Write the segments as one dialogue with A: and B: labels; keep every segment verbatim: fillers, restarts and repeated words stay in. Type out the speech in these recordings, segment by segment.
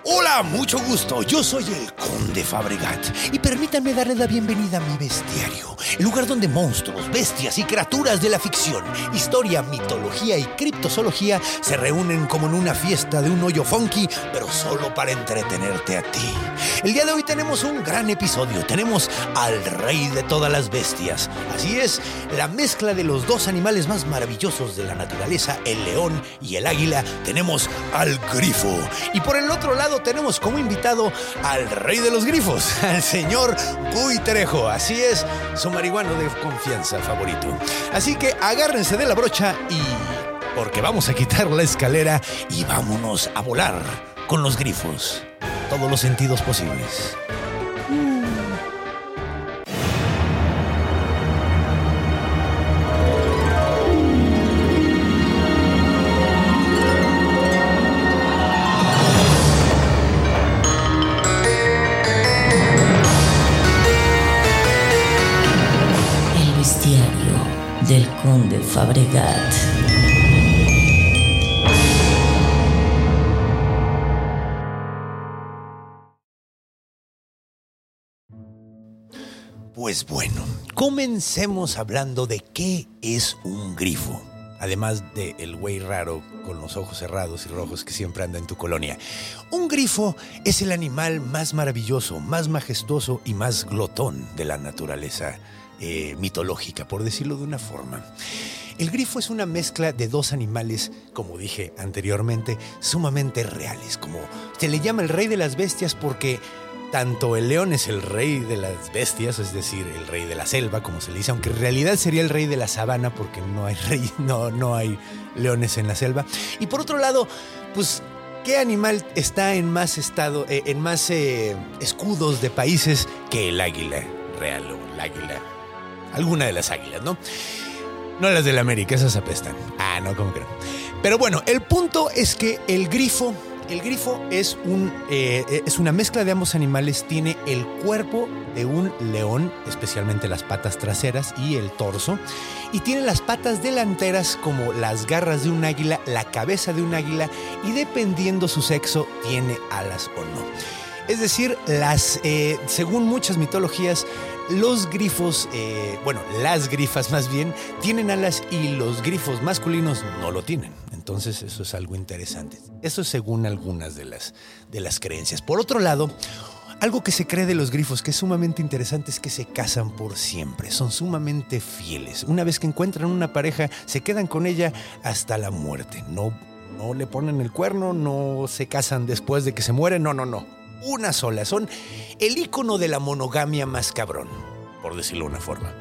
A: Hola, mucho gusto. Yo soy el Conde Fabregat y permítanme darle la bienvenida a mi bestiario, el lugar donde monstruos, bestias y criaturas de la ficción, historia, mitología y criptozoología se reúnen como en una fiesta de un hoyo funky, pero solo para entretenerte a ti. El día de hoy tenemos un gran episodio. Tenemos al rey de todas las bestias. Así es, la mezcla de los dos animales más maravillosos de la naturaleza, el león y el águila. Tenemos al grifo. Y por el otro lado tenemos como invitado al rey de los grifos, al señor Gui Trejo. Así es, su marihuano de confianza favorito. Así que agárrense de la brocha y... porque vamos a quitar la escalera y vámonos a volar con los grifos. Todos los sentidos posibles.
B: El bestiario del Conde Fabregat.
A: Pues bueno, comencemos hablando de qué es un grifo. Además de el güey raro con los ojos cerrados y rojos que siempre anda en tu colonia. Un grifo es el animal más maravilloso, más majestuoso y más glotón de la naturaleza eh, mitológica, por decirlo de una forma. El grifo es una mezcla de dos animales, como dije anteriormente, sumamente reales. Como se le llama el rey de las bestias porque... tanto el león es el rey de las bestias, es decir, el rey de la selva, como se le dice, aunque en realidad sería el rey de la sabana porque no hay rey, no, no hay leones en la selva. Y por otro lado, pues, ¿qué animal está en más estado, eh, en más eh, escudos de países que el águila real o el águila? Alguna de las águilas, ¿no? No las de la América, esas apestan. Ah, no, ¿cómo que no? Pero bueno, el punto es que el grifo... El grifo es, un, eh, es una mezcla de ambos animales. Tiene el cuerpo de un león, especialmente las patas traseras y el torso. Y tiene las patas delanteras como las garras de un águila, la cabeza de un águila y dependiendo su sexo tiene alas o no. Es decir, las, eh, según muchas mitologías, los grifos, eh, bueno, las grifas más bien, tienen alas y los grifos masculinos no lo tienen. Entonces eso es algo interesante. Eso es según algunas de las, de las creencias. Por otro lado, algo que se cree de los grifos que es sumamente interesante es que se casan por siempre. Son sumamente fieles. Una vez que encuentran una pareja, se quedan con ella hasta la muerte. No, no le ponen el cuerno, no se casan después de que se mueren. No, no, no. Una sola. Son el ícono de la monogamia más cabrón, por decirlo de una forma.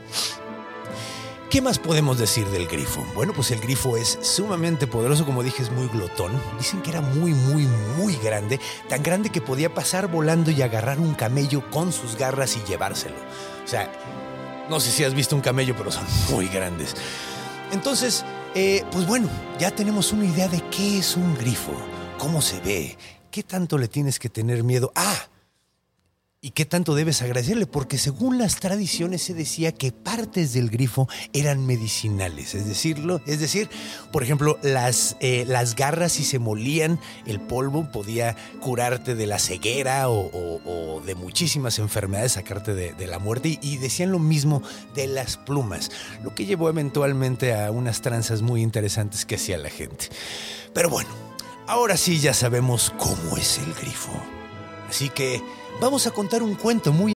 A: ¿Qué más podemos decir del grifo? Bueno, pues el grifo es sumamente poderoso, como dije, es muy glotón. Dicen que era muy, muy, muy grande, tan grande que podía pasar volando y agarrar un camello con sus garras y llevárselo. O sea, no sé si has visto un camello, pero son muy grandes. Entonces, eh, pues bueno, ya tenemos una idea de qué es un grifo, cómo se ve, qué tanto le tienes que tener miedo. ¡Ah! ¿Y qué tanto debes agradecerle? Porque según las tradiciones se decía que partes del grifo eran medicinales. Es decirlo, es decir, por ejemplo, las, eh, las garras, si se molían, el polvo podía curarte de la ceguera o, o, o de muchísimas enfermedades, sacarte de, de la muerte. Y, y decían lo mismo de las plumas, lo que llevó eventualmente a unas tranzas muy interesantes que hacía la gente. Pero bueno, ahora sí ya sabemos cómo es el grifo. Así que... vamos a contar un cuento muy...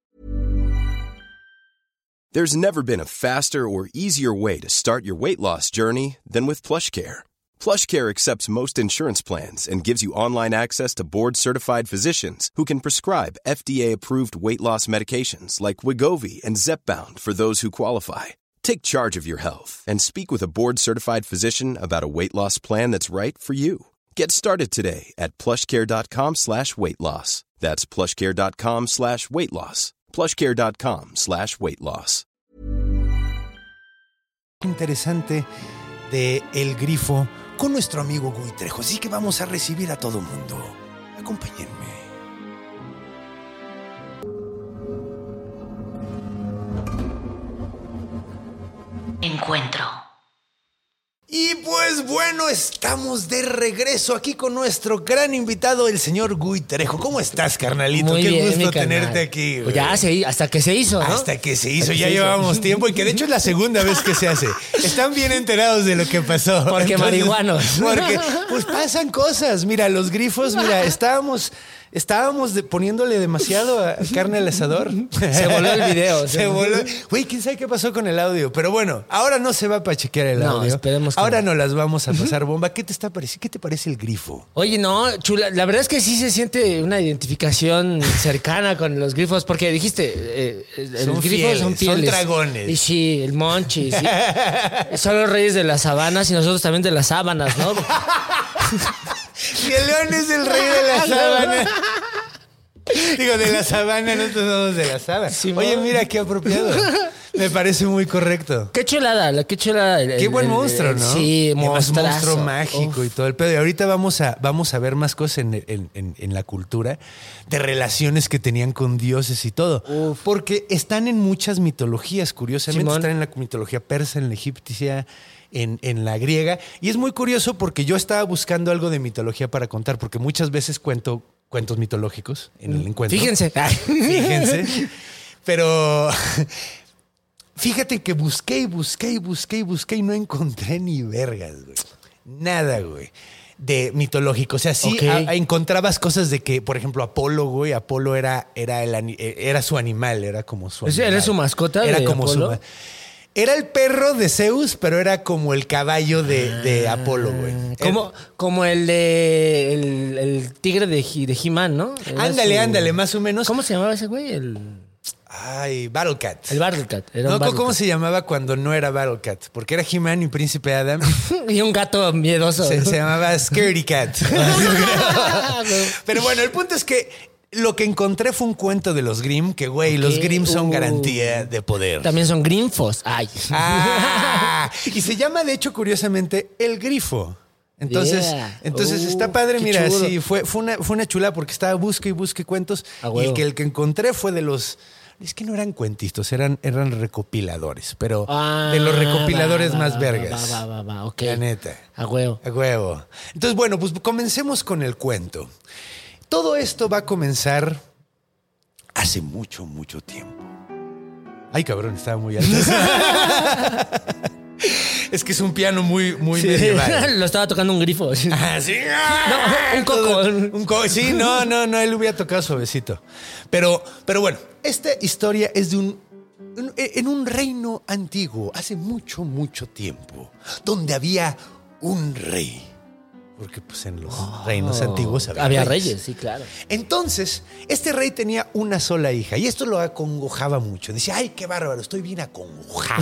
C: There's never been a faster or easier way to start your weight loss journey than with PlushCare. PlushCare accepts most insurance plans and gives you online access to board-certified physicians who can prescribe F D A-approved weight loss medications like Wegovy and Zepbound for those who qualify. Take charge of your health and speak with a board-certified physician about a weight loss plan that's right for you. Get started today at plushcare.com slash weight loss. That's plushcare.com slash weight loss. plushcare.com slash weight loss.
A: Interesante de El Grifo con nuestro amigo Gui Trejo. Así que vamos a recibir a todo mundo. Acompáñenme.
B: Encuentro.
A: Y pues bueno. bueno, estamos de regreso aquí con nuestro gran invitado, el señor Gui Trejo. ¿Cómo estás, carnalito?
D: Muy
A: Qué
D: bien,
A: gusto
D: mi
A: tenerte
D: carnal.
A: aquí.
D: Pues ya, se, hasta que se hizo, ¿no?
A: Hasta que se hizo,
D: Hasta que
A: ya
D: se hizo.
A: llevábamos tiempo y que de hecho es la segunda vez que se hace. Están bien enterados de lo que pasó.
D: Porque marihuanos.
A: Porque pues pasan cosas. Mira, los grifos, mira, estábamos... Estábamos de, poniéndole demasiado a carne al asador.
D: Se voló el video.
A: Se voló. Güey, quién sabe qué pasó con el audio. Pero bueno, ahora no se va para chequear el
D: No,
A: audio.
D: esperemos que
A: ahora
D: no.
A: nos las vamos a pasar bomba. ¿Qué te está pareciendo? ¿Qué te parece el grifo?
D: Oye, no, chula, la verdad es que sí se siente una identificación cercana con los grifos, porque dijiste, eh, el
A: Son
D: grifo
A: fieles,
D: son
A: son
D: fieles.
A: dragones.
D: Y sí, el monchis. Sí. Son los reyes de las sabanas y nosotros también de las sábanas, ¿no?
A: Y el león es el rey de la sábana. Digo, de la sabana, nosotros somos de la sábana.
D: Simón.
A: Oye, mira qué apropiado. Me parece muy correcto.
D: Qué chulada, la qué chulada. el-
A: Qué
D: el-
A: buen
D: el-
A: monstruo,
D: el-
A: ¿no?
D: Sí,
A: Y además
D: monstruazo.
A: monstruo mágico
D: Uf.
A: y todo el pedo. Y ahorita vamos a, vamos a ver más cosas en, en- en- en la cultura de relaciones que tenían con dioses y todo.
D: Uf.
A: Porque están en muchas mitologías, curiosamente.
D: Simón.
A: Están en la mitología persa, en la egipcia, en, en la griega. Y es muy curioso porque yo estaba buscando algo de mitología para contar, porque muchas veces cuento cuentos mitológicos en el encuentro.
D: Fíjense.
A: Fíjense. Pero fíjate que busqué y busqué y busqué y busqué y no encontré ni vergas, güey. Nada, güey. De mitológico. O sea, sí
D: Ok.
A: a- a- encontrabas cosas de que, por ejemplo, Apolo, güey, Apolo era, era, el, ani- era su animal, era como su
D: ¿Ese
A: animal.
D: era su mascota
A: Era
D: de
A: como
D: Apolo?
A: su ma- Era el perro de Zeus, pero era como el caballo de, de Apolo, güey.
D: Como, como el de el, el tigre de, He- de He-Man, ¿no? Era
A: Ándale,
D: su-
A: ándale, más o menos.
D: ¿Cómo se llamaba ese güey? El,
A: Ay, Battlecat.
D: el Battlecat. Era
A: No,
D: un
A: ¿cómo
D: Battlecat.
A: se llamaba cuando no era Battlecat? Porque era He-Man y Príncipe Adam.
D: Y un gato miedoso.
A: Se, se llamaba Scaredy Cat. Pero bueno, el punto es que lo que encontré fue un cuento de los Grimm, que güey, los
D: Ok.
A: Grimm son
D: Uh.
A: garantía de poder.
D: También son grinfos. Ay.
A: Ah, y se llama, de hecho, curiosamente, El Grifo. Entonces,
D: Yeah.
A: entonces
D: Uh,
A: está padre,
D: qué
A: mira,
D: chulo.
A: sí, fue, fue, una, fue una chula porque estaba busque y busque cuentos.
D: A
A: Y
D: huevo.
A: el que, el que encontré fue de los... Es que no eran cuentistas, eran, eran recopiladores, pero
D: Ah,
A: de los recopiladores
D: va,
A: más
D: va,
A: vergas.
D: Va, va, va, va, ok.
A: La neta.
D: A huevo.
A: A huevo. Entonces, bueno, pues comencemos con el cuento. Todo esto va a comenzar hace mucho, mucho tiempo. Ay, cabrón, estaba muy alto. Es que es un piano muy, muy
D: Sí.
A: medieval.
D: Lo estaba tocando un grifo.
A: Ah, sí.
D: No, un coco.
A: Todo- un co- sí, no, no, no, él hubiera tocado suavecito. Pero, pero bueno, esta historia es de un, un- en un reino antiguo, hace mucho, mucho tiempo, donde había un rey. Porque pues en los reinos antiguos había,
D: Había
A: reyes.
D: reyes, sí, claro.
A: Entonces, este rey tenía una sola hija y esto lo acongojaba mucho. Decía, ay, qué bárbaro, estoy bien acongojado.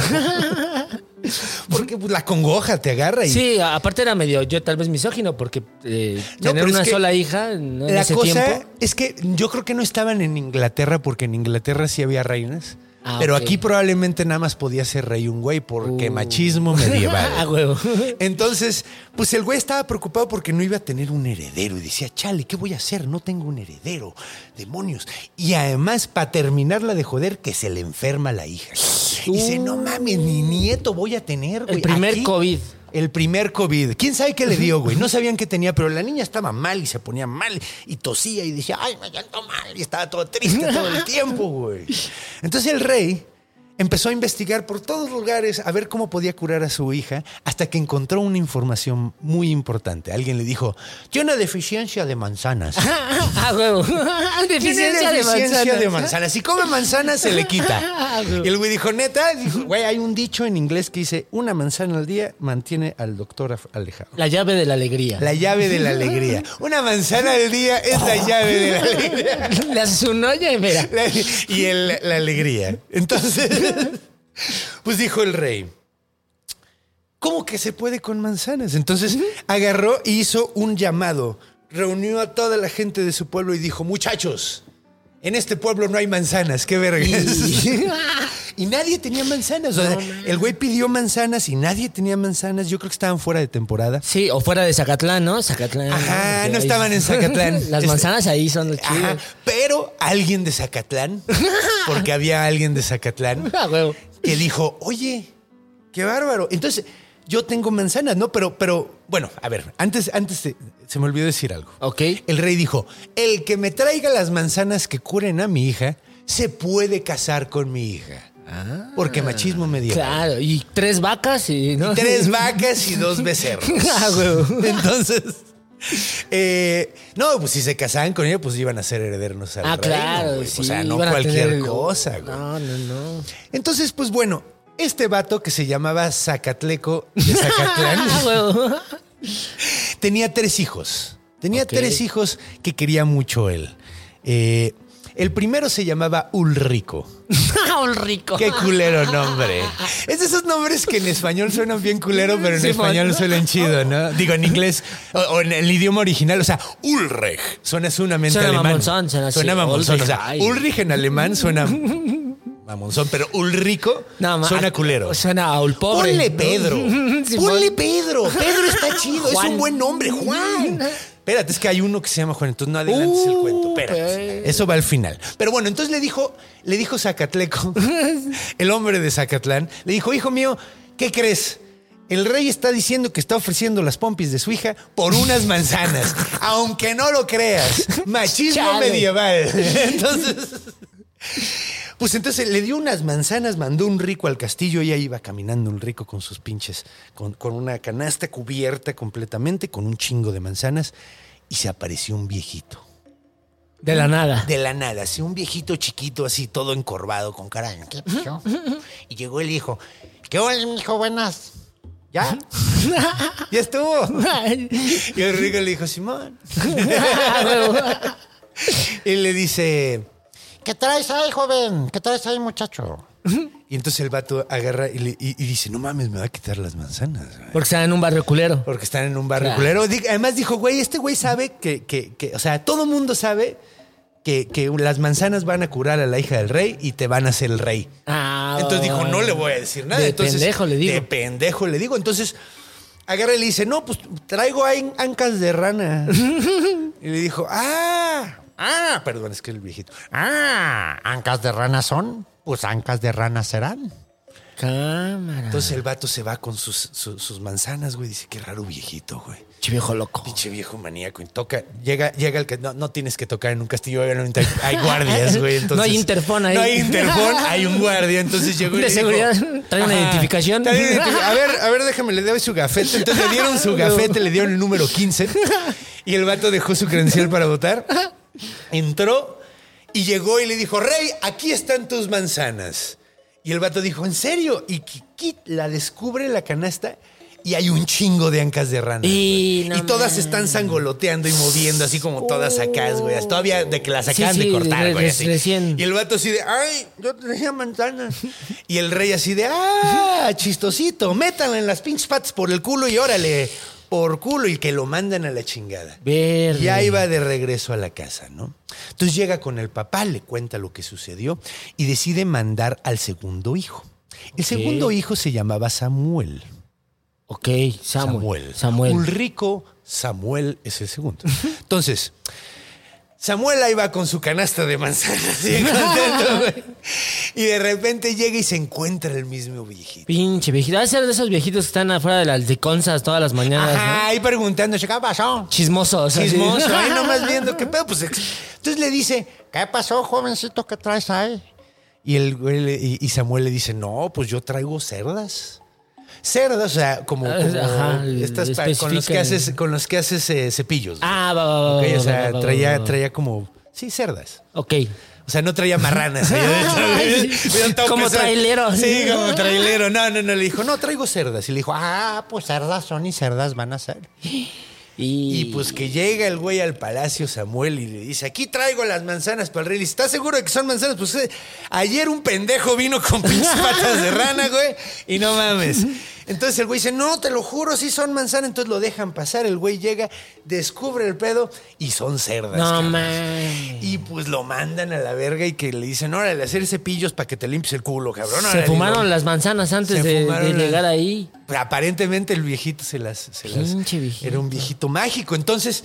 A: Porque pues, la congoja te agarra y
D: Sí, aparte era medio yo tal vez misógino porque eh,
A: No,
D: tener
A: pero es
D: una
A: que
D: sola hija ¿no? en
A: la
D: ese
A: cosa
D: tiempo.
A: es que yo creo que no estaban en Inglaterra porque en Inglaterra sí había reinas.
D: Ah,
A: pero
D: ok.
A: aquí probablemente nada más podía ser rey un güey porque
D: Uh.
A: machismo medieval.
D: A huevo.
A: Entonces, pues el güey estaba preocupado porque no iba a tener un heredero y decía, chale, ¿qué voy a hacer? No tengo un heredero, demonios. Y además, para terminarla de joder, que se le enferma la hija. Y dice, no mames, ni nieto voy a tener, güey.
D: El primer
A: Aquí-
D: COVID.
A: El primer COVID. ¿Quién sabe qué le dio, güey? No sabían qué tenía, pero la niña estaba mal y se ponía mal y tosía y decía, ay, me siento mal. Y estaba todo triste todo el tiempo, güey. Entonces el rey empezó a investigar por todos lugares a ver cómo podía curar a su hija hasta que encontró una información muy importante. Alguien le dijo, tiene una deficiencia de manzanas.
D: A huevo. Deficiencia,
A: Tiene
D: de
A: deficiencia
D: manzanas.
A: de manzanas. Si come manzanas, se le quita. Y el güey dijo, neta, dijo, güey, hay un dicho en inglés que dice, una manzana al día mantiene al doctor af- alejado.
D: La llave de la alegría.
A: La llave de la alegría. Una manzana al día es la llave de la alegría.
D: Le haces un olla y mira.
A: La- y el- la alegría. Entonces, pues dijo el rey, ¿cómo que se puede con manzanas? Entonces agarró y hizo un llamado. Reunió a toda la gente de su pueblo y dijo, muchachos, en este pueblo no hay manzanas, qué vergas. Y nadie tenía manzanas. O sea, el güey pidió manzanas y nadie tenía manzanas. Yo creo que estaban fuera de temporada.
D: Sí, o fuera de Zacatlán, ¿no? Zacatlán.
A: Ajá,
D: Porque
A: no
D: ahí-
A: estaban en Zacatlán.
D: Las
A: Este-
D: manzanas ahí son los
A: Ajá,
D: chidos.
A: pero alguien de Zacatlán, porque había alguien de Zacatlán,
D: A huevo.
A: que dijo, oye, qué bárbaro. Entonces, yo tengo manzanas, ¿no? Pero, pero Bueno, a ver, antes, antes de, se me olvidó decir algo.
D: Ok.
A: El rey dijo, el que me traiga las manzanas que curen a mi hija, se puede casar con mi hija. Ah, porque machismo medieval.
D: Claro, y tres vacas y... ¿no?
A: Y tres vacas y dos becerros.
D: Ah, güey.
A: Entonces... Eh, no, pues si se casaban con ella, pues iban a ser herederos al
D: Ah,
A: reino,
D: claro,
A: güey.
D: sí.
A: O sea, no
D: iban a
A: cualquier
D: tener-
A: cosa, güey.
D: No, no, no.
A: Entonces, pues bueno, este vato que se llamaba Zacatleco de Zacatlán
D: Ah, güey.
A: tenía tres hijos. Tenía
D: Ok.
A: tres hijos que quería mucho él. Eh, el primero se llamaba Ulrico.
D: Un rico.
A: Qué culero nombre. Es de esos nombres que en español suenan bien culero, pero en
D: Sí,
A: español
D: man.
A: suenan chido, ¿no? Digo, en inglés o, o en el idioma original. O sea, Ulrich suena sumamente
D: Suena
A: alemán.
D: mamonzón, suena así.
A: Suena mamonzón. O sea,
D: Ulrich, ay.
A: Ulrich en alemán suena mamonzón, pero Ulrico
D: No, ma-
A: suena culero.
D: Suena a un pobre.
A: Ponle
D: ¿no?
A: Pedro.
D: Simón.
A: Ponle Pedro. Pedro está chido. Es
D: Juan.
A: un buen nombre. Juan. Espérate, es que hay uno que se llama Juan, entonces no adelantes el
D: Uh,
A: cuento. Espérate.
D: pues.
A: Eso va al final. Pero bueno, entonces le dijo, le dijo Zacatleco, el hombre de Zacatlán, le dijo, hijo mío, ¿qué crees? El rey está diciendo que está ofreciendo las pompis de su hija por unas manzanas. Aunque no lo creas. Machismo
D: Chale.
A: medieval. Entonces... Pues entonces le dio unas manzanas, mandó un rico al castillo y ahí iba caminando un rico con sus pinches, con, con una canasta cubierta completamente, con un chingo de manzanas, y se apareció un viejito.
D: De la nada.
A: De la nada, así un viejito chiquito, así todo encorvado, con cara de ¿qué pasó? Y llegó el hijo. ¿Qué hola, mijo? Buenas. ¿Ya? ¿Ya estuvo? Y el rico le dijo, Simón. Y le dice... ¿Qué traes ahí, joven? ¿Qué traes ahí, muchacho? Y entonces el vato agarra y, le- y- y dice, no mames, me va a quitar las manzanas, güey.
D: Porque están en un barrio culero.
A: Porque están en un barrio
D: Claro.
A: culero. Di- Además dijo, güey, este güey sabe que, que, que- o sea, todo mundo sabe que, que las manzanas van a curar a la hija del rey y te van a hacer el rey.
D: Ah,
A: Entonces dijo, no le voy a decir nada.
D: De
A: Entonces,
D: pendejo le digo.
A: De pendejo le digo. Entonces agarra y le dice, no, pues traigo ahí ancas de rana. Y le dijo, ah, ah, perdón, es que el viejito. Ah, ancas de rana son, pues ancas de rana serán.
D: Cámara.
A: Entonces el vato se va con sus, su- sus manzanas, güey. Dice, qué raro viejito, güey.
D: Che viejo loco.
A: Pinche viejo maníaco. Y toca, llega, llega el que no, no tienes que tocar en un castillo, obviamente hay, hay guardias, güey. Entonces,
D: No hay interfón ahí.
A: No hay interfón, hay un guardia. Entonces llegó y
D: De
A: le dijo,
D: seguridad, trae una
A: ajá,
D: identificación.
A: trae una identificación. A ver, a ver, déjame, le doy su gafete. Entonces le dieron su gafete, le dieron el número quince. Y el vato dejó su credencial para votar. Entró y llegó y le dijo, rey, aquí están tus manzanas. Y el vato dijo, ¿en serio? Y Kiki la descubre la canasta y hay un chingo de ancas de rana.
D: Y
A: güey.
D: no
A: Y todas se
D: mames.
A: están sangoloteando y moviendo así como todas acá, güey. Hasta Todavía de que las
D: Sí,
A: acaban
D: sí,
A: de cortar,
D: de-
A: güey.
D: de-
A: así.
D: recién.
A: Y el vato así de, ay, yo traía manzanas. Y el rey así de, ah, chistosito, métanla en las pinches patas por el culo y órale, por culo. Y que lo mandan a la chingada.
D: Verde.
A: Y ahí va de regreso a la casa, ¿no? Entonces llega con el papá, le cuenta lo que sucedió y decide mandar al segundo hijo. El segundo hijo se llamaba Samuel.
D: Ok, Samuel.
A: Samuel.
D: Samuel.
A: Ulrico Samuel es el segundo. Entonces, Samuel ahí va con su canasta de manzanas, bien contento, güey. Y de repente llega y se encuentra el mismo viejito.
D: Pinche viejito. Debe ser de esos viejitos que están afuera de las liconzas todas las mañanas,
A: Ajá, ahí preguntando, ¿qué pasó?
D: ¿no? Chismosos. así.
A: Chismoso, ahí nomás viendo qué pedo. Pues, ex- entonces le dice, ¿qué pasó, jovencito? ¿Qué traes ahí? Y, el, güey le- y, y Samuel le dice, no, pues yo traigo cerdas. Cerdas, o sea, como,
D: Ah,
A: como
D: ajá,
A: estas pa- con los que
D: especifica.
A: haces, con los que haces eh, cepillos.
D: Ah, va, va, va.
A: Ok,
D: va,
A: o sea,
D: va, va, va,
A: traía,
D: va.
A: traía como, sí, cerdas.
D: Ok.
A: O sea, no traía marranas. ahí adentro. Vieron todo
D: Como
A: pesado.
D: trailero.
A: Sí, como trailero. No, no, no. Le dijo, no, traigo cerdas. Y le dijo, ah, pues cerdas son y cerdas van a ser.
D: Y,
A: Y pues que llega el güey al palacio Samuel y le dice, aquí traigo las manzanas para el rey. Y dice, ¿estás seguro de que son manzanas? Pues eh, ayer un pendejo vino con pinches patas de rana, güey. Y no mames. Entonces el güey dice, no, te lo juro, sí son manzanas. Entonces lo dejan pasar. El güey llega, descubre el pedo y son cerdas.
D: No,
A: cabrón.
D: man.
A: Y pues lo mandan a la verga y que le dicen, órale, hacer cepillos para que te limpies el culo, cabrón.
D: Se
A: Órale,
D: fumaron
A: lo-
D: las manzanas antes
A: Se
D: de, de
A: fumaron las-
D: llegar ahí.
A: Pero aparentemente el viejito se las... Se las
D: Pinche viejito.
A: Era un viejito mágico. Entonces,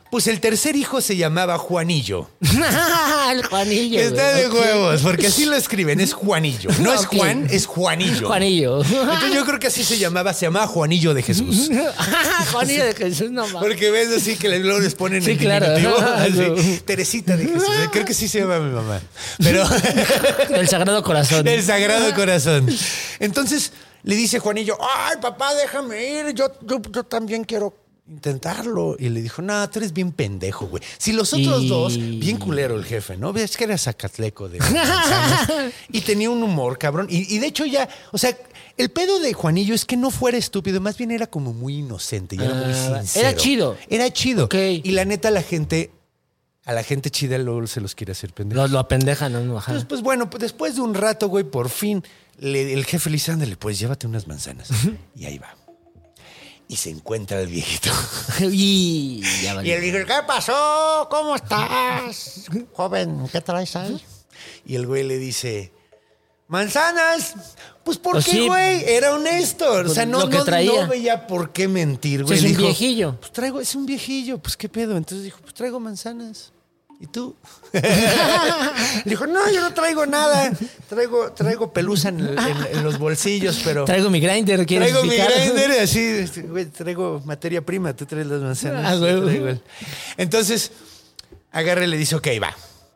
A: Pues el tercer hijo se llamaba Juanillo.
D: El Juanillo.
A: Está de
D: okay.
A: huevos, porque así lo escriben, es Juanillo. No es
D: Okay.
A: Juan, es Juanillo.
D: Juanillo.
A: Entonces yo creo que así se llamaba, se llamaba Juanillo de Jesús.
D: Juanillo de Jesús, no mames.
A: Porque ves así que luego les ponen
D: Sí,
A: en
D: claro.
A: diminutivo, así,
D: No.
A: Teresita de Jesús. Creo que sí se llama mi mamá. Pero
D: El Sagrado Corazón.
A: el Sagrado Corazón. Entonces le dice Juanillo, ay, papá, déjame ir. Yo, yo, yo también quiero intentarlo. Y le dijo, no, tú eres bien pendejo, güey. Si los otros
D: Y-
A: dos, bien culero el jefe, ¿no? Ves que era Zacatleco de manzanas, y tenía un humor, cabrón. Y, y de hecho ya, o sea, el pedo de Juanillo es que no fuera estúpido, más bien era como muy inocente y era muy
D: Ah,
A: sincero.
D: era chido.
A: Era chido.
D: Ok.
A: Y la neta, la gente, a la gente chida luego se los quiere hacer pendejos.
D: Lo, lo apendejan, ¿no? Ajá.
A: Entonces, pues bueno, pues después de un rato, güey, por fin, le- el jefe le dice, ándale, pues llévate unas manzanas. Y ahí va. Y se encuentra el viejito.
D: Y ya
A: Y
D: valió.
A: él dijo, ¿qué pasó? ¿Cómo estás? Joven, ¿qué traes ahí? Y el güey le dice, manzanas. Pues ¿por
D: Pues
A: qué,
D: sí.
A: güey? Era honesto. O sea, no,
D: Lo que
A: no,
D: traía.
A: no veía por qué mentir,
D: Sí,
A: güey.
D: es
A: Le
D: un
A: dijo,
D: viejillo.
A: Pues traigo, es un viejillo, pues qué pedo. Entonces dijo, pues traigo manzanas. ¿Y tú? Le dijo, no, yo no traigo nada. Traigo, traigo pelusa en, el- en- en los bolsillos, pero...
D: Traigo mi grinder, ¿quieres
A: Traigo mi
D: picar?
A: grinder, así, este, güey, traigo materia prima, tú traes las manzanas.
D: Ah, güey.
A: yo traigo el- Entonces, agarra y le dice, ok, va.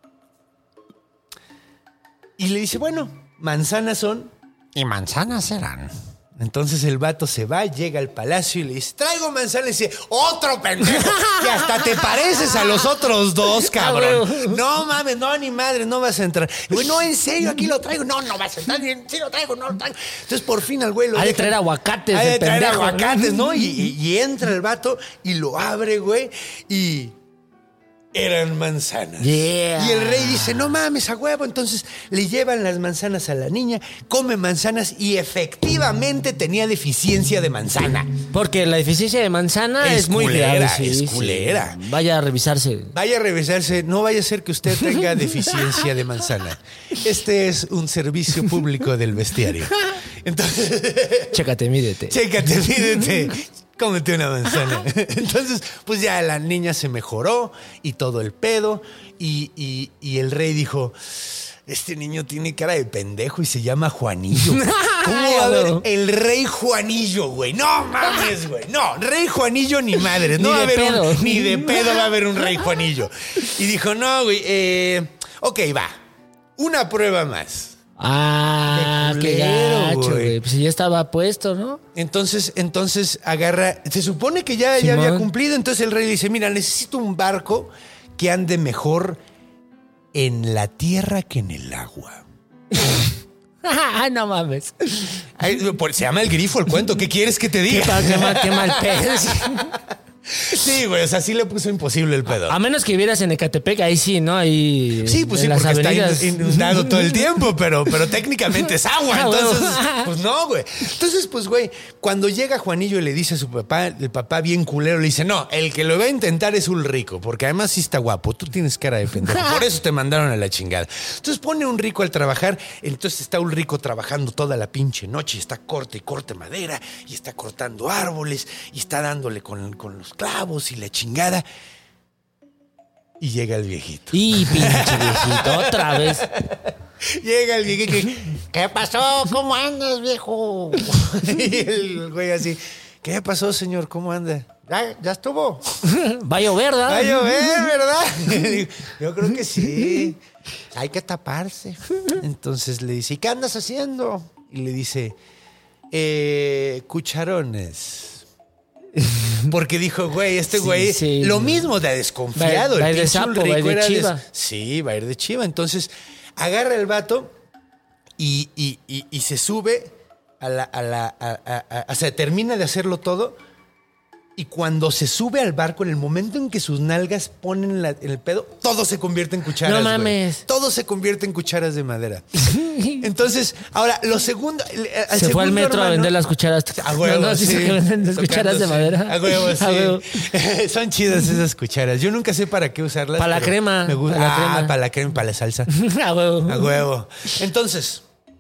A: Y le dice, bueno, manzanas son y manzanas serán. Entonces el vato se va, llega al palacio y le dice, traigo manzanas. Y dice, otro pendejo, que hasta te pareces a los otros dos, cabrón. No mames, no, ni madre, no vas a entrar. Y güey, no, en serio, aquí lo traigo. No, no vas a entrar, sí lo traigo, no lo traigo. Entonces por fin al güey lo
D: Ha de
A: dejan-
D: traer aguacates,
A: Ha de
D: el
A: traer
D: pendejo.
A: aguacates, ¿no? Y, y- y entra el vato y lo abre, güey, y... eran manzanas.
D: Yeah.
A: Y el rey dice, no mames, a huevo. Entonces le llevan las manzanas a la niña, come manzanas y efectivamente tenía deficiencia de manzana.
D: Porque la deficiencia de manzana es,
A: Es
D: muy
A: culera,
D: grave. Sí,
A: es
D: sí.
A: culera.
D: Vaya a revisarse.
A: Vaya a revisarse, no vaya a ser que usted tenga deficiencia de manzana. Este es un servicio público del bestiario. Entonces,
D: Chécate, mídete.
A: chécate, pídete. Cómete una manzana. Entonces, pues ya la niña se mejoró y todo el pedo. Y, y- y el rey dijo, este niño tiene cara de pendejo y se llama Juanillo. ¿Cómo va a haber el rey Juanillo, güey? No mames, güey. No, rey Juanillo ni madre. No
D: Ni
A: va a
D: de
A: haber
D: pedo.
A: un, ni de pedo va a haber un rey Juanillo. Y dijo, no, güey, eh, ok, va. Una prueba más.
D: Ah,
A: Qué
D: qué
A: culero,
D: gacho,
A: güey.
D: güey. Pues ya estaba puesto, ¿no?
A: Entonces, entonces agarra, se supone que ya, ya
D: Simón.
A: había cumplido, entonces el rey le dice, mira, necesito un barco que ande mejor en la tierra que en el agua.
D: Ah, no mames.
A: Ay, por- se llama El Grifo el cuento, ¿qué quieres que te
D: Qué,
A: diga?
D: pa- qué mal, qué mal pez.
A: Sí, güey, o sea, sí le puso imposible el pedo.
D: A menos que vivieras en Ecatepec, ahí sí, ¿no? Ahí.
A: Sí, pues sí,
D: en las
A: porque
D: avenidas.
A: está in- inundado todo el tiempo, pero, pero técnicamente es agua,
D: Ah,
A: entonces,
D: huevo.
A: pues no, güey. Entonces, pues, güey, cuando llega Juanillo y le dice a su papá, el papá bien culero, le dice, no, el que lo va a intentar es Ulrico, porque además sí está guapo, tú tienes cara de pendejo, por eso te mandaron a la chingada. Entonces pone a un rico al trabajar, entonces está Ulrico trabajando toda la pinche noche, y está corte y corte madera, y está cortando árboles, y está dándole con, con los clavos y la chingada. Y llega el viejito.
D: Y pinche viejito, otra vez.
A: Llega el viejito y, ¿qué pasó? ¿Cómo andas, viejo? Y el güey así, ¿qué pasó, señor? ¿Cómo anda? Ya, ya estuvo.
D: Va a llover, ¿verdad?
A: Va a llover, ¿verdad? Yo creo que sí. Hay que taparse. Entonces le dice, ¿y qué andas haciendo? Y le dice, eh, cucharones. Porque dijo, güey, este
D: Sí,
A: güey,
D: sí.
A: lo mismo de desconfiado.
D: Va- va a
A: el
D: ir de
A: pinche
D: sapo,
A: Ulrico
D: va a ir de
A: era
D: chiva.
A: Sí, va a ir de chiva. Entonces agarra el vato y, y- y- y se sube a la... A la a- a- a- o sea, termina de hacerlo todo. Y cuando se sube al barco, en el momento en que sus nalgas ponen la- el pedo, todo se convierte en cucharas.
D: No
A: güey.
D: mames.
A: Todo se convierte en cucharas de madera. Entonces, ahora, lo segundo. el- al
D: Se fue al
A: segundo
D: metro a
A: hermano-
D: vender las cucharas.
A: A huevo,
D: No, no, sí,
A: sí.
D: se que venden las cucharas de
A: Tocándose.
D: madera.
A: A huevo, sí.
D: A huevo.
A: Son chidas esas cucharas. Yo nunca sé para qué usarlas.
D: Pa' la
A: pero
D: crema,
A: Me gusta.
D: pa' la
A: ah,
D: crema.
A: para la crema, para la salsa.
D: A huevo.
A: A huevo. Entonces,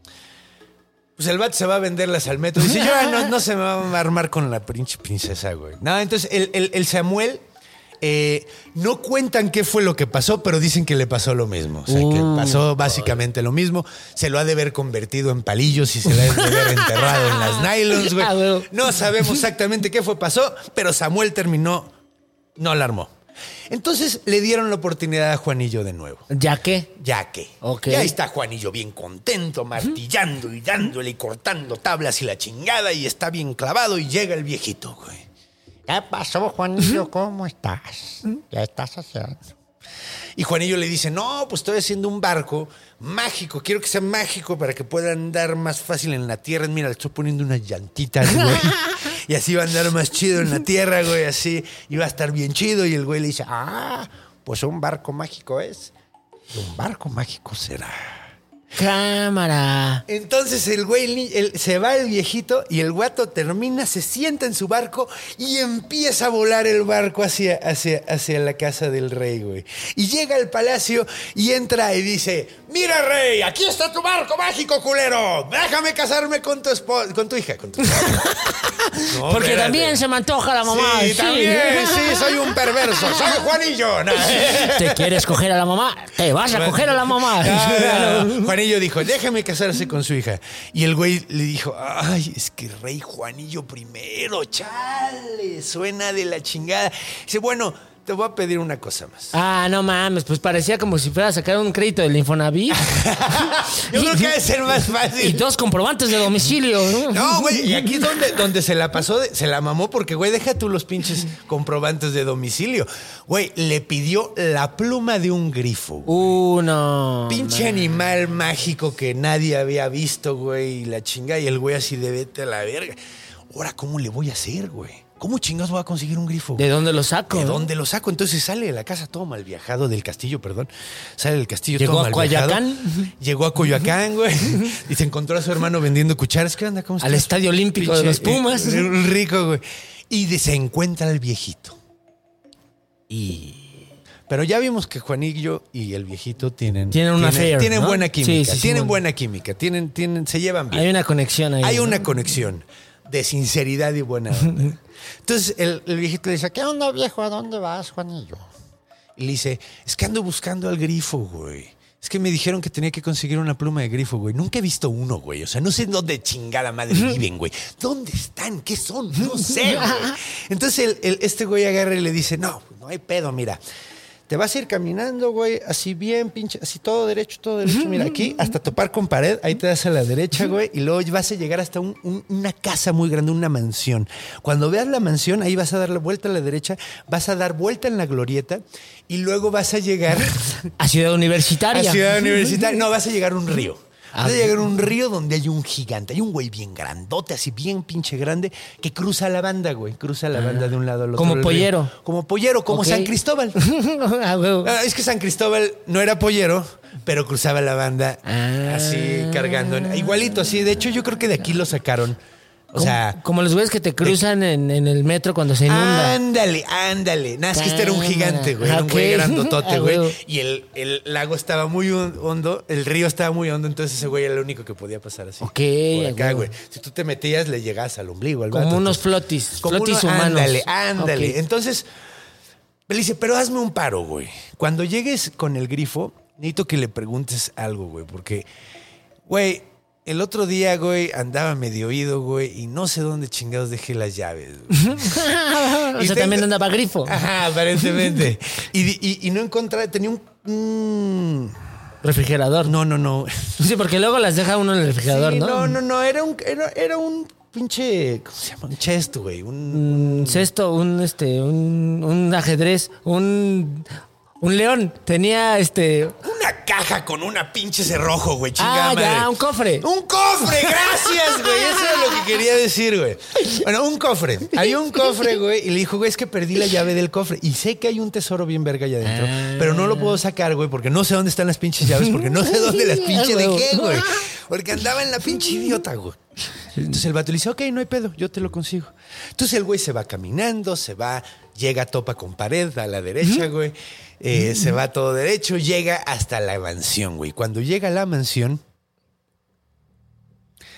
A: pues el vato se va a venderlas al metro. Dice, yo ya no, no se me va a armar con la pinche princesa, güey. No, entonces el, el- el Samuel Eh, no cuentan qué fue lo que pasó, pero dicen que le pasó lo mismo. O sea, uh, que pasó básicamente lo mismo. Se lo ha de haber convertido en palillos y se lo ha de haber enterrado en las nylons, güey. No sabemos exactamente qué fue, pasó, pero Samuel terminó, no la armó. Entonces le dieron la oportunidad a Juanillo de nuevo.
D: ¿Ya qué?
A: Ya que.
D: Okay.
A: Ya está Juanillo bien contento, martillando y dándole y cortando tablas y la chingada, y está bien clavado, y llega el viejito, güey.
E: ¿Qué pasó, Juanillo? ¿Cómo estás? ¿Qué estás haciendo?
A: Y Juanillo le dice, no, pues estoy haciendo un barco mágico. Quiero que sea mágico para que pueda andar más fácil en la tierra. Mira, le estoy poniendo unas llantitas, güey. Y así va a andar más chido en la tierra, güey. Así, y va a estar bien chido. Y el güey le dice, ah, pues un barco mágico es. Un barco mágico será.
D: Cámara.
A: Entonces el güey el, se va el viejito y el guato termina, se sienta en su barco y empieza a volar el barco hacia, hacia, hacia la casa del rey, güey. Y llega al palacio y entra y dice, mira, rey, aquí está tu barco mágico, culero. Déjame casarme con tu esposa, con tu hija, con tu hija.
D: No, porque espérate. También se me antoja la mamá.
A: Sí,
D: sí,
A: también, sí, soy un perverso, soy Juanillo. No.
D: ¿Te quieres coger a la mamá? Te vas a coger a la mamá.
A: No, no. Juanillo dijo, déjame casarse con su hija. Y el güey le dijo, ay, es que rey Juanillo primero, chale, suena de la chingada. Dice, bueno, te voy a pedir una cosa más.
D: Ah, no mames, pues parecía como si fuera a sacar un crédito del Infonavit.
A: Yo creo que debe ser más fácil.
D: Y dos comprobantes de domicilio.
A: No, güey, y aquí donde, donde se la pasó, de, se la mamó porque, güey, deja tú los pinches comprobantes de domicilio. Güey, le pidió la pluma de un grifo. Güey.
D: Uh, no.
A: Pinche man. Animal mágico que nadie había visto, güey, y la chinga, y el güey así de vete a la verga. Ahora, ¿cómo le voy a hacer, güey? ¿Cómo chingados voy a conseguir un grifo?
D: ¿De dónde lo saco?
A: ¿De dónde lo saco? Entonces sale de la casa todo mal viajado, del castillo, perdón. Sale del castillo
D: todo mal viajado. ¿Llegó a
A: Coyoacán? Llegó a Coyoacán, güey. Y se encontró a su hermano vendiendo cucharas. ¿Qué onda? ¿Cómo estás?
D: Al Estadio Olímpico Pinche, de los Pumas.
A: Eh, rico, güey. Y de, se encuentra el viejito. Y... Pero ya vimos que Juanillo y el viejito tienen...
D: Tienen una
A: tienen,
D: affair,
A: Tienen
D: ¿no?
A: buena química.
D: Sí, sí,
A: tienen
D: sí,
A: buena química. Tienen, tienen, se llevan bien.
D: Hay una conexión ahí.
A: Hay
D: ¿no?
A: una conexión de sinceridad y buena onda. Entonces el, el viejito le dice,
E: ¿qué onda, viejo? ¿A dónde vas, Juanillo?
A: Y le dice, es que ando buscando al grifo, güey. Es que me dijeron que tenía que conseguir una pluma de grifo, güey. Nunca he visto uno, güey. O sea, no sé dónde chingada madre viven, güey. ¿Dónde están? ¿Qué son? No sé, güey. Entonces el, el, este güey agarra y le dice, no, no hay pedo, mira. Te vas a ir caminando, güey, así bien, pinche, así todo derecho, todo derecho. Mira, aquí hasta topar con pared, ahí te das a la derecha, güey, y luego vas a llegar hasta un, un, una casa muy grande, una mansión. Cuando veas la mansión, ahí vas a dar la vuelta a la derecha, vas a dar vuelta en la glorieta y luego vas a llegar...
D: ¿A Ciudad Universitaria?
A: A Ciudad Universitaria. No, vas a llegar a un río. Vas a llegar a un río donde hay un gigante. Hay un güey bien grandote, así bien pinche grande, que cruza la banda, güey. Cruza la banda de un lado al otro.
D: Como pollero.
A: Río. Como pollero, como okay. San Cristóbal. Es que San Cristóbal no era pollero, pero cruzaba la banda ah. así cargando. Igualito, así. De hecho, yo creo que de aquí lo sacaron. O
D: como,
A: sea,
D: como los güeyes que te cruzan de... en, en el metro cuando se inunda.
A: Ándale, ándale. Nada, es que este era un gigante, güey. Era un güey grandotote, güey. Y el, el lago estaba muy hondo, el río estaba muy hondo, entonces ese güey era el único que podía pasar así.
D: Ok.
A: Por acá, güey. Si tú te metías, le llegabas al ombligo, al
D: Como
A: vato,
D: unos
A: entonces,
D: flotis,
A: como
D: flotis
A: uno,
D: humanos.
A: Ándale, ándale.
D: Okay.
A: Entonces, le dice, pero hazme un paro, güey. Cuando llegues con el grifo, necesito que le preguntes algo, güey, porque, güey... El otro día, güey, andaba medio oído, güey, y no sé dónde chingados dejé las llaves.
D: O sea, tengo... también andaba grifo.
A: Ajá, aparentemente. y, y, y no encontraba, tenía un... Mm...
D: refrigerador.
A: No, no, no.
D: Sí, porque luego las deja uno en el refrigerador,
A: sí,
D: ¿no?
A: No, no, no, era un, era, era un pinche, ¿cómo se llama? Un chest, güey. Un,
D: un cesto, un, este, un, un ajedrez, un... Un león. Tenía este...
A: Una caja con una pinche cerrojo, güey. Chingada
D: ah,
A: madre.
D: ya, un cofre.
A: ¡Un cofre! ¡Gracias, güey! Eso es lo que quería decir, güey. Bueno, un cofre. Había un cofre, güey. Y le dijo, güey, es que perdí la llave del cofre. Y sé que hay un tesoro bien verga allá adentro. Ah. Pero no lo puedo sacar, güey, porque no sé dónde están las pinches llaves. Porque no sé dónde las pinches dejé, güey. Porque andaba en la pinche idiota, güey. Entonces el vato le dice, ok, no hay pedo, yo te lo consigo. Entonces el güey se va caminando, se va, llega, topa con pared a la derecha, güey. Eh, se va todo derecho, llega hasta la mansión, güey. Cuando llega a la mansión,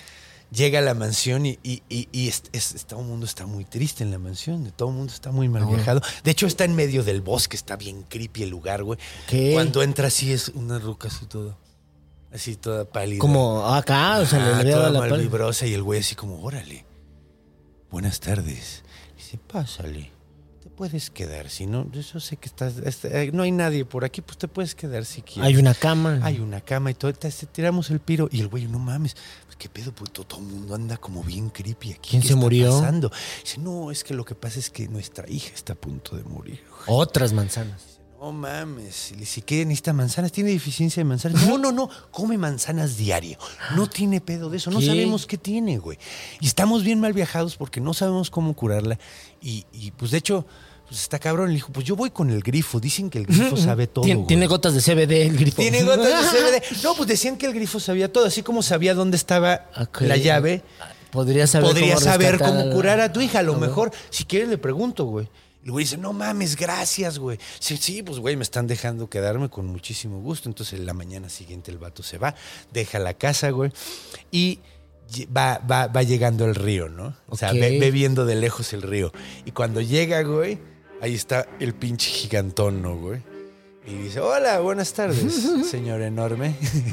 A: llega a la mansión y, y, y, y es, es, todo el mundo está muy triste en la mansión. Todo el mundo está muy mal viajado. De hecho, está en medio del bosque. Está bien creepy el lugar, güey.
D: ¿Qué?
A: Cuando entra así es una ruca así toda... Así toda pálida.
D: Como acá, o sea,
A: ah,
D: le había
A: toda
D: dado la
A: mal
D: pal-
A: vibrosa y el güey así como, órale, buenas tardes. Dice, pásale, te puedes quedar. Si no, yo sé que estás, este, no hay nadie por aquí, pues te puedes quedar si quieres.
D: Hay una cama.
A: Hay una cama y todo, te, te tiramos el piro. Y el güey, no mames, pues qué pedo, pues todo, todo el mundo anda como bien creepy aquí.
D: ¿Quién
A: ¿Qué
D: se
A: está
D: murió?
A: pasando? Dice, no, es que lo que pasa es que nuestra hija está a punto de morir.
D: Otras manzanas.
A: No mames, le dice, ¿qué necesita manzanas? ¿Tiene deficiencia de manzanas? No, no, no, come manzanas diario. No tiene pedo de eso, no
D: ¿Qué?
A: sabemos qué tiene, güey. Y estamos bien mal viajados porque no sabemos cómo curarla. Y, y pues de hecho, pues está cabrón. Le dijo, pues yo voy con el grifo. Dicen que el grifo sabe todo,
D: Tien-
A: güey.
D: Tiene gotas de C B D el grifo.
A: Tiene gotas de C B D. No, pues decían que el grifo sabía todo, así como sabía dónde estaba
D: Ok.
A: la llave.
D: Podría saber
A: Podría
D: cómo
A: saber
D: rescatar
A: cómo
D: a la-
A: curar a tu hija. A lo
D: Ah, güey.
A: mejor, si quieres, le pregunto, güey. El güey dice, no mames, gracias, güey. Sí, sí, pues, güey, me están dejando quedarme con muchísimo gusto. Entonces, la mañana siguiente el vato se va, deja la casa, güey, y lle- va, va, va llegando al río, ¿no? O sea,
D: Ok.
A: ve, ve viendo de lejos el río. Y cuando llega, güey, ahí está el pinche gigantón, ¿no, güey? Y dice, hola, buenas tardes, señor enorme.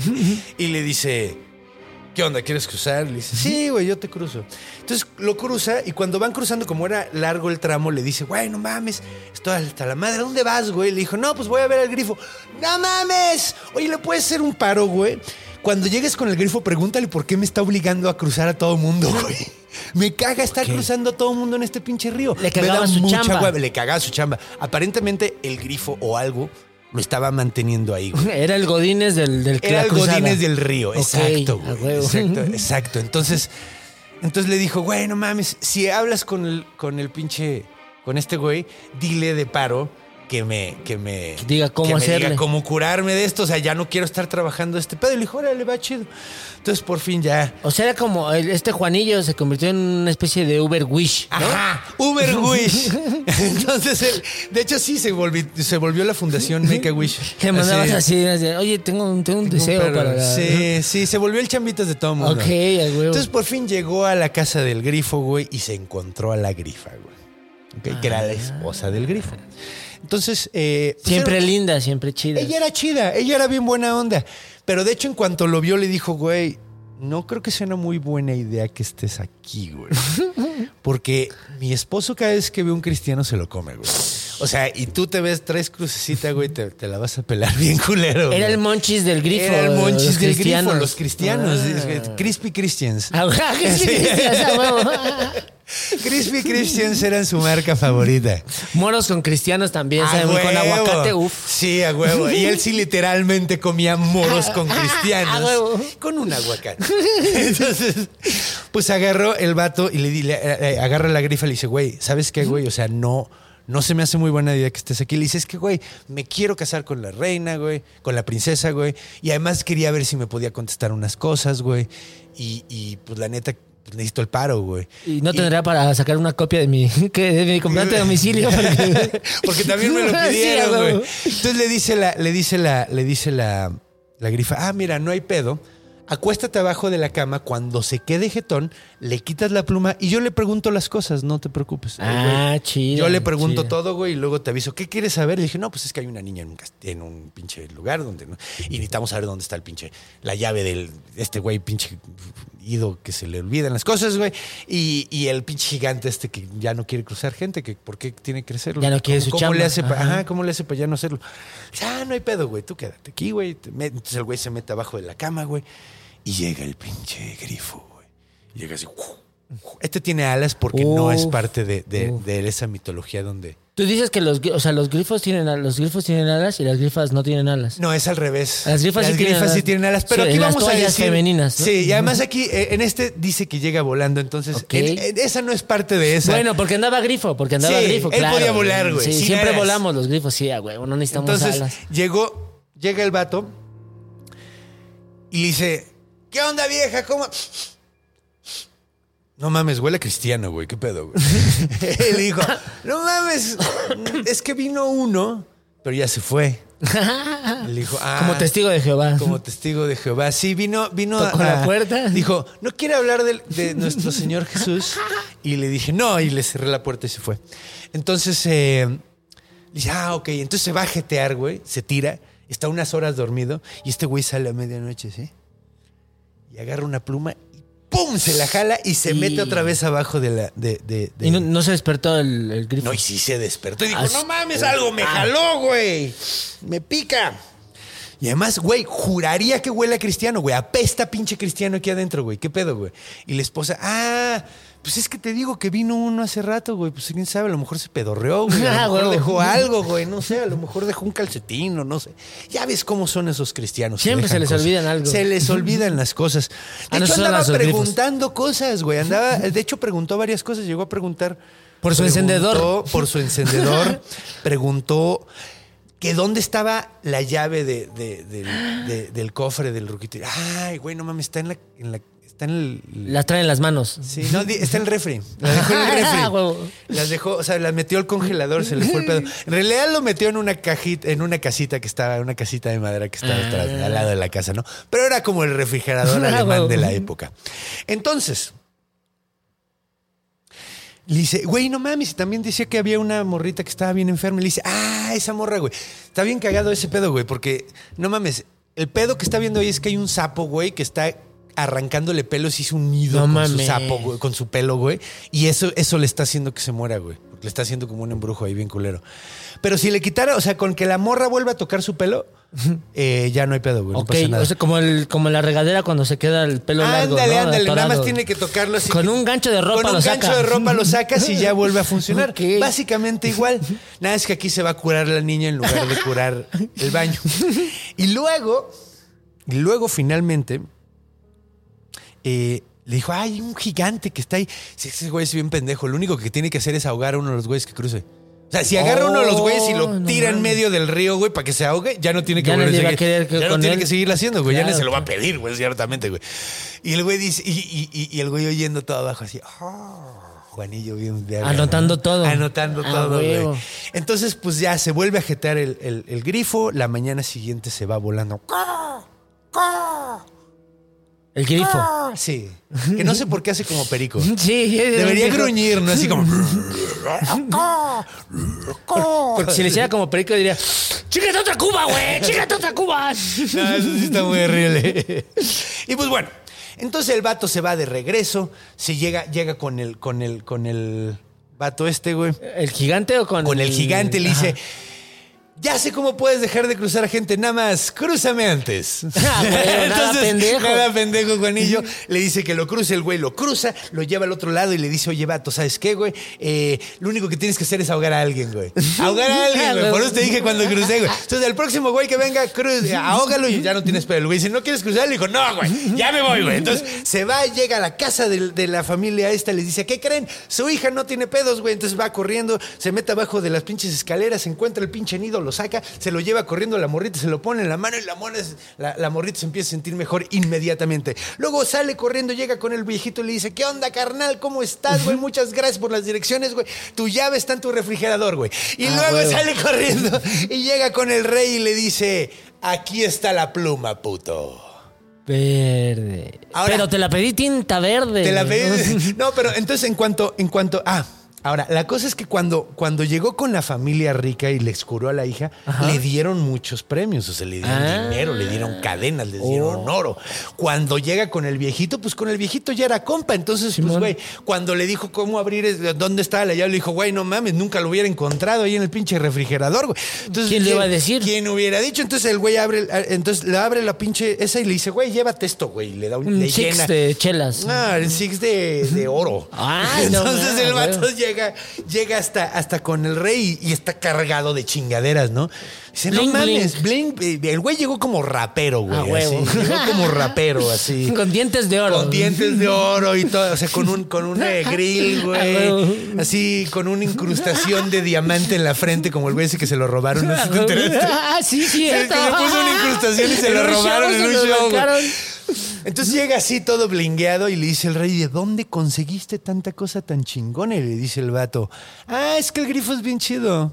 A: Y le dice... ¿Qué onda? ¿Quieres cruzar? Le dice, sí, güey, yo te cruzo. Entonces lo cruza y cuando van cruzando, como era largo el tramo, le dice, güey, no mames, estoy hasta la madre, ¿a dónde vas, güey? Le dijo, no, pues voy a ver al grifo. ¡No mames! Oye, ¿le puedes hacer un paro, güey? Cuando llegues con el grifo, pregúntale por qué me está obligando a cruzar a todo mundo, güey. Me caga estar cruzando a todo mundo en este pinche río.
D: Le cagaba
A: Me da
D: su
A: mucha
D: chamba.
A: hueva. Le cagaba su chamba. Aparentemente el grifo o algo lo estaba manteniendo ahí, güey.
D: Era el Godínez del, del
A: Era
D: la
A: el
D: cruzada.
A: Godínez del río,
D: Ok,
A: exacto,
D: a
A: güey,
D: huevo.
A: exacto, exacto. Entonces, entonces le dijo, güey, no mames, si hablas con el, con el pinche, con este güey, dile de paro que me, que me,
D: Que diga cómo
A: que me
D: hacerle.
A: diga cómo curarme de esto. O sea, ya no quiero estar trabajando este pedo. Y le dijo, órale, va chido. Entonces, por fin ya.
D: O sea, era como el- este Juanillo se convirtió en una especie de Uber Wish, ¿no?
A: Ajá, Uber Wish. Entonces, él, de hecho, sí se volvió, se volvió la fundación Make a Wish.
D: Que mandabas así, así, oye, tengo un, tengo un deseo
A: Pero,
D: para la...
A: Sí, sí, se volvió el chambitas de todo el mundo.
D: Ok, a huevo.
A: Entonces por fin llegó a la casa del grifo, güey, y se encontró a la grifa, güey. Ok, que era la esposa del grifo. Entonces, eh, pues
D: Siempre
A: era-
D: linda, siempre chida.
A: ella era chida, ella era bien buena onda. Pero de hecho, en cuanto lo vio, le dijo, güey, no creo que sea una muy buena idea que estés aquí, güey. Porque mi esposo cada vez que ve un cristiano se lo come, güey. O sea, y tú te ves, traes crucecita, güey, te, te la vas a pelar bien culero.
D: Era
A: güey.
D: el monchis del grifo.
A: Era el monchis
D: los
A: del
D: cristianos.
A: grifo, los cristianos.
D: Ah.
A: Crispy Christians.
D: Ah, Crispy Christians, a huevo.
A: Crispy Christians eran su marca favorita.
D: Moros con cristianos también,
A: A
D: ¿saben? Con
A: huevo.
D: aguacate, uff.
A: Sí, a huevo. Y él sí literalmente comía moros con
D: A
A: cristianos.
D: huevo.
A: Con un aguacate. Entonces, pues agarró el vato y le, di- le- le- agarra la grifa y le dice, güey, ¿sabes qué, güey? O sea, no... No se me hace muy buena idea que estés aquí. Le dice, es que, güey, me quiero casar con la reina, güey, con la princesa, güey. Y además quería ver si me podía contestar unas cosas, güey. Y, y pues la neta, pues, necesito el paro, güey.
D: Y no tendrá para sacar una copia de mi, que- de mi comprobante de domicilio. Porque,
A: Porque también me lo
D: Sí, a
A: pidieron,
D: huevo.
A: güey. Entonces le dice la, le dice la, le dice la, la grifa, ah, mira, no hay pedo. Acuéstate abajo de la cama, cuando se quede jetón, le quitas la pluma y yo le pregunto las cosas, no te preocupes.
D: Ah,
A: Güey,
D: chido.
A: Yo le pregunto
D: chido.
A: todo, güey, y luego te aviso, ¿qué quieres saber? Le dije, no, pues es que hay una niña en un, cast- en un pinche lugar donde no. Y necesitamos saber dónde está el pinche, la llave del, este güey, pinche ido que se le olvidan las cosas, güey. Y, y el pinche gigante este que ya no quiere cruzar gente, que ¿por qué tiene que hacerlo?
D: Ya no quiere
A: ¿Cómo-
D: su
A: ¿Cómo
D: chamba?
A: le hace para,
D: Ajá.
A: ajá, ¿cómo le hace para ya no hacerlo? Dice, ah, no hay pedo, güey, tú quédate aquí, güey. Te met- Entonces el güey se mete abajo de la cama, güey. Y llega el pinche grifo, güey. Llega así. Este tiene alas porque no es
D: Uf,
A: parte de, de-
D: uf.
A: de esa mitología donde...
D: Tú dices que los, o sea, los grifos tienen al- los grifos tienen alas y las grifas no tienen alas.
A: No, es al revés.
D: Las grifas sí tienen
A: grifas sí
D: alas.
A: tienen alas. Pero
D: Sí,
A: aquí
D: en las
A: vamos a
D: toallas
A: decir...
D: femeninas, ¿no?
A: Sí, y además aquí, eh, en este dice que llega volando. Entonces,
D: Ok.
A: en- en- esa no es parte de esa.
D: Bueno, porque andaba grifo, porque andaba
A: Sí,
D: grifo,
A: él
D: claro.
A: podía volar, güey,
D: Sí,
A: sin
D: siempre
A: alas.
D: volamos los grifos, sí, güey, no necesitamos
A: Entonces,
D: alas.
A: llegó, llega el vato y le dice, ¿qué onda, vieja? ¿Cómo...? No mames, huele a cristiano, güey. ¿Qué pedo, güey? Él dijo, no mames, es que vino uno, pero ya se fue. Le dijo, ah,
D: Como testigo de Jehová.
A: Como testigo de Jehová. Sí, vino, vino
D: Tocó
A: a,
D: la puerta.
A: Dijo, ¿no quiere hablar de, de nuestro Señor Jesús? Y le dije, no, y le cerré la puerta y se fue. Entonces, eh, dice, ah, ok. Entonces se va a jetear, güey, se tira, está unas horas dormido y este güey sale a medianoche, ¿sí? Y agarra una pluma y ¡pum! Se la jala y se
D: Sí.
A: mete otra vez abajo de la... De, de, de...
D: Y no, no se despertó el, el grifo.
A: No, y sí se despertó y dijo,
D: Ah,
A: no
D: sí.
A: mames, algo me jaló, güey. Me pica. Y además, güey, juraría que huele a cristiano, güey. Apesta pinche cristiano aquí adentro, güey. ¿Qué pedo, güey? Y la esposa, ah, pues es que te digo que vino uno hace rato, güey. Pues quién sabe, a lo mejor se pedorreó, güey. A
D: Ah,
A: lo mejor
D: huevo.
A: dejó algo, güey. No sé, a lo mejor dejó un calcetín o no sé. Ya ves cómo son esos cristianos. que
D: Siempre se
A: dejan
D: les
A: cosas.
D: olvidan algo.
A: Se les olvidan las cosas. De
D: Ah, no,
A: hecho,
D: son
A: andaba
D: los grifos.
A: preguntando cosas, güey. Andaba, de hecho, preguntó varias cosas. Llegó a preguntar...
D: Por su
A: Preguntó
D: encendedor.
A: Por su encendedor. Preguntó que dónde estaba la llave de, de- del, de- del cofre del ruquito. Ay, güey, no mames, está en la... En la está en el...
D: Las trae en las manos.
A: Sí, no, di- está en el refri. La dejó en el refri.
D: Ah, huevo.
A: Las dejó, o sea, las metió al congelador, se le fue el pedo. En realidad lo metió en una cajita, en una casita que estaba, una casita de madera que estaba atrás,
D: Ah.
A: al lado de la casa, ¿no? Pero era como el refrigerador
D: Ah,
A: alemán
D: huevo.
A: de la época. Entonces, le dice, güey, no mames, y también decía que había una morrita que estaba bien enferma. Y le dice, ah, esa morra, güey. Está bien cagado ese pedo, güey, porque, no mames, el pedo que está viendo ahí es que hay un sapo, güey, que está arrancándole pelos y hizo un nido
D: No
A: con
D: mames.
A: su sapo, güey, con su pelo, güey. Y eso, eso le está haciendo que se muera, güey. Porque le está haciendo como un embrujo ahí bien culero. Pero si le quitara, o sea, con que la morra vuelva a tocar su pelo, eh, ya no hay pedo, güey. No
D: Ok,
A: pasa nada.
D: o sea, como, el, como la regadera cuando se queda el pelo largo.
A: Ándale,
D: ¿no?
A: ándale. Nada
D: Atorado.
A: más tiene que tocarlo así.
D: Con un gancho de ropa
A: Con un
D: lo
A: gancho
D: saca.
A: de ropa lo sacas y ya vuelve a funcionar.
D: Ok.
A: Básicamente igual. Nada es que aquí se va a curar la niña en lugar de curar el baño. Y luego, y luego finalmente, eh, le dijo, ay, un gigante que está ahí. Si ese güey es bien pendejo, lo único que tiene que hacer es ahogar a uno de los güeyes que cruce. O sea, si agarra uno de los güeyes y lo
D: Oh, no
A: tira en
D: mames.
A: medio del río, güey, para que se ahogue, ya no tiene que
D: Ya
A: volver
D: nadie
A: a
D: va a
A: seguir.
D: querer que
A: ya no
D: con
A: tiene
D: él.
A: que seguirlo haciendo, güey. ya
D: Claro,
A: no se lo va a
D: claro.
A: pedir, güey, ciertamente, güey. Y el güey dice, y, y- y- y el güey oyendo todo abajo así, "Oh", Juanillo bien verga,
D: Anotando todo.
A: Anotando
D: Ah,
A: todo,
D: huevo.
A: güey. Entonces, pues ya se vuelve a jetear el, el- el grifo. La mañana siguiente se va volando.
D: El grifo.
A: Ah, Sí. Que no sé por qué hace como perico.
D: Sí,
A: Debería
D: dijo-
A: gruñir, ¿no? Así como.
D: Porque si le hiciera como perico diría, ¡chícate otra cuba, güey! ¡Chícate otra cuba!
A: No, eso sí está muy horrible. Y pues bueno, entonces el vato se va de regreso, se llega, llega con el, con el, con el vato este, güey.
D: ¿El gigante o con
A: Con el gigante le dice, ya sé cómo puedes dejar de cruzar a gente, nada más, crúzame antes.
D: Ah, güey, nada pendejo.
A: Nada pendejo, Juanillo. Le dice que lo cruce, el güey lo cruza, lo lleva al otro lado y le dice, oye, vato, ¿sabes qué, güey? Eh, lo único que tienes que hacer es ahogar a alguien, güey. Ahogar a alguien, güey. Por eso te dije cuando crucé, güey. Entonces, el próximo güey que venga, cruz, ahógalo y ya no tienes pedo. El güey dice, ¿no quieres cruzar? Le dijo, no, güey, ya me voy, güey. Entonces, se va, llega a la casa de, de la familia esta, les dice, ¿qué creen? Su hija no tiene pedos, güey. Entonces va corriendo, se mete abajo de las pinches escaleras, encuentra el pinche nido, lo saca, se lo lleva corriendo a la morrita, se lo pone en la mano y la, mona es- la, la morrita se empieza a sentir mejor inmediatamente. Luego sale corriendo, llega con el viejito y le dice, ¿qué onda, carnal? ¿Cómo estás, güey? Muchas gracias por las direcciones, güey. Tu llave está en tu refrigerador, güey. Y
D: Ah,
A: luego
D: huevo.
A: sale corriendo y llega con el rey y le dice, aquí está la pluma, puto.
D: Verde.
A: Ahora-
D: Pero te la pedí tinta verde.
A: Te la
D: güey.
A: pedí. No, pero entonces en cuanto, en cuanto, ah, ahora, la cosa es que cuando, cuando llegó con la familia rica y le excuró a la hija,
D: Ajá.
A: le dieron muchos premios, o sea, le dieron
D: Ah.
A: dinero, le dieron cadenas, le
D: Oh.
A: dieron oro. Cuando llega con el viejito, pues con el viejito ya era compa. Entonces,
D: Simón.
A: pues, güey, cuando le dijo cómo abrir, es- dónde estaba la llave, le dijo, güey, no mames, nunca lo hubiera encontrado ahí en el pinche refrigerador, güey. Entonces,
D: ¿Quién le iba a decir?
A: ¿Quién hubiera dicho? Entonces el güey abre, entonces le abre la pinche esa y le dice, güey, llévate esto, güey. Y le da un,
D: Un
A: le
D: six
A: llena.
D: de chelas.
A: Ah, el six de, de oro.
D: Ay, no
A: Entonces
D: mames,
A: el vato
D: güey.
A: llega, llega hasta, hasta con el rey y, y está cargado de chingaderas, ¿no? Dice, no
D: Bling,
A: mames, bling. eh, El güey llegó como rapero, güey.
D: Ah, huevo.
A: así. Llegó como rapero, así.
D: Con dientes de oro.
A: Con dientes de oro y todo, o sea, con un, con un eh, grill,
D: Ah, huevo.
A: güey. Así, con una incrustación de diamante en la frente, como el güey ese que se lo robaron. ¿No sé si te enteraste?
D: Ah, sí,
A: Sí,
D: cierto.
A: que le puso una incrustación y se
D: En
A: lo
D: un show
A: robaron
D: se
A: en un
D: lo
A: show, güey.
D: sacaron.
A: Entonces llega así todo blingueado y le dice el rey, ¿de dónde conseguiste tanta cosa tan chingona? Y le dice el vato, ah, es que el grifo es bien chido.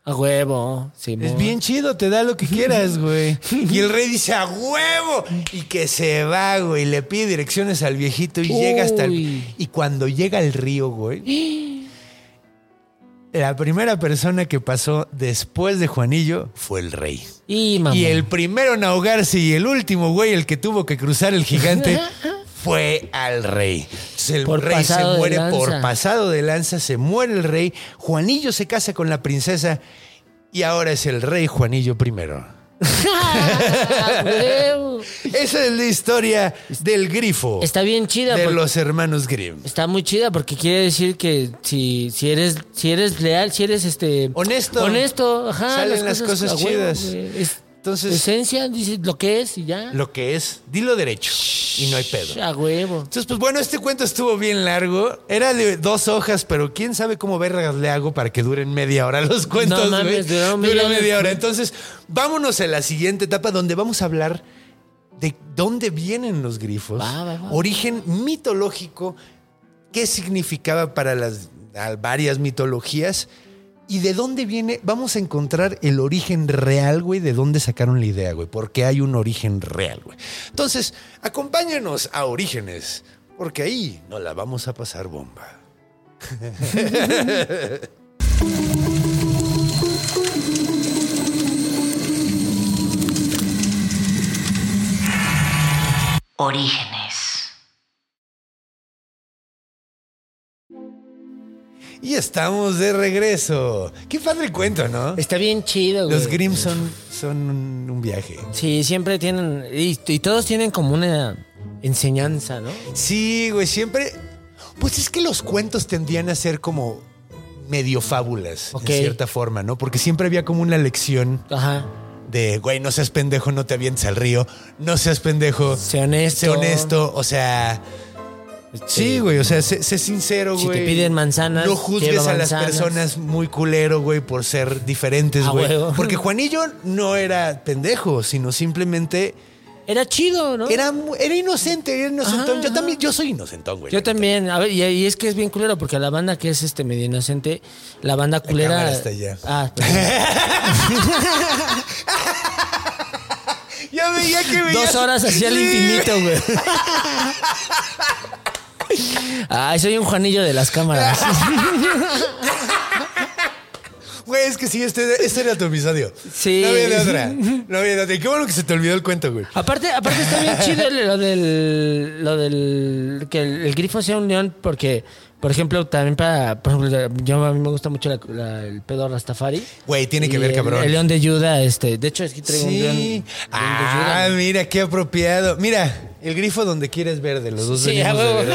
D: A huevo. Sí,
A: Es bien chido, te da lo que quieras, güey. Y el rey dice, ¡a huevo! Y que se va, güey. Le pide direcciones al viejito y
D: Uy.
A: llega hasta el... Y cuando llega al río, güey, la primera persona que pasó después de Juanillo fue el rey.
D: Y, mamá.
A: Y el primero en ahogarse y el último, güey, el que tuvo que cruzar el gigante, fue al rey. Entonces el
D: Por
A: rey se
D: pasado de
A: muere
D: lanza.
A: por pasado de lanza, se muere el rey. Juanillo se casa con la princesa y ahora es el rey Juanillo primero.
D: A huevo.
A: Esa es la historia del grifo.
D: Está bien chida.
A: De
D: porque-
A: los hermanos Grimm.
D: Está muy chida porque quiere decir que si, si eres si eres leal, si eres este
A: Honesto.
D: honesto, ajá,
A: Salen las cosas
D: a huevo,
A: chidas.
D: güey. Es
A: Entonces,
D: esencia, dices lo que es y ya.
A: lo que es, dilo derecho y no hay pedo.
D: A huevo.
A: Entonces, pues bueno, este cuento estuvo bien largo. Era de dos hojas, pero quién sabe cómo vergas le hago para que duren media hora los cuentos.
D: No mames,
A: güey.
D: duraron media
A: Dura
D: hora.
A: media hora. Entonces, vámonos a la siguiente etapa donde vamos a hablar de dónde vienen los grifos,
D: Va, va, va.
A: origen mitológico, qué significaba para las a varias mitologías y de dónde viene. Vamos a encontrar el origen real, güey, de dónde sacaron la idea, güey, porque hay un origen real, güey. Entonces, acompáñanos a Orígenes, porque ahí nos la vamos a pasar bomba.
B: Orígenes.
A: Y estamos de regreso. Qué padre cuento, ¿no?
D: Está bien chido, güey.
A: Los Grimm son, son un, un viaje.
D: Sí, siempre tienen y, y todos tienen como una enseñanza, ¿no?
A: Sí, güey, siempre... Pues es que los cuentos tendían a ser como medio fábulas,
D: Ok.
A: en cierta forma, ¿no? Porque siempre había como una lección
D: Ajá.
A: de, güey, no seas pendejo, no te avientes al río. No seas pendejo,
D: Sé honesto.
A: sé honesto. O sea... Sí, güey, o sea, sé, sé sincero,
D: Si
A: güey.
D: te piden manzanas,
A: no juzgues
D: lleva
A: a las
D: manzanas.
A: personas muy culero, güey, por ser diferentes,
D: A
A: güey.
D: huevo.
A: Porque Juanillo no era pendejo, sino simplemente
D: Era chido, ¿no?
A: era, mu- era inocente, era inocentón.
D: Ajá,
A: yo
D: ajá.
A: también, yo soy inocentón, güey.
D: Yo
A: la neta.
D: también, a ver, y, y es que es bien culero porque la banda que es este medio inocente, la banda culera.
A: cámara está allá.
D: Ah, perdón.
A: Ya veía que veía.
D: Dos horas hacia el
A: Sí.
D: infinito, güey. Ay, soy un Juanillo de las cámaras.
A: Güey, es que sí, este, este era tu episodio.
D: Sí.
A: No había de otra. No había de otra. Y qué bueno que se te olvidó el cuento, güey.
D: Aparte, aparte está bien chido lo del, lo del que el, el grifo sea un león porque, por ejemplo, también para, por ejemplo, yo a mí me gusta mucho la- la- el pedo Rastafari.
A: Güey, tiene que
D: Y
A: ver,
D: el-
A: cabrón.
D: El león de Juda, este, de hecho aquí traigo un león,
A: Sí.
D: león
A: Ah,
D: de Juda.
A: mira, qué apropiado. Mira, el grifo donde quieres verde. Los dos
D: Sí, a
A: venimos de
D: huevo.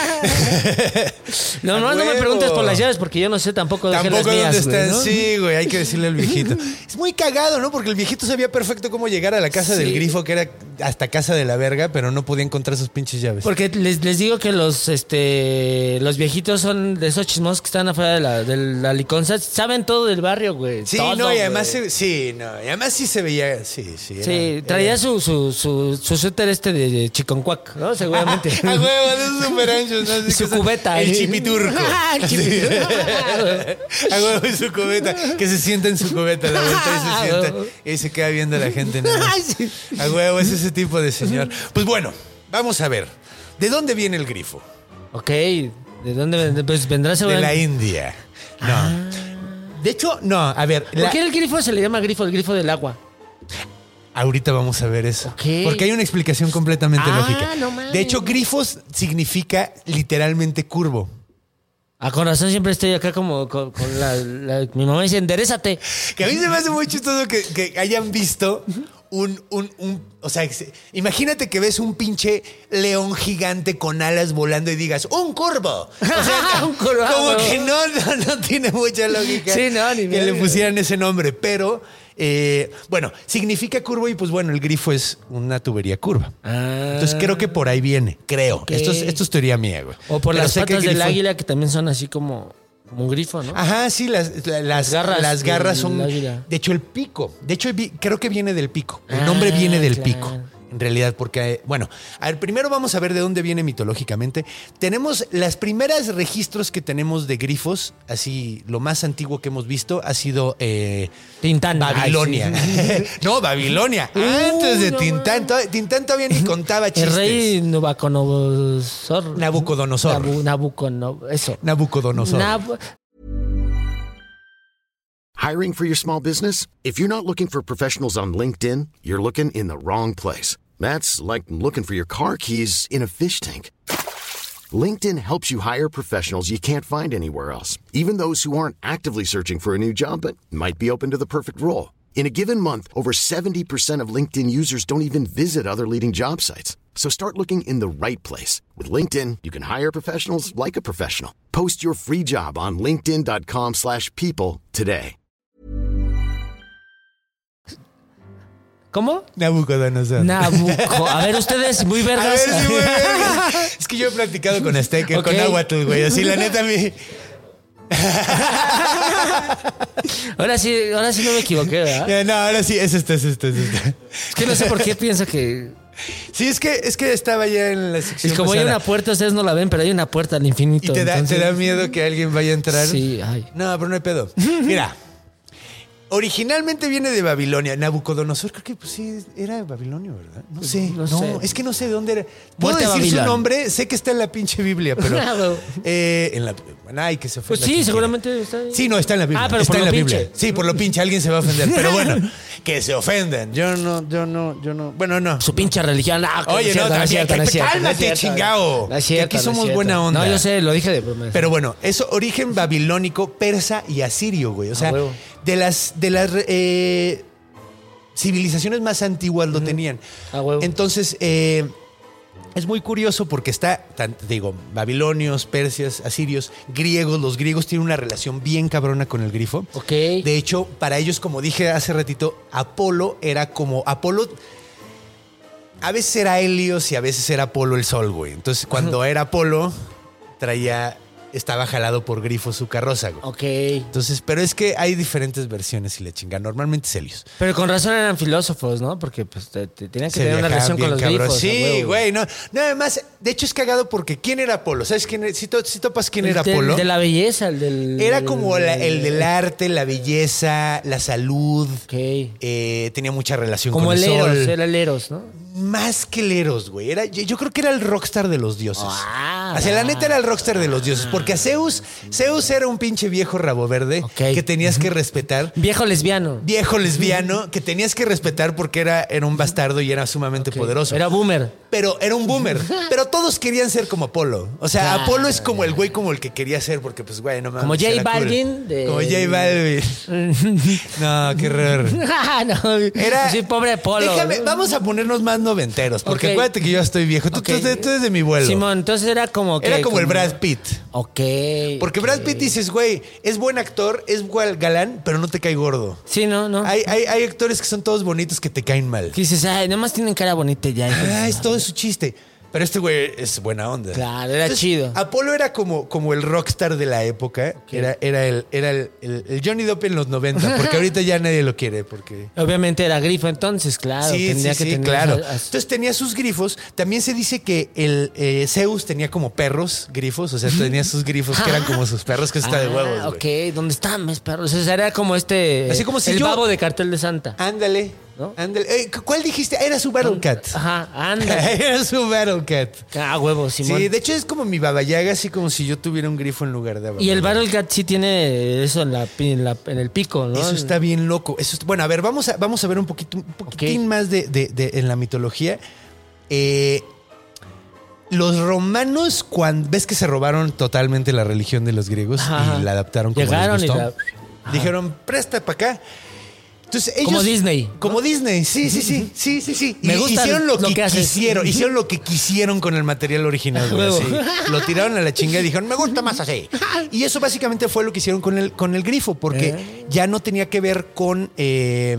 A: verde.
D: No, no,
A: A
D: no me
A: huevo.
D: preguntes por las llaves porque yo no sé tampoco dejé
A: Tampoco
D: las mías,
A: dónde
D: güey,
A: están.
D: ¿no?
A: Sí, güey, hay que decirle al viejito. Es muy cagado, ¿no? Porque el viejito sabía perfecto cómo llegar a la casa
D: Sí.
A: del grifo, que era hasta casa de la verga, pero no podía encontrar sus pinches llaves.
D: Porque les, les digo que los este los viejitos son de esos chismosos que están afuera de la, de la liconza, saben todo del barrio, güey.
A: Sí,
D: Todo,
A: no, y además,
D: güey.
A: se- sí, no, y además sí se veía, sí, sí. era-
D: Sí, traía
A: era-
D: su, su, su, su suéter este de chiconcuac, ¿no? Seguramente.
A: A huevo, de esos super anchos, ¿no? Así
D: Su
A: que son-
D: cubeta.
A: El chipiturco.
D: El chipiturco.
A: A huevo en su cubeta. Que se sienta en su cubeta, la vuelta y se sienta. Y se queda viendo a la gente. nada más.
D: Ay, sí.
A: A huevo, es ese tipo de señor. Pues bueno, vamos a ver. ¿De dónde viene el grifo?
D: Ok, ¿de dónde? Pues vendrá
A: De
D: seguramente.
A: la India. No. De hecho, no, a ver.
D: ¿Por
A: la-
D: qué el grifo se le llama grifo? El grifo del agua.
A: Ahorita vamos a ver eso.
D: Ok.
A: Porque hay una explicación completamente
D: Ah,
A: lógica.
D: no mames.
A: De hecho, grifos significa literalmente curvo.
D: A corazón siempre estoy acá como con, con la, la- Mi mamá dice, enderezate.
A: Que a mí se me hace muy chistoso que, que hayan visto un, un, un... O sea, se- imagínate que ves un pinche león gigante con alas volando y digas, ¡un curvo! O sea,
D: Un curvo.
A: como que no, no, no tiene mucha lógica
D: Sí, no, ni
A: que
D: verga.
A: le pusieran ese nombre. Pero, eh, bueno, significa curvo y pues bueno, el grifo es una tubería curva.
D: Ah.
A: Entonces creo que por ahí viene, creo.
D: Ok.
A: Esto, es, esto es teoría mía, güey.
D: O por
A: Pero
D: las
A: sé que el
D: patas del
A: grifo-
D: águila que también son así como, como un grifo, ¿no?
A: Ajá, sí, las, la- las,
D: garras
A: las garras
D: del
A: son...
D: águila.
A: De hecho, el pico. De hecho, vi- creo que viene del pico. El
D: Ah,
A: nombre viene del
D: claro.
A: pico. En realidad, porque, bueno, a ver, primero vamos a ver de dónde viene mitológicamente. Tenemos las primeras registros que tenemos de grifos, así, lo más antiguo que hemos visto ha sido eh,
D: Tintán.
A: Babilonia.
D: Ay, sí.
A: No, Babilonia.
D: Uh,
A: Antes de
D: no
A: Tintán. Todavía- Tintán todavía ni contaba
D: El
A: chistes.
D: rey Nabucodonosor.
A: Nabucodonosor.
D: Nabu, Nabucodonosor. Eso.
A: Nabucodonosor.
D: Nabu-
F: Hiring for your small business? If you're not looking for professionals on LinkedIn, you're looking in the wrong place. That's like looking for your car keys in a fish tank. LinkedIn helps you hire professionals you can't find anywhere else, even those who aren't actively searching for a new job but might be open to the perfect role. In a given month, over seventy percent of LinkedIn users don't even visit other leading job sites. So start looking in the right place. With LinkedIn, you can hire professionals like a professional. Post your free job on linkedin.com slash people today.
D: ¿Cómo?
A: Nabucodonosor.
D: Nabuco. A ver, ustedes muy
A: A
D: vergas.
A: ver, sí, muy verga. Es que yo he platicado con Azteca,
D: Ok.
A: con Nahuatl, güey. Así, la neta, mi...
D: Ahora sí, ahora sí no me equivoqué, ¿verdad?
A: Ya, no, ahora sí, es este, es este, es este.
D: Es que no sé por qué pienso que...
A: Sí, es que, es que estaba ya en la sección
D: Es como hay
A: pasada.
D: una puerta, ustedes no la ven, pero hay una puerta al infinito.
A: ¿Y te da,
D: entonces-
A: te da miedo que alguien vaya a entrar?
D: Sí, ay.
A: No, pero no hay pedo. Mira, originalmente viene de Babilonia. Nabucodonosor, creo que pues sí, era Babilonio, ¿verdad? No sé.
D: No
A: No,
D: sé.
A: es que no sé de dónde era. Puedo
D: Muerte a
A: decir su
D: Babilón.
A: nombre, sé que está en la pinche Biblia, pero...
D: Claro.
A: eh, en la... Bueno, ay, que se ofenda
D: Pues sí,
A: quien
D: seguramente
A: quiera.
D: está ahí.
A: Sí, no, está en la Biblia.
D: Ah, pero
A: está
D: por
A: en
D: lo
A: la
D: pinche.
A: Biblia. Sí, por lo pinche, alguien se va a ofender. Pero bueno, que se ofendan. Yo no, yo no, yo no. Bueno, no.
D: Su pinche religión. Ah,
A: Oye,
D: es cierto,
A: no,
D: es
A: también,
D: cierto, no es cierto,
A: cálmate,
D: no es cierto.
A: chingao.
D: No es
A: Que
D: cierto,
A: aquí
D: no es
A: somos
D: cierto.
A: buena onda.
D: No, yo sé, lo dije de broma.
A: Pero bueno, eso origen babilónico, persa y asirio, güey. O sea,
D: huevo.
A: de las, de las eh, civilizaciones más antiguas lo tenían.
D: A huevo.
A: Entonces, eh, es muy curioso porque está, tan- digo, babilonios, persias, asirios, griegos. Los griegos tienen una relación bien cabrona con el grifo.
D: Ok.
A: De hecho, para ellos, como dije hace ratito, Apolo era como... Apolo... A veces era Helios y a veces era Apolo el sol, güey. Entonces, cuando era Apolo, traía... Estaba jalado por grifo su carroza, güey.
D: Ok.
A: Entonces, pero es que hay diferentes versiones y la chinga. Normalmente es Helios.
D: Pero con razón eran filósofos, ¿no? Porque pues te, te tenían que
A: Se
D: tener una
A: viajaban
D: relación con
A: bien
D: los
A: cabrón.
D: grifos. a
A: Sí,
D: huevo.
A: güey, no. No, además, de hecho es cagado porque ¿quién era Apolo? ¿Sabes quién era? Si, to- si topas quién
D: El
A: era
D: del-
A: Apolo.
D: De la belleza, el del...
A: Era como la- el del arte, la belleza, la salud.
D: Ok.
A: Eh, tenía mucha relación
D: Como
A: con
D: el
A: el,
D: Eros,
A: sol.
D: era el Eros, ¿no?
A: Más que el Eros, güey. Era, yo, yo creo que era el rockstar de los dioses.
D: Ah,
A: Hacia la neta era el rockstar de los dioses. Porque a Zeus, Zeus era un pinche viejo rabo verde
D: Ok.
A: que tenías que respetar.
D: Viejo lesbiano.
A: Viejo lesbiano que tenías que respetar porque era, era un bastardo y era sumamente
D: Ok.
A: poderoso.
D: Era boomer.
A: Pero era un boomer. Pero todos querían ser como Apolo. O sea,
D: Claro.
A: Apolo es como el güey como el que quería ser porque, pues, güey, no mames.
D: Como J
A: era cool.
D: Balvin de-
A: Como J Balvin. No, qué horror.
D: Ah, no.
A: Era,
D: Sí, pobre Apolo.
A: Déjame,
D: ¿no?
A: vamos a ponernos más noventeros, porque
D: Ok.
A: acuérdate que yo estoy viejo. Tú,
D: Ok.
A: tú- tú eres de mi vuelo.
D: Simón, entonces era como que...
A: Era como el Brad Pitt.
D: Ok.
A: Porque
D: ok.
A: Brad Pitt dices, güey, es buen actor, es buen galán, pero no te cae gordo.
D: Sí, no, no.
A: Hay, hay, hay actores que son todos bonitos que te caen mal.
D: Que dices, ay, nada más tienen cara bonita y ya.
A: Ah, es todo su chiste. Pero este güey es buena onda.
D: Claro, era chido.
A: Apolo era como, como el rockstar de la época. Era, era, el, era el, el- el Johnny Depp en los noventa, porque ahorita ya nadie lo quiere. Porque...
D: Obviamente era grifo entonces, claro.
A: sí,
D: tendría
A: sí,
D: que
A: sí,
D: tener
A: claro.
D: a- a-
A: Entonces tenía sus grifos. También se dice que el eh, Zeus tenía como perros grifos. O sea, tenía sus grifos que eran como sus perros, que eso está de huevos.
D: Ah,
A: güey.
D: ok. ¿Dónde están mis perros? O sea, era como este...
A: Así como si
D: el
A: yo-
D: babo de Cartel de Santa.
A: Ándale.
D: ¿No?
A: Ándale. Eh, ¿Cuál dijiste? Ah, era su Battle Cat.
D: Ajá, anda.
A: Era su Battle Cat.
D: Ah, huevo, Simón.
A: Sí, de hecho es como mi Baba Yaga, así como si yo tuviera un grifo en lugar de Baba
D: Y el
A: Yaga.
D: Battle Cat sí tiene eso en, la, pi- en, la- en el pico, ¿no?
A: Eso está bien loco. Eso está- bueno, a ver, vamos a, vamos a ver un poquito, un poquitín
D: Ok.
A: más de, de- de- en la mitología. Eh, los romanos, cuando ves que se robaron totalmente la religión de los griegos
D: Ajá.
A: y la adaptaron como
D: Llegaron
A: les
D: y
A: gustó,
D: la-
A: dijeron, presta para acá. Entonces, ellos,
D: Como Disney, ¿no?
A: Como Disney, sí, sí, sí, sí, sí, sí.
D: Me
A: Y
D: gusta
A: hicieron lo,
D: lo
A: que,
D: que haces.
A: quisieron, hicieron lo que quisieron con el material original, güey,
D: Huevo.
A: así. Lo tiraron a la chinga y dijeron, me gusta más así. Y eso básicamente fue lo que hicieron con el, con el grifo, porque
D: Eh.
A: ya no tenía que ver con, eh,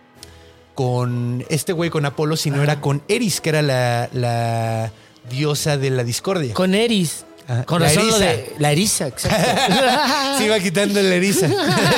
A: con este güey, con Apolo, sino era con Eris, que era la, la diosa de la discordia.
D: Con Eris.
A: Ah,
D: Con
A: la
D: razón lo
A: eriza.
D: de la eriza, exacto.
A: Se iba quitando la eriza.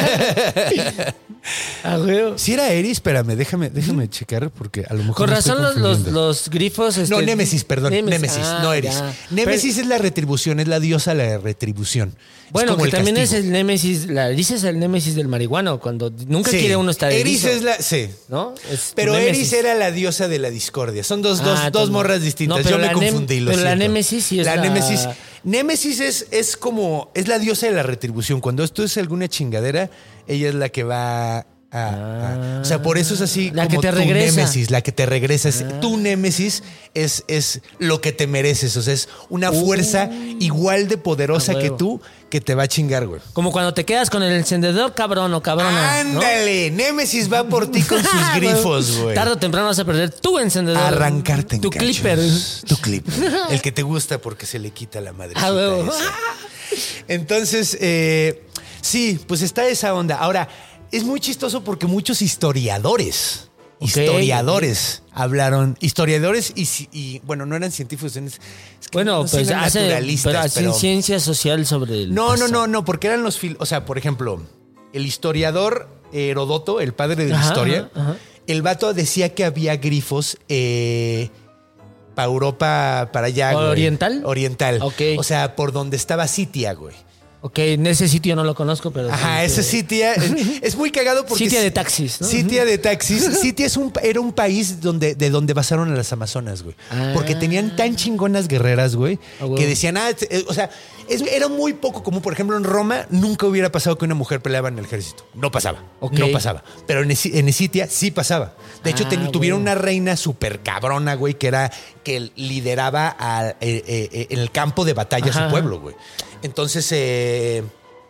D: Ah, güey.
A: Si era Eris, espérame, déjame, déjame checar porque a lo mejor.
D: Con
A: me estoy
D: razón los, los,
A: confundiendo.
D: los grifos... Este,
A: No, Némesis, perdón.
D: Némesis.
A: Némesis,
D: Ah,
A: no Eris.
D: ya.
A: Némesis
D: Pero-
A: es la retribución, es la diosa de la retribución.
D: Bueno,
A: es como
D: que
A: el
D: también
A: castigo.
D: es el némesis, la eriza es el némesis del marihuano, cuando nunca
A: Sí.
D: quiere uno estar
A: Eris
D: erizo,
A: es la. Sí.
D: ¿no? Es
A: Pero
D: tu
A: Eris
D: némesis.
A: era la diosa de la discordia. Son dos, dos,
D: Ah,
A: dos
D: entonces no.
A: morras distintas.
D: No, pero
A: Yo me
D: la nem-
A: confundí, lo
D: pero la
A: siento.
D: Némesis sí es la-
A: Némesis. Némesis es, es como. Es la diosa de la retribución. Cuando esto es alguna chingadera, ella es la que va. A, a- o sea, por eso es así
D: La
A: como
D: que te
A: tu
D: regresa.
A: némesis, la que te regresa. Es- Tu némesis es, es lo que te mereces. O sea, es una fuerza igual de poderosa
D: A
A: que
D: huevo.
A: tú que te va a chingar, güey.
D: Como cuando te quedas con el encendedor, cabrón o cabrona. ¿no?
A: Ándale, Némesis va por ti con sus grifos, güey.
D: Tarde o temprano vas a perder tu encendedor.
A: Arrancarte en
D: Tu
A: cachos.
D: clipper.
A: Tu clipper. El que te gusta porque se le quita la madrecita
D: Ah, huevo.
A: esa. Entonces, eh, sí, pues está esa onda. Ahora, es muy chistoso porque muchos historiadores,
D: Ok,
A: historiadores hablaron, historiadores y, ci- y, bueno, no eran científicos, es que
D: Bueno,
A: no sé,
D: pues
A: eran
D: hace
A: naturalistas,
D: pero hacen
A: pero-
D: ciencia social sobre el
A: No, no,
D: pasado.
A: no, no, porque eran los fil... O sea, por ejemplo, el historiador Heródoto, el padre de la
D: Ajá,
A: historia,
D: ajá, ajá.
A: el vato decía que había grifos eh, para Europa, para allá, güey.
D: ¿Oriental?
A: Oriental.
D: Ok.
A: O sea, por donde estaba Sitia, güey.
D: Ok, en ese sitio no lo conozco, pero...
A: Ajá,
D: sí,
A: ese
D: sí.
A: Sitia es, es muy cagado porque...
D: Sitia de taxis, ¿no?
A: Sitia de taxis. Sitia es un, era un país donde, de donde basaron a las Amazonas, güey.
D: Ah.
A: Porque tenían tan chingonas guerreras, güey,
D: Ah, huevo.
A: que decían, ah, eh, o sea, es- era muy poco común. Por ejemplo, en Roma nunca hubiera pasado que una mujer peleaba en el ejército. No pasaba.
D: Ok.
A: No pasaba. Pero en, Esi- en Esitia sí pasaba. De hecho,
D: Ah,
A: ten- tuvieron
D: huevo.
A: una reina súper cabrona, güey, que era que lideraba a- eh, eh, eh, en el campo de batalla
D: Ajá.
A: a su pueblo, güey. Entonces, eh,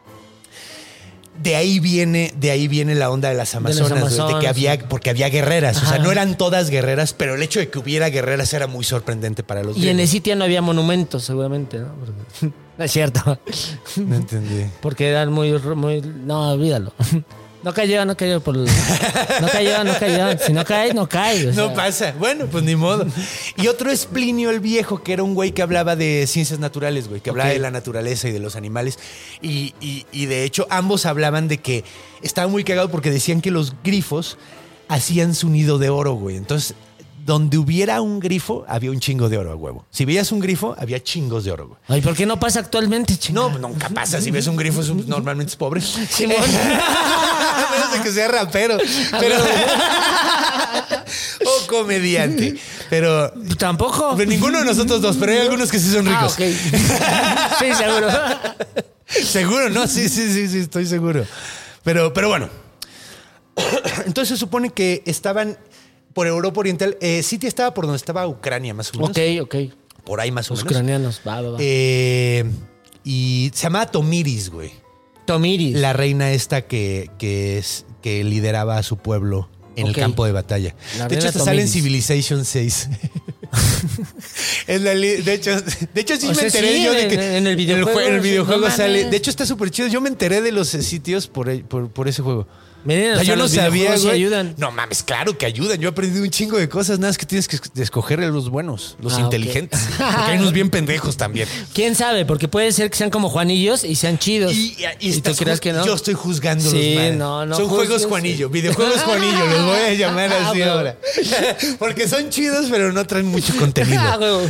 A: de ahí viene, de ahí viene la onda de las Amazonas, güey, de,
D: Amazonas,
A: que había,
D: sí.
A: porque había guerreras. O sea,
D: Ajá.
A: no eran todas guerreras, pero el hecho de que hubiera guerreras era muy sorprendente para los
D: Y en
A: griegos.
D: Esitia no había monumentos, seguramente, ¿no? Porque- no es cierto.
A: No entendí.
D: Porque eran muy, muy... No, olvídalo. No cayó, no cayó por... el- No cayó, no cayó. Si no cae, no cae. o sea.
A: No pasa. Bueno, pues ni modo. Y otro es Plinio el Viejo, que era un güey que hablaba de ciencias naturales, güey, que hablaba
D: Ok.
A: de la naturaleza y de los animales. Y, y- y de hecho, ambos hablaban de que estaba muy cagado porque decían que los grifos hacían su nido de oro, güey. Entonces, donde hubiera un grifo, había un chingo de oro a huevo. Si veías un grifo, había chingos de oro, güey.
D: Ay, ¿por qué no pasa actualmente, chingada?
A: No, nunca pasa. Si ves un grifo, es un- normalmente es pobre.
D: Simón.
A: A menos de que sea rapero. Pero... o comediante. Pero...
D: Tampoco.
A: pero ninguno de nosotros dos, pero hay algunos que sí son
D: Ah,
A: ricos.
D: ok. Sí, seguro.
A: Seguro, ¿no? Sí, sí, sí, sí, estoy seguro. Pero, pero bueno. Entonces se supone que estaban por Europa Oriental. Eh, Sitia estaba por donde estaba Ucrania, más o menos.
D: Ok, ok.
A: Por ahí más o
D: Los
A: menos.
D: ucranianos. Va, va, va.
A: Eh, y se llamaba Tomiris, güey.
D: Tomiris.
A: La reina esta que, que, es, que lideraba a su pueblo en
D: Ok.
A: el campo de batalla.
D: La
A: De hecho,
D: reina
A: hasta sale en
D: Tomiris.
A: Civilization seis. Es la li- de hecho, de hecho, sí
D: O
A: me
D: sea,
A: enteré
D: sí,
A: yo de
D: en-
A: que
D: en el videojuego,
A: jue- en el
D: sí,
A: videojuego
D: no
A: sale.
D: mames.
A: De hecho, está súper chido. Yo me enteré de los eh, sitios por, por, por ese juego.
D: Miren,
A: O
D: o
A: sea,
D: sea,
A: yo no
D: los
A: sabía,
D: videojuegos sí
A: güey.
D: ayudan.
A: No mames, claro que ayudan. Yo he aprendido un chingo de cosas. Nada es que tienes que es- escoger a los buenos, los
D: Ah, ok.
A: inteligentes. Porque hay unos bien pendejos también.
D: ¿Quién sabe? Porque puede ser que sean como Juanillos y sean chidos.
A: Y, y
D: tú
A: estás
D: crees
A: ju-
D: que no?
A: Yo estoy juzgando
D: Sí,
A: los
D: no, no
A: Son
D: juzgues.
A: juegos Juanillo, videojuegos Juanillo, los voy a llamar
D: Ah,
A: así
D: huevo.
A: ahora. Porque son chidos, pero no traen mucho contenido.
D: Ah, huevo.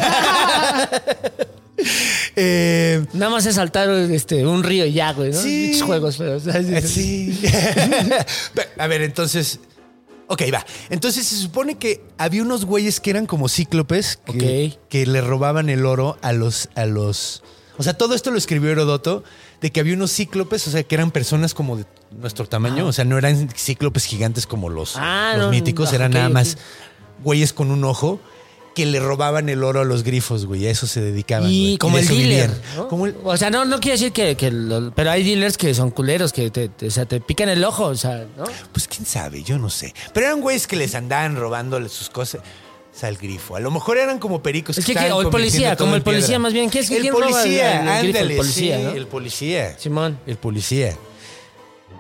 A: Eh,
D: Nada más es saltar este, un río y ya, güey, ¿no?
A: Sí.
D: Muchos juegos feos.
A: sí. A ver, entonces. Ok, va. Entonces se supone que había unos güeyes que eran como cíclopes que,
D: Ok.
A: que le robaban el oro a los, a los. O sea, todo esto lo escribió Heródoto, de que había unos cíclopes, o sea, que eran personas como de nuestro tamaño, o sea, no eran cíclopes gigantes como los,
D: Ah,
A: los
D: no,
A: míticos,
D: ah,
A: eran
D: ok,
A: nada
D: ok.
A: más güeyes con un ojo que le robaban el oro a los grifos, güey, a eso se dedicaban.
D: Y
A: güey.
D: como
A: de
D: el
A: eso
D: dealer.
A: vivían.
D: ¿no?
A: Como el-
D: O sea, no, no quiero decir que, que lo- pero hay dealers que son culeros, que te, te- o sea, te pican el ojo, o sea, ¿no?
A: Pues quién sabe, yo no sé. Pero eran güeyes que les andaban robándole sus cosas al grifo. A lo mejor eran como pericos.
D: Es que-
A: estaban
D: o el
A: convirtiendo
D: policía,
A: todo
D: como
A: en
D: el policía,
A: piedra.
D: más bien. ¿Quién es-
A: El
D: quién roba el-
A: policía,
D: el grifo? El
A: ándale,
D: policía,
A: sí,
D: ¿no?
A: el policía.
D: Simón.
A: El policía.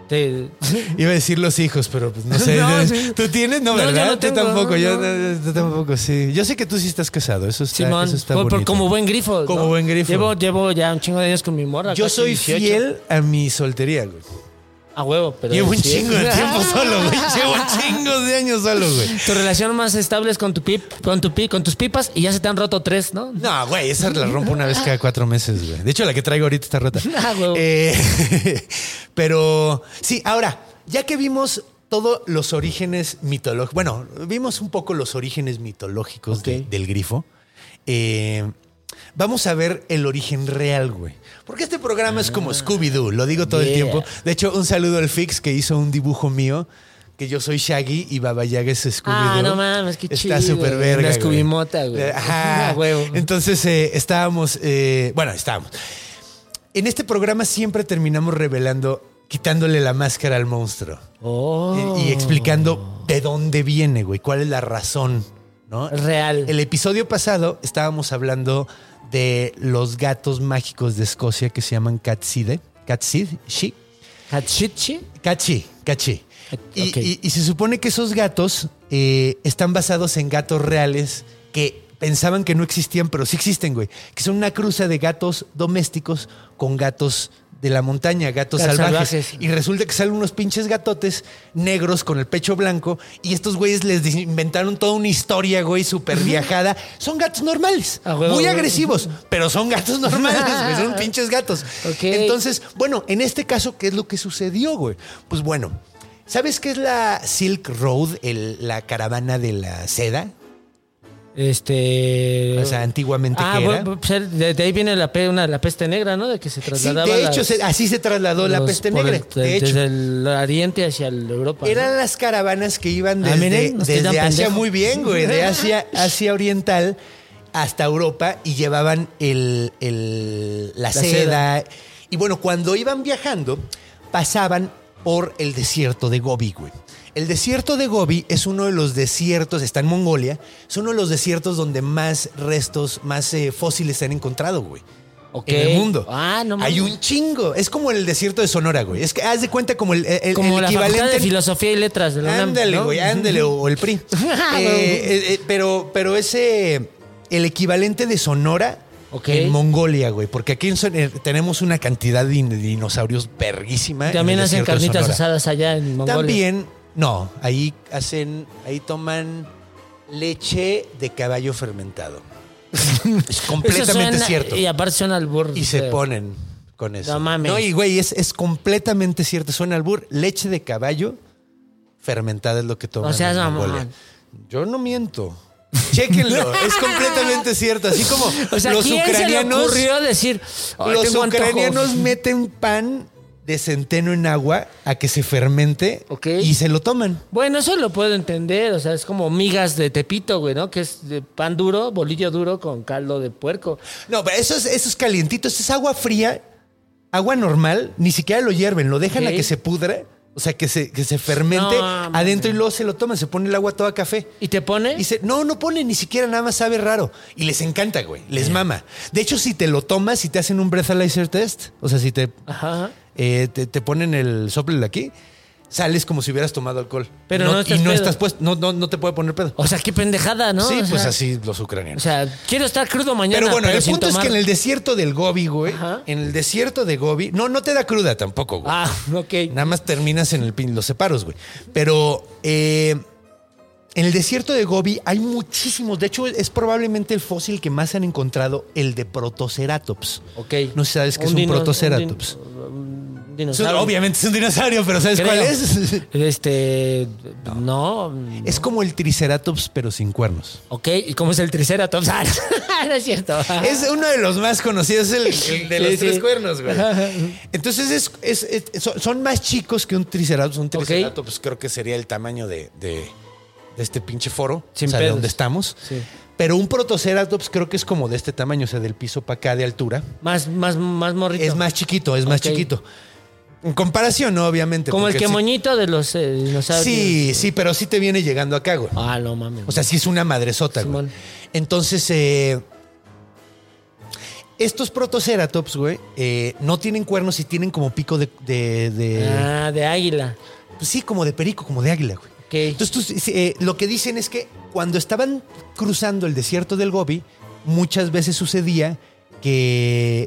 D: Te-
A: Iba a decir los hijos, pero pues no sé.
D: No, sí.
A: ¿Tú tienes? No,
D: No, yo
A: ¿verdad?
D: no tengo,
A: Tú tampoco,
D: no,
A: yo
D: no.
A: tú tampoco, sí. Yo sé que tú sí estás casado, eso está,
D: Simón,
A: eso está
D: por- por-
A: bonito.
D: como buen grifo.
A: Como
D: ¿no?
A: buen grifo.
D: Llevo, llevo ya un chingo de años con mi morra.
A: Yo
D: casi
A: soy
D: dieciocho.
A: fiel a mi soltería, güey.
D: A huevo, pero.
A: Llevo un
D: sí.
A: chingo de tiempo solo, güey. Llevo un chingo de años solo, güey.
D: Tu relación más estable es con tu pip, con tu pi, con tus pipas y ya se te han roto tres, ¿no?
A: No, güey, esa la rompo una vez cada cuatro meses, güey. De hecho, la que traigo ahorita está rota.
D: Ah, huevo.
A: Eh, pero sí, ahora, ya que vimos todos los orígenes mitológicos, bueno, vimos un poco los orígenes mitológicos
D: Ok.
A: de- del grifo, eh, vamos a ver el origen real, güey. Porque este programa es como Scooby-Doo, lo digo todo el
D: Yeah.
A: tiempo. De hecho, un saludo al Fix que hizo un dibujo mío, que yo soy Shaggy y Baba Yaga es Scooby-Doo.
D: Ah, no mames, qué chido.
A: Está súper verga,
D: La
A: güey.
D: Scooby-mota, güey.
A: Ajá.
D: Ah, huevo.
A: Entonces eh, estábamos, eh, bueno, estábamos. En este programa siempre terminamos revelando, quitándole la máscara al monstruo.
D: Oh.
A: Y, y explicando de dónde viene, güey, cuál es la razón, ¿no?
D: Real.
A: El episodio pasado estábamos hablando de los gatos mágicos de Escocia que se llaman Catsid. Catsid, sí.
D: Hachichi.
A: Cachi, cachi. Y,
D: Ok.
A: y- y se supone que esos gatos eh, están basados en gatos reales que pensaban que no existían, pero sí existen, güey. Que son una cruza de gatos domésticos con gatos de la montaña, gatos
D: Gatos
A: salvajes.
D: salvajes.
A: Y resulta que salen unos pinches gatotes negros con el pecho blanco y estos güeyes les inventaron toda una historia, güey, súper viajada. Son gatos normales,
D: Ah, huevo,
A: muy
D: huevo.
A: agresivos, pero son gatos normales, güey, son pinches gatos.
D: Ok.
A: Entonces, bueno, en este caso, ¿qué es lo que sucedió, güey? Pues bueno, ¿sabes qué es la Silk Road, el- la caravana de la seda?
D: Este.
A: O sea, antiguamente
D: Ah,
A: ¿qué era?
D: bueno, pues, de, de ahí viene la, pe- una, la peste negra, ¿no? De que se
A: Sí,
D: trasladaba.
A: de hecho,
D: las-
A: se- así se trasladó la
D: los-
A: peste
D: por
A: negra.
D: el-
A: de hecho,
D: desde el oriente hacia el Europa. ¿no?
A: eran las caravanas que iban
D: Ah,
A: desde,
D: miren, no estoy
A: desde
D: tan
A: Asia,
D: pendejo.
A: muy bien, güey, de Asia, Asia Oriental hasta Europa y llevaban el, el- la, seda.
D: seda.
A: Y bueno, cuando iban viajando, pasaban por el desierto de Gobi, güey. El desierto de Gobi es uno de los desiertos, está en Mongolia, es uno de los desiertos donde más restos, más eh, fósiles se han encontrado, güey.
D: Ok.
A: En el mundo.
D: Ah, no
A: Hay
D: mames.
A: un chingo. Es como el desierto de Sonora, güey. Es que haz de cuenta como el, el-
D: Como
A: el
D: la
A: equivalente.
D: facultad de filosofía y letras de la UNAM,
A: Ándale,
D: ¿no?
A: güey, ándale, o, o el P R I.
D: Ah,
A: Eh, eh, eh, pero, pero ese, el equivalente de Sonora
D: Ok.
A: en Mongolia, güey. Porque aquí en Son- eh, tenemos una cantidad de din- de dinosaurios perguísima. en
D: También
A: el
D: hacen
A: desierto de
D: carnitas
A: Sonora.
D: asadas allá en Mongolia.
A: También, no, ahí hacen, ahí toman leche de caballo fermentado. Es
D: Eso
A: completamente
D: suena-
A: cierto.
D: Y aparte suena al burro.
A: Y se ponen con eso.
D: No mames.
A: No, y güey, es, es completamente cierto. Suena al bur. Leche de caballo fermentada es lo que toman
D: O sea,
A: en
D: no,
A: Mongolia.
D: man.
A: Yo no miento. Chéquenlo, es completamente cierto. Así como
D: O sea,
A: los
D: ¿quién se le
A: ucranianos,
D: ocurrió decir, "Ay,
A: los
D: tengo antojo"?
A: ucranianos meten pan de centeno en agua a que se fermente
D: Ok.
A: y se lo toman.
D: Bueno, eso lo puedo entender. O sea, es como migas de Tepito, güey, ¿no? Que es de pan duro, bolillo duro con caldo de puerco.
A: No, pero eso es, eso es calientito, eso es agua fría, agua normal, ni siquiera lo hierven, lo dejan
D: Ok.
A: a que se pudra, o sea, que se, que se fermente
D: No,
A: adentro
D: mames.
A: y luego se lo toman, se pone el agua toda café.
D: ¿Y te pone?
A: Y se, no, no pone ni siquiera, nada más sabe raro. Y les encanta, güey, les mama. De hecho, si te lo tomas, si te hacen un breathalyzer test, o sea, si te,
D: Ajá.
A: eh, te, te ponen el sople de aquí, sales como si hubieras tomado alcohol.
D: Pero no estás
A: Y no
D: pedo.
A: estás puesto, no, no, no te puede poner pedo.
D: O sea, qué pendejada, ¿no?
A: sí,
D: O
A: pues
D: sea,
A: así los
D: O
A: ucranianos.
D: sea, quiero estar crudo mañana.
A: Pero bueno, el
D: sin
A: punto es
D: tomar.
A: que en el desierto del Gobi, güey,
D: Ajá.
A: en el desierto de Gobi, no, no te da cruda tampoco, güey.
D: Ah, ok.
A: Nada más terminas en el pin- los separos, güey. Pero eh, en el desierto de Gobi hay muchísimos. De hecho, es probablemente el fósil que más han encontrado, el de Protoceratops.
D: Ok.
A: No sé si sabes qué es un
D: dino-
A: Protoceratops.
D: Un, din- un
A: Es un-
D: dinosaurio.
A: obviamente es un dinosaurio, pero ¿sabes
D: Creo.
A: cuál es?
D: Este. No.
A: Es como el Triceratops, pero sin cuernos.
D: Ok, ¿y cómo es el Triceratops? Ah, no es cierto.
A: Es uno de los más conocidos, el, el de los
D: Sí,
A: tres
D: sí.
A: cuernos, güey. Entonces es, es- es- son, son más chicos que un triceratops. Un triceratops creo que sería el tamaño de, de- de este pinche foro,
D: Sin
A: o sea, de
D: pedos.
A: donde estamos.
D: Sí.
A: Pero un protoceratops creo que es como de este tamaño, o sea, del piso para acá de altura.
D: Más, más, más morrito.
A: Es más chiquito, es más
D: Ok.
A: chiquito. En comparación, ¿no? Obviamente.
D: Como el
A: porque
D: que
A: sí-
D: moñito de los eh, dinosaurios.
A: Sí, sí, pero sí te viene llegando acá, güey.
D: Ah, no mames.
A: O sea, sí es una madresota, güey.
D: Simón.
A: Entonces, eh, estos protoceratops, güey, eh, no tienen cuernos y tienen como pico de... de, de
D: Ah, de águila.
A: pues sí, como de perico, como de águila, güey.
D: Ok.
A: Entonces, tú, eh, lo que dicen es que cuando estaban cruzando el desierto del Gobi, muchas veces sucedía que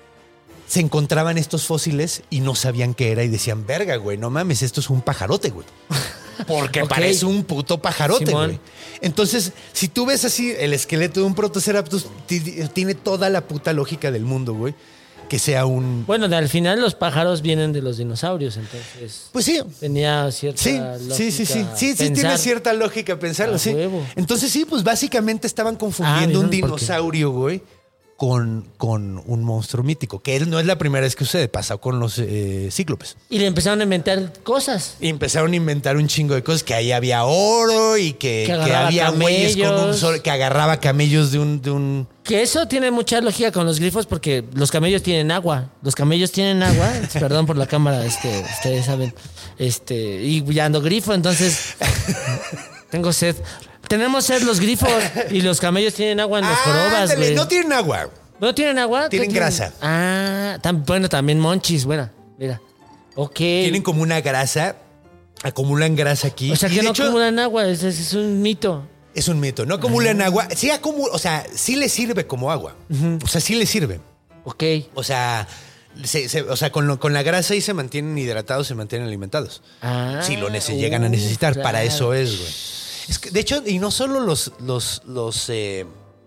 A: se encontraban estos fósiles y no sabían qué era y decían, verga, güey, no mames, esto es un pajarote, güey. Porque
D: Ok.
A: parece un puto pajarote,
D: Simón.
A: güey. Entonces, si tú ves así el esqueleto de un Protoceratops, t- tiene toda la puta lógica del mundo, güey. Que sea un...
D: Bueno, de, al final los pájaros vienen de los dinosaurios, entonces
A: Pues sí.
D: tenía cierta
A: Sí,
D: lógica
A: sí, sí, sí. Sí, sí,
D: pensar.
A: tiene cierta lógica pensarlo,
D: A
A: sí.
D: huevo.
A: Entonces sí, pues básicamente estaban confundiendo
D: Ah,
A: un
D: ¿vieron por qué?
A: dinosaurio, güey, con, con un monstruo mítico. Que no es la primera vez que sucede, pasó con los eh, cíclopes.
D: Y le empezaron a inventar cosas.
A: Y empezaron a inventar un chingo de cosas, que ahí había oro y que,
D: Que
A: que
D: agarraba
A: había güeyes con un
D: camellos.
A: sol, que agarraba camellos de un... De un
D: Que eso tiene mucha lógica con los grifos porque los camellos tienen agua. Los camellos tienen agua. Perdón por la cámara, este, ustedes saben. Este, y ya ando grifo, entonces tengo sed. Tenemos sed los grifos y los camellos tienen agua en las jorobas,
A: ándale,
D: güey.
A: no tienen agua.
D: ¿No tienen agua? ¿Qué
A: Tienen grasa.
D: Ah, tam- bueno, también monchis, bueno, mira. Ok.
A: Tienen como una grasa, acumulan grasa aquí.
D: O sea
A: Y
D: que
A: de
D: no
A: hecho,
D: acumulan agua, es, es- es un mito.
A: es un mito. No acumulan agua. Sí acumula, o sea, sí le sirve como agua. O sea, sí le sirve.
D: Ok.
A: O sea, se- se- o sea con, lo- con la grasa ahí se mantienen hidratados, se mantienen alimentados.
D: Ah,
A: si lo nece-
D: uh,
A: llegan a necesitar.
D: claro.
A: Para eso es, güey. Es que, de hecho, y no solo los, los, los, eh,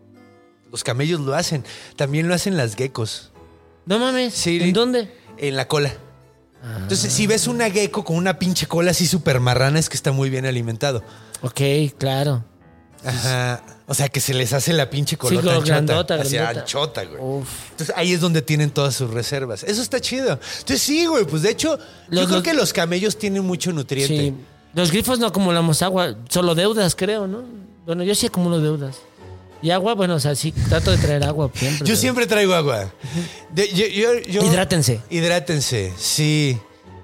A: los camellos lo hacen, también lo hacen las geckos.
D: No mames.
A: Sí.
D: ¿En dónde?
A: En la cola. Entonces, si ves una gecko con una pinche cola así súper marrana, es que está muy bien alimentado.
D: Ok, claro.
A: Ajá. O sea, que se les hace la pinche colota
D: como
A: anchota.
D: grandota,
A: Así,
D: grandota.
A: anchota, güey.
D: Uf.
A: Entonces, ahí es donde tienen todas sus reservas. Eso está chido. Entonces, sí, güey. Pues, de hecho, yo
D: Los-
A: creo
D: los-
A: que los camellos tienen mucho nutriente.
D: Sí. Los grifos no acumulamos agua, solo deudas, creo, ¿no? Bueno, yo sí acumulo deudas. Y agua, bueno, o sea, sí, trato de traer agua siempre.
A: Yo
D: pero-
A: siempre traigo agua. De- yo- yo- yo-
D: Hidrátense.
A: Hidrátense, sí.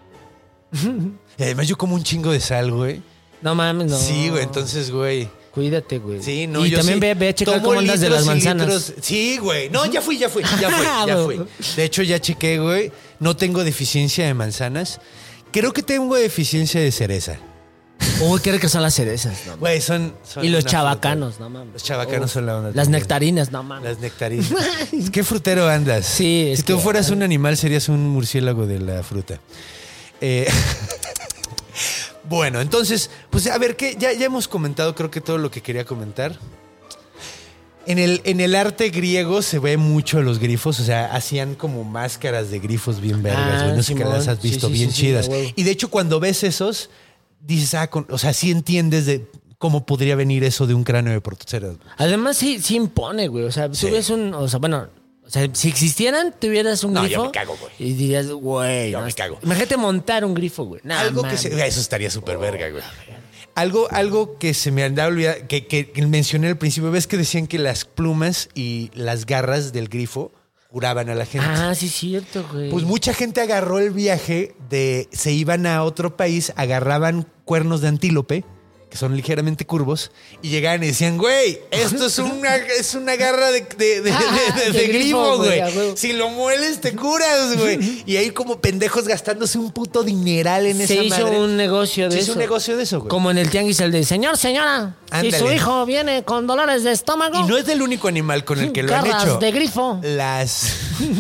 A: Y además, yo como un chingo de sal, güey.
D: No mames, no.
A: Sí, güey. Entonces, güey.
D: Cuídate, güey.
A: Sí, no,
D: y
A: yo
D: también
A: sí
D: ve, ve a checar
A: tomo
D: cómo andas de
A: litros
D: las
A: y
D: manzanas.
A: litros. Sí, güey. No, ya fui, ya fui, ya fui, ya fui. De hecho, ya chequé, güey. No tengo deficiencia de manzanas. Creo que tengo deficiencia de cereza.
D: Uy, qué ricas son las cerezas. No, mames.
A: Güey, son, son
D: y los
A: una
D: chabacanos,
A: fruta.
D: no mames.
A: Los chabacanos
D: Uf.
A: son la onda.
D: Las
A: también.
D: nectarinas, no mames.
A: Las nectarinas. ¿Qué frutero andas?
D: Sí, es
A: Si tú
D: que-
A: fueras un animal, serías un murciélago de la fruta. Eh, bueno, entonces, pues a ver, ¿qué? Ya, ya hemos comentado, creo que todo lo que quería comentar. En el, en el arte griego se ve mucho los grifos, o sea, hacían como máscaras de grifos bien vergas,
D: Ah,
A: güey. No sé que
D: Simón.
A: las has
D: Sí,
A: visto,
D: sí,
A: bien
D: sí, sí,
A: chidas.
D: a huevo.
A: Y de hecho, cuando ves esos, dices, ah, con- o sea, sí entiendes de cómo podría venir eso de un cráneo de Protoceratops.
D: Además, sí, sí impone, güey. O sea,
A: Sí.
D: tú ves un. O sea, bueno. O sea, si existieran, tuvieras un
A: No, yo
D: grifo.
A: me cago, güey.
D: Y dirías, güey.
A: Yo
D: no,
A: me cago.
D: Imagínate montar un grifo, güey. Nah,
A: Algo que
D: mames.
A: se, eso estaría súper verga, güey. Algo, algo que se me andaba olvidando, que, que, que mencioné al principio, ves que decían que las plumas y las garras del grifo curaban a la gente.
D: Ah, sí, es cierto, güey.
A: Pues mucha gente agarró el viaje de, se iban a otro país, agarraban cuernos de antílope, que son ligeramente curvos, y llegaban y decían, güey, esto es una, es una garra de, de, de- de- de- de
D: De grifo,
A: grifo,
D: güey,
A: güey.
D: a huevo.
A: Si lo mueles, te curas, güey. Y ahí como pendejos gastándose un puto dineral en
D: Se
A: esa
D: hizo
A: madre.
D: un negocio de
A: Se
D: eso.
A: hizo un negocio de eso, güey.
D: Como en el tianguis, el de señor, señora,
A: Ándale.
D: si su hijo viene con dolores de estómago,
A: Y no es el único animal con el que lo han
D: garras
A: hecho.
D: de grifo.
A: Las.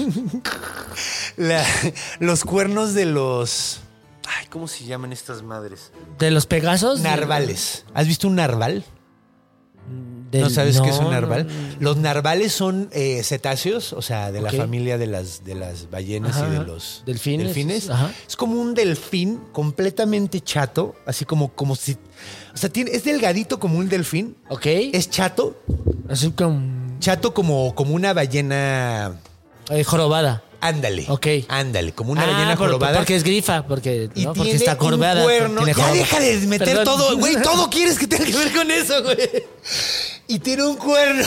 A: la- los cuernos de los. Ay, ¿cómo se llaman estas madres?
D: De los Pegasos.
A: Narvales. ¿Has visto un narval?
D: Del-
A: ¿No sabes qué es un
D: no,
A: narval?
D: no.
A: Los narvales son eh, cetáceos, o sea, de la
D: Ok.
A: familia de las, de las ballenas
D: Ajá,
A: y de
D: ajá.
A: los
D: Delfines.
A: delfines.
D: Ajá.
A: Es como un delfín completamente chato, así como, como si. O sea, tiene, es delgadito como un delfín.
D: Ok.
A: Es chato.
D: Así como
A: Chato como, como una ballena.
D: eh, jorobada.
A: Ándale.
D: Ok.
A: Ándale, como una
D: Ah,
A: ballena
D: por-
A: jorobada.
D: Porque es grifa, porque,
A: Y
D: ¿no? porque
A: tiene
D: está jorobada.
A: un cuerno.
D: tiene
A: Ya
D: joroba.
A: deja de meter
D: Perdón.
A: todo, güey. Todo quieres que tenga que ver con eso, güey. Y tiene un cuerno.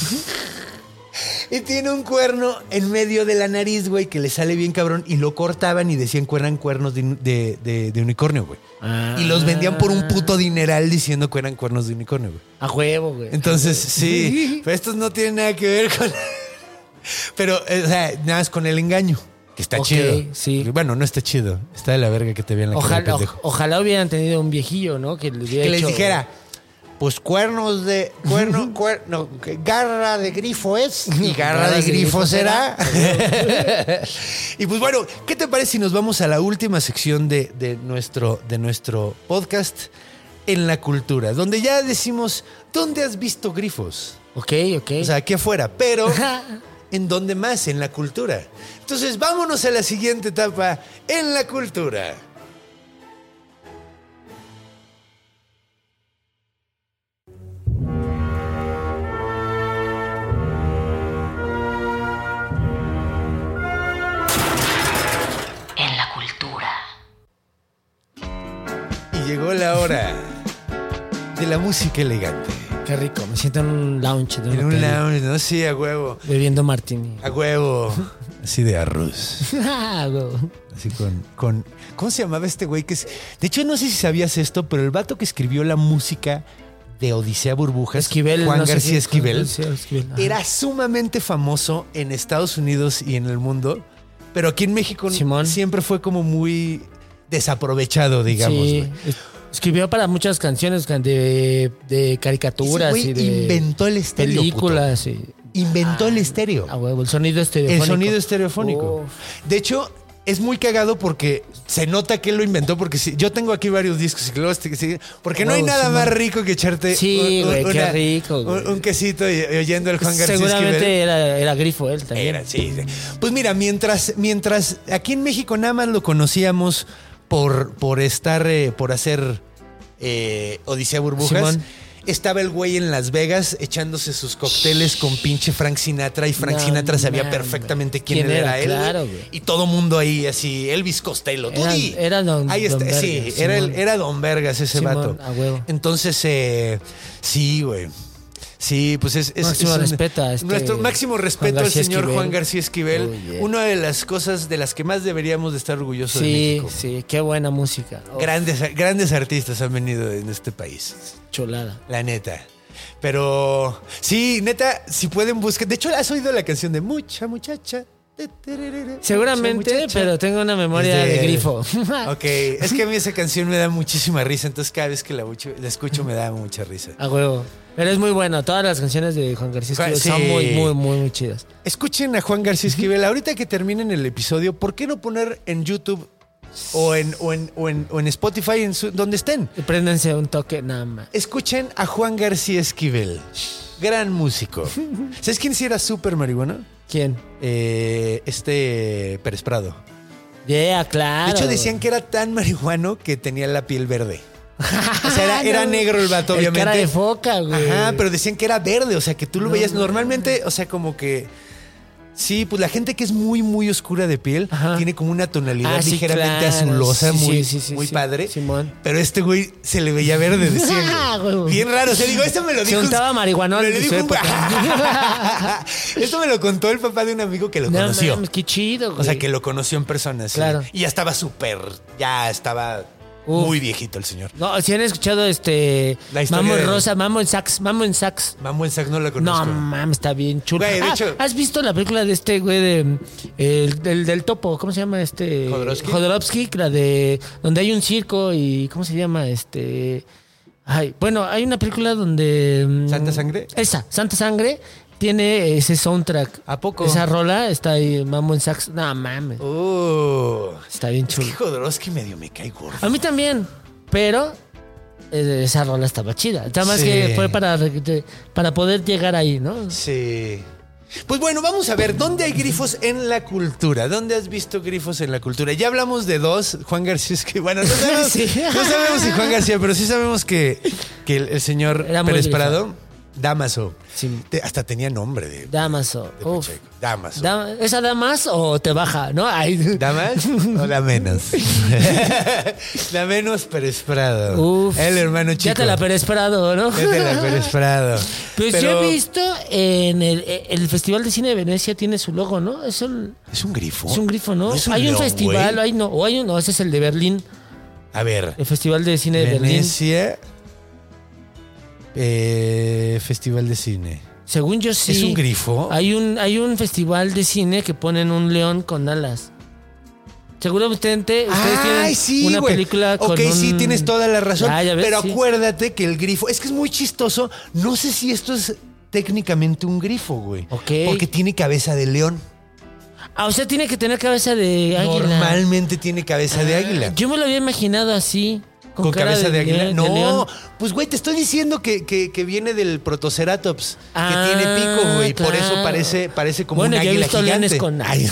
A: Y tiene un cuerno en medio de la nariz, güey, que le sale bien cabrón. Y lo cortaban y decían que eran cuernos de, de- de- de unicornio, güey.
D: Ah.
A: Y los vendían por un puto dineral diciendo que eran cuernos de unicornio, güey.
D: A huevo, güey.
A: Entonces, sí. Pero estos no tienen nada que ver con... Pero, o sea, nada más con el engaño. Que está
D: Ok,
A: chido.
D: sí.
A: Bueno, no está chido. Está de la verga que te vean la cara de
D: Ojalá,
A: pendejo.
D: o- ojalá hubieran tenido un viejillo, ¿no? Que les, hubiera
A: Que les
D: hecho-
A: dijera, pues cuernos de... Cuerno, cuer- no, que garra de grifo es y garra de grifo será. Y pues bueno, ¿qué te parece si nos vamos a la última sección de, de, nuestro, de nuestro podcast en la cultura? Donde ya decimos, ¿dónde has visto grifos?
D: Ok, ok.
A: O sea, aquí afuera, pero ¿en dónde más? En la cultura. Entonces, vámonos a la siguiente etapa en la cultura.
B: En la cultura.
A: Y llegó la hora de la música elegante.
D: Qué rico. Me siento en un lounge de un
A: En un
D: hotel,
A: lounge, ¿no? Sí, a huevo.
D: bebiendo martini.
A: A huevo. Así de arroz.
D: Ah, huevo.
A: Así con, con... ¿Cómo se llamaba este güey? Que es, de hecho, no sé si sabías esto, pero el vato que escribió la música de Odisea Burbujas,
D: Esquivel.
A: Juan
D: no sé
A: García
D: qué-
A: Esquivel,
D: García Esquivel, ajá.
A: era sumamente famoso en Estados Unidos y en el mundo, pero aquí en México
D: Simón.
A: siempre fue como muy desaprovechado, digamos.
D: Sí.
A: güey.
D: Es- Escribió para muchas canciones de, de caricaturas
A: Ese
D: y
A: güey
D: de
A: inventó el estéreo,
D: películas. Y,
A: Inventó el estéreo.
D: a huevo, el sonido estereofónico.
A: El sonido estereofónico.
D: Uf.
A: De hecho, es muy cagado porque se nota que él lo inventó. Porque si, yo tengo aquí varios discos y que luego este- sí, porque no hay
D: Wow,
A: nada
D: Simón.
A: más rico que echarte
D: Sí,
A: un,
D: güey, qué
A: una-
D: rico, güey.
A: un, un quesito y, y oyendo el Juan García
D: Seguramente
A: Esquivel.
D: era, era grifo él también.
A: Era, sí, sí. Pues mira, mientras, mientras aquí en México nada más lo conocíamos por, por estar, eh, por hacer eh, Odisea Burbujas.
D: Simón.
A: Estaba el güey en Las Vegas echándose sus cócteles con pinche Frank Sinatra y Frank
D: No
A: Sinatra sabía
D: mames.
A: perfectamente quién,
D: ¿Quién
A: era,
D: era?
A: él. güey.
D: Claro, güey.
A: Y todo mundo ahí así, Elvis Costello. tú
D: Era-
A: di.
D: era don-
A: Ahí está,
D: don Vergas,
A: sí, era, el-
D: Simón.
A: era Don Vergas ese
D: Simón,
A: vato.
D: a huevo.
A: Entonces, eh, sí, güey. Sí, pues es... es
D: Máximo
A: es un-
D: respeto a este
A: Nuestro máximo respeto
D: Juan
A: al
D: García
A: señor
D: Esquivel.
A: Juan García Esquivel.
D: Oh, yeah.
A: Una de las cosas de las que más deberíamos de estar orgullosos de
D: Sí,
A: México.
D: sí, qué buena música. Oh,
A: Grandes, grandes artistas han venido en este país.
D: chulada.
A: La neta. Pero sí, neta, si pueden buscar. De hecho, has oído la canción de Mucha Muchacha.
D: Seguramente,
A: Mucha muchacha.
D: pero tengo una memoria
A: Es
D: de, grifo.
A: Ok, es que a mí esa canción me da muchísima risa, entonces cada vez que la, mucho- la escucho me da mucha risa.
D: A huevo. Pero es muy bueno. Todas las canciones de Juan García
A: Juan-
D: Esquivel son
A: sí.
D: muy, muy, muy, muy chidas.
A: Escuchen a Juan García Esquivel. Ahorita que terminen el episodio, ¿por qué no poner en YouTube o en, o en, o en, o en Spotify, en su- donde estén?
D: Y préndanse un toque, nada más.
A: Escuchen a Juan García Esquivel. Gran músico. ¿Sabes quién sí era súper marihuana?
D: ¿Quién?
A: Eh, este Pérez Prado.
D: Yeah, claro.
A: De hecho, decían que era tan marihuano que tenía la piel verde. O sea, era, era
D: No.
A: negro el vato,
D: El
A: obviamente.
D: cara de foca, güey.
A: Ajá, pero decían que era verde, o sea, que tú lo
D: No
A: veías
D: mames.
A: normalmente, o sea, como que... Sí, pues la gente que es muy, muy oscura de piel
D: Ajá.
A: tiene como una tonalidad
D: Ah, sí,
A: ligeramente
D: claro.
A: azulosa,
D: Sí,
A: muy,
D: sí, sí,
A: muy
D: sí.
A: padre.
D: Simón.
A: Pero este güey se le veía verde, decían.
D: Ah,
A: güey.
D: güey.
A: Bien raro, o sea, digo, esto me lo
D: Se
A: dijo... un-
D: untaba marihuanol
A: me lo
D: en
A: dijo
D: su
A: un-
D: época.
A: Esto me lo contó el papá de un amigo que lo
D: No
A: conoció.
D: mames, qué chido, güey.
A: O sea, que lo conoció en persona, sí.
D: Claro.
A: Y ya estaba súper, ya estaba
D: Uf.
A: muy viejito el señor.
D: No, si han escuchado este...
A: La historia
D: Mamo en
A: de-
D: Rosa, Mamo en Sax, Mamo en Sax.
A: Mamón Sax no la
D: No
A: conozco.
D: mames, está bien chulo.
A: Güey, de
D: Ah,
A: hecho-
D: ¿has visto la película de este güey de el, del, del topo? ¿Cómo se llama este?
A: ¿Jodorowsky?
D: Jodorowsky, la de donde hay un circo y ¿cómo se llama? Este Ay, bueno, hay una película donde mm,
A: ¿Santa Sangre?
D: Esa, Santa Sangre tiene ese soundtrack.
A: ¿A poco?
D: Esa rola está ahí, Mamo en Sax. No mames.
A: Oh.
D: Está bien
A: Es que
D: chulo.
A: Jodorowsky medio me cae gordo.
D: A mí también, pero eh, esa rola estaba chida. Nada más
A: Sí.
D: que fue para, para poder llegar ahí, ¿no?
A: Sí. Pues bueno, vamos a ver, ¿dónde hay grifos en la cultura? ¿Dónde has visto grifos en la cultura? Ya hablamos de dos, Juan García, es que bueno, no sabemos,
D: Sí.
A: no sabemos si Juan García, pero sí sabemos que, que el, el señor
D: Era muy
A: Pérez
D: grifo.
A: Prado, Damaso,
D: Sí.
A: te- hasta tenía nombre de, de
D: Damaso. Uf.
A: Pacheco. Damaso.
D: Da- ¿Esa da más o te baja? ¿No? Ay.
A: ¿Da más o da menos? Da menos Pérez Prado.
D: Uf.
A: El hermano chico.
D: Ya te la Pérez Prado, ¿no?
A: Ya te la Pérez Prado.
D: Pues
A: Pero
D: yo he visto en el, el Festival de Cine de Venecia tiene su logo, ¿no? Es un,
A: es un grifo.
D: es un grifo, ¿no?
A: es un
D: hay un
A: león,
D: festival,
A: güey.
D: hay no, o hay un, no, ese es el de Berlín,
A: A ver.
D: el Festival de Cine de Berlín.
A: Venecia. Eh, Festival de Cine.
D: Según yo sí.
A: ¿Es un grifo?
D: Hay un, hay un festival de cine que ponen un león con alas. Seguramente ustedes
A: Ay,
D: tienen
A: sí,
D: una
A: güey.
D: película con
A: Ok,
D: un...
A: sí, tienes toda la razón.
D: Ah, ya ves,
A: pero
D: sí.
A: acuérdate que el grifo... Es que es muy chistoso. No sé si esto es técnicamente un grifo, güey.
D: Ok.
A: Porque tiene cabeza de león.
D: Ah, o sea, tiene que tener cabeza de águila.
A: Normalmente tiene cabeza de
D: Ah,
A: águila.
D: Yo me lo había imaginado así. Con,
A: ¿Con
D: cara
A: cabeza de, águila?
D: león-
A: No,
D: de león.
A: pues güey, te estoy diciendo que, que, que viene del Protoceratops,
D: Ah,
A: que tiene pico, güey. Por eso
D: claro.
A: parece, parece como
D: bueno,
A: un
D: yo he
A: águila
D: visto
A: gigante.
D: leones con... Ay.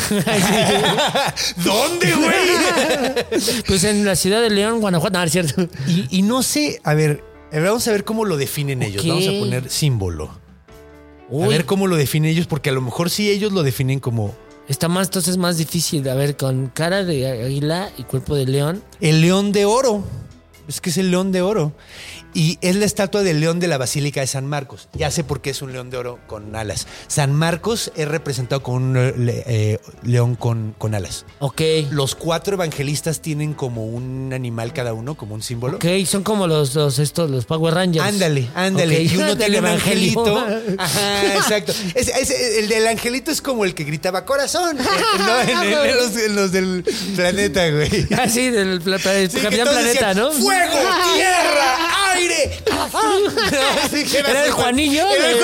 A: ¿Dónde, güey?
D: Pues en la ciudad de León, Guanajuato. No, es cierto.
A: y, y no sé, a ver, a ver, vamos a ver cómo lo definen ellos.
D: Ok.
A: Vamos a poner símbolo.
D: Uy,
A: A ver cómo lo definen ellos, porque a lo mejor sí ellos lo definen como
D: está más, entonces más difícil. A ver, con cara de águila y cuerpo de león.
A: el león de oro. Es que es el león de oro. Y es la estatua del león de la Basílica de San Marcos. Ya sé por qué es un león de oro con alas. San Marcos es representado con un le- eh, león con, con alas.
D: Ok.
A: Los cuatro evangelistas tienen como un animal cada uno, como un símbolo.
D: Ok, son como los, los, estos, los Power Rangers.
A: Ándale, ándale.
D: Ok.
A: Y uno
D: Del
A: tiene un
D: evangelio.
A: angelito. Ajá, exacto. Es- es- el del angelito es como el que gritaba corazón. Eh, No, en, en- en los, en los del planeta, güey.
D: Ah, sí, del pla- pla-
A: Sí, que
D: Capitán
A: todos
D: Planeta,
A: decían,
D: ¿no?
A: ¡Fuego! ¡Tierra! ¡Aire! ¡Corazón! No, sí, que
D: Era
A: así,
D: el
A: güey.
D: Juanillo,
A: Era el
D: güey.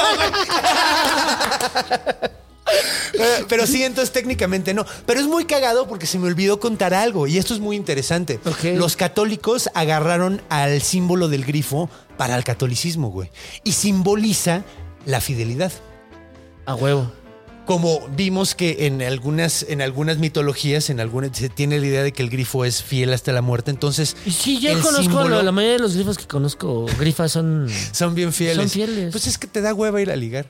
A: Juanillo, güey. Eh, Pero sí, entonces técnicamente no. Pero es muy cagado porque se me olvidó contar algo y esto es muy interesante.
D: Ok.
A: Los católicos agarraron al símbolo del grifo para el catolicismo, güey. Y simboliza la fidelidad.
D: A huevo.
A: Como vimos que en algunas, en algunas mitologías, en algunas se tiene la idea de que el grifo es fiel hasta la muerte. Entonces,
D: Y sí, yo
A: el
D: conozco,
A: símbolo-
D: la, la mayoría de los grifos que conozco, grifas son...
A: son bien fieles.
D: Son fieles.
A: Pues es que te da hueva ir a ligar.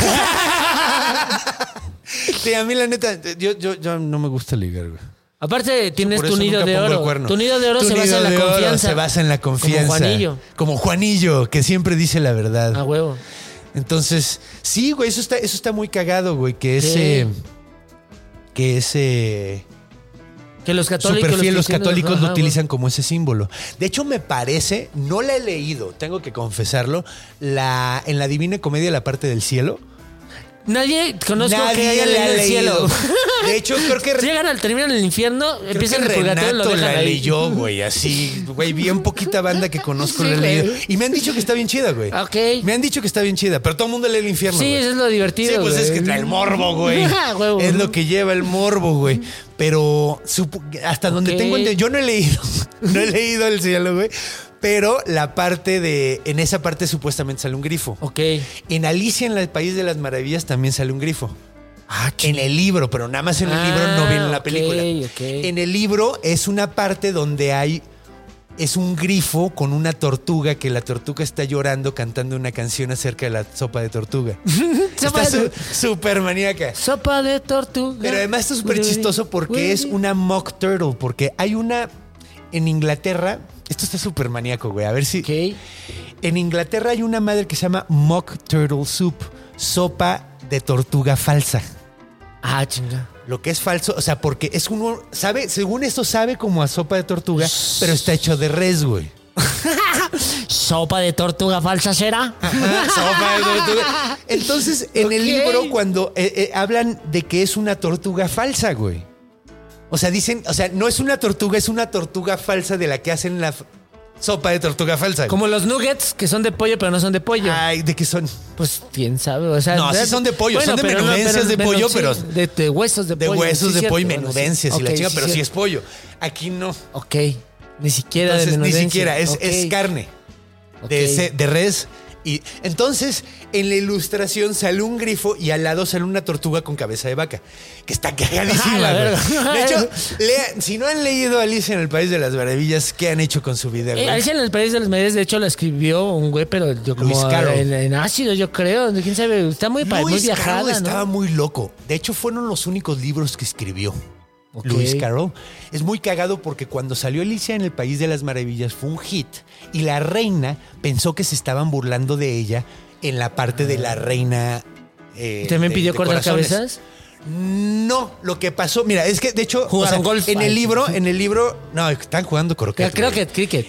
A: Sí, a mí la neta, yo, yo, yo no me gusta ligar, güey.
D: Aparte, tienes
A: Por
D: tu
A: eso
D: nido
A: nunca
D: de
A: pongo el
D: oro.
A: cuerno.
D: Tu nido de oro
A: Tu
D: se basa
A: nido
D: en la
A: de oro
D: confianza.
A: Se basa en la confianza.
D: Como Juanillo.
A: Como Juanillo, que siempre dice la verdad.
D: A huevo.
A: Entonces, sí, güey, eso está, eso está muy cagado, güey, que ese... Que ese...
D: Que los católicos...
A: Super fiel, los
D: cristianos,
A: católicos
D: ajá,
A: lo
D: güey.
A: utilizan como ese símbolo. De hecho, me parece, no la he leído, tengo que confesarlo, la, en la Divina Comedia, la parte del cielo.
D: Nadie conozco
A: Nadie
D: que haya
A: le ha
D: leído el cielo.
A: De hecho, creo que...
D: Llegan al terminan el infierno,
A: Creo
D: empiezan
A: que
D: el purgatorio y lo
A: Renato
D: dejan
A: la
D: ahí.
A: leyó, güey, así, güey, bien poquita banda que conozco
D: Sí,
A: la he
D: güey.
A: leído. Y me han dicho que está bien chida, güey.
D: Ok.
A: Me han dicho que está bien chida, pero todo el mundo lee el infierno,
D: Sí,
A: güey.
D: eso es lo divertido,
A: Sí, pues
D: güey.
A: es que trae el morbo, güey.
D: Ah, huevo.
A: Es lo que lleva el morbo, güey. Pero supo- hasta donde
D: Ok.
A: tengo entendido, yo no he leído, no he leído el cielo, güey. Pero la parte de, en esa parte supuestamente sale un grifo.
D: Ok.
A: En Alicia en el País de las Maravillas también sale un grifo.
D: Ah,
A: En el libro, pero nada más en el
D: Ah,
A: libro, no viene en la
D: ok,
A: película.
D: ok.
A: En el libro es una parte donde hay, es un grifo con una tortuga, que la tortuga está llorando cantando una canción acerca de la sopa de tortuga.
D: Sopa
A: Está
D: de-
A: su- súper maníaca.
D: Sopa de tortuga.
A: Pero además está súper chistoso porque es una mock turtle, porque hay una en Inglaterra, esto está súper maníaco, güey, a ver si...
D: Ok.
A: En Inglaterra hay una madre que se llama mock turtle soup, sopa de tortuga falsa.
D: Ah, chinga.
A: Lo que es falso, o sea, porque es uno, sabe, según esto sabe como a sopa de tortuga, pero está hecho de res, güey.
D: ¿Sopa de tortuga falsa será?
A: Ajá, sopa de tortuga. Entonces, en el
D: Ok.
A: libro, cuando eh, eh, hablan de que es una tortuga falsa, güey. O sea, dicen, o sea, no es una tortuga, es una tortuga falsa de la que hacen la f- sopa de tortuga falsa. güey.
D: Como los nuggets que son de pollo, pero no son de pollo.
A: Ay, ¿de qué son?
D: Pues quién sabe. O sea,
A: No, sí
D: de-
A: son de pollo, son de
D: pero
A: menudencias de pollo,
D: sí,
A: pero-
D: De, de huesos de,
A: De
D: pollo.
A: huesos
D: sí,
A: de pollo y
D: cierto, bueno,
A: menudencias
D: sí.
A: y la
D: Ok,
A: chinga, pero sí
D: cierto.
A: es pollo. Aquí no.
D: Ok. Ni siquiera
A: Entonces,
D: de
A: ni
D: menudencia.
A: siquiera, es,
D: Ok.
A: es carne. De,
D: Ok.
A: ce- de res. Y entonces, en la ilustración sale un grifo y al lado sale una tortuga con cabeza de vaca. Que está
D: Ah,
A: cagadísima,
D: la
A: güey.
D: verga.
A: De hecho, lea- si no han leído Alicia en el País de las Maravillas, ¿qué han hecho con su vida, güey?
D: Eh, Alicia en el País de las Maravillas, de hecho, la escribió un güey, pero yo como
A: Lewis Carroll.
D: en, en ácido, yo creo. ¿Quién sabe? Está muy, pa- muy
A: Lewis
D: viajada,
A: Carroll
D: ¿no?
A: estaba muy loco. De hecho, fueron los únicos libros que escribió.
D: Ok.
A: Lewis Carroll. Es muy cagado porque cuando salió Alicia en el País de las Maravillas fue un hit y la reina pensó que se estaban burlando de ella en la parte de la reina. eh,
D: ¿También
A: de-
D: pidió
A: de
D: cortar
A: corazones.
D: cabezas?
A: No, lo que pasó, mira, es que de hecho,
D: Jugaron
A: o sea,
D: golf.
A: en el
D: Ay.
A: libro, en el libro, no, están jugando croquet.
D: Ya, creo
A: güey.
D: que cricket.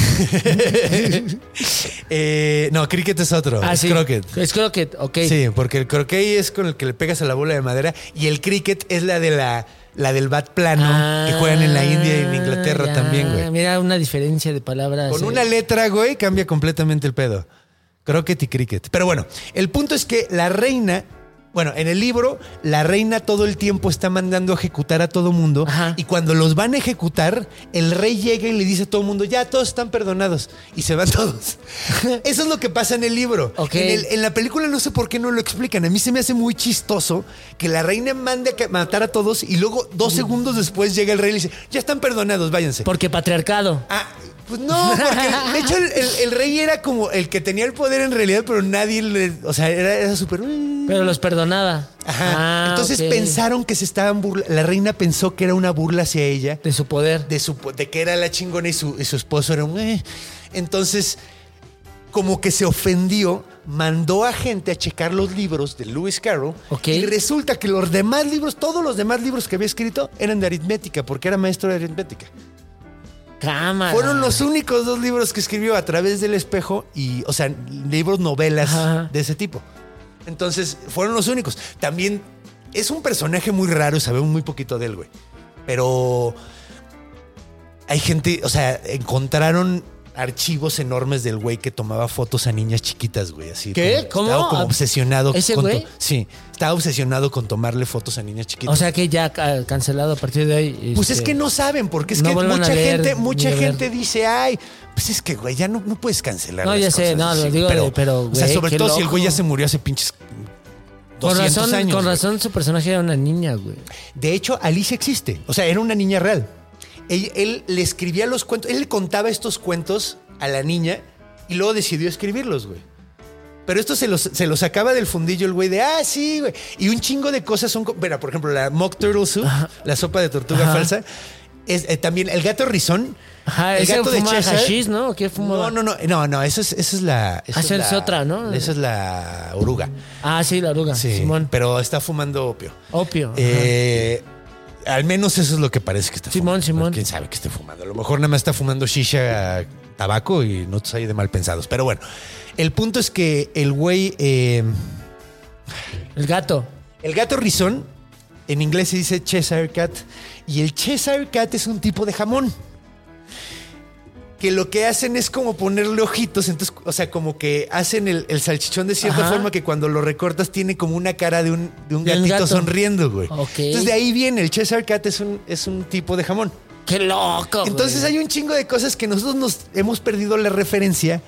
A: Eh, eh, no, cricket es otro.
D: Ah,
A: es
D: sí.
A: croquet.
D: Es croquet, ok.
A: Sí, porque el croquet es con el que le pegas a la bola de madera y el cricket es la de la, la del bat plano
D: Ah,
A: que juegan en la India y en Inglaterra
D: ya.
A: también, güey.
D: Mira, una diferencia de palabras.
A: Con
D: eh.
A: una letra, güey, cambia completamente el pedo. Croquet y cricket. Pero bueno, el punto es que la reina, bueno, en el libro, la reina todo el tiempo está mandando a ejecutar a todo mundo.
D: Ajá.
A: Y cuando los van a ejecutar, el rey llega y le dice a todo el mundo, ya, todos están perdonados. Y se van todos. Eso es lo que pasa en el libro.
D: Ok.
A: En, el- en la película no sé por qué no lo explican. A mí se me hace muy chistoso que la reina mande a ca- matar a todos y luego dos segundos después llega el rey y le dice, ya están perdonados, váyanse.
D: Porque patriarcado.
A: Ah, pues no, porque de hecho el, el- el rey era como el que tenía el poder en realidad, pero nadie le. O sea, era, era súper.
D: Pero los perdonaba.
A: Ajá.
D: Ah,
A: Entonces
D: ok.
A: pensaron que se estaban burlando. La reina pensó que era una burla hacia ella,
D: De su poder.
A: de, su, de que era la chingona y su, y su esposo era un. eh. Entonces, como que se ofendió, mandó a gente a checar los libros de Lewis Carroll.
D: Ok.
A: Y resulta que los demás libros, todos los demás libros que había escrito, eran de aritmética, porque era maestro de aritmética.
D: Cámara.
A: Fueron los únicos dos libros que escribió A través del espejo y, o sea, libros, novelas
D: Ajá.
A: de ese tipo. Entonces, fueron los únicos. También es un personaje muy raro y sabemos muy poquito de él, güey. Pero hay gente, o sea, encontraron archivos enormes del güey que tomaba fotos a niñas chiquitas, güey. Así
D: ¿Qué?
A: como-
D: ¿Cómo?
A: Estaba como obsesionado.
D: ¿Ese
A: con to-
D: güey?
A: Sí, estaba obsesionado con tomarle fotos a niñas chiquitas.
D: O sea que ya ah, cancelado a partir de hoy.
A: Pues
D: este,
A: es que no saben, porque es
D: no
A: que
D: vuelvan a
A: mucha
D: leer
A: gente,
D: ni
A: mucha
D: a ver.
A: gente dice, ay, pues es que, güey, ya no, no puedes cancelar.
D: No,
A: las
D: ya sé,
A: cosas
D: no,
A: así".
D: lo digo de- pero,
A: o sea,
D: güey,
A: sobre
D: qué
A: todo si el güey ya
D: loco.
A: se murió hace pinches
D: Con
A: doscientos
D: razón,
A: años.
D: con
A: güey.
D: razón su personaje era una niña, güey.
A: De hecho, Alicia existe. O sea, era una niña real. Él, él le escribía los cuentos, él le contaba estos cuentos a la niña y luego decidió escribirlos, güey. Pero esto se los, se los sacaba del fundillo el güey de, ah, sí, güey. Y un chingo de cosas son... co- Mira, por ejemplo, la mock turtle soup, la sopa de tortuga
D: Ajá.
A: falsa. Es, eh, también el gato rizón.
D: Ajá,
A: el
D: ese
A: gato de
D: fuma
A: Cheshire.
D: hashish, ¿no? ¿O qué fumaba?
A: No, no, no, no, no, esa es, esa es la... Esa
D: Ah, esa es
A: la-
D: otra, ¿no?
A: Esa es la oruga.
D: Ah, sí, la oruga.
A: Sí,
D: Simón.
A: pero está fumando opio.
D: Opio. ajá.
A: Eh, al menos eso es lo que parece que está
D: Simón,
A: fumando.
D: Simón.
A: Quién sabe que esté fumando. A lo mejor nada más está fumando shisha, tabaco y no hay de mal pensados. Pero bueno, el punto es que el güey, eh,
D: El gato.
A: el gato rizón, en inglés se dice Cheshire Cat, y el Cheshire Cat es un tipo de jamón. Que lo que hacen es como ponerle ojitos, entonces, o sea, como que hacen el, el salchichón de cierta
D: Ajá.
A: forma que cuando lo recortas tiene como una cara de un, de un
D: De un
A: gatito
D: gato.
A: sonriendo, güey.
D: Ok.
A: Entonces de ahí viene, el Cheshire Cat es un, es un tipo de jamón.
D: ¡Qué loco!
A: Entonces
D: güey.
A: hay un chingo de cosas que nosotros nos hemos perdido la referencia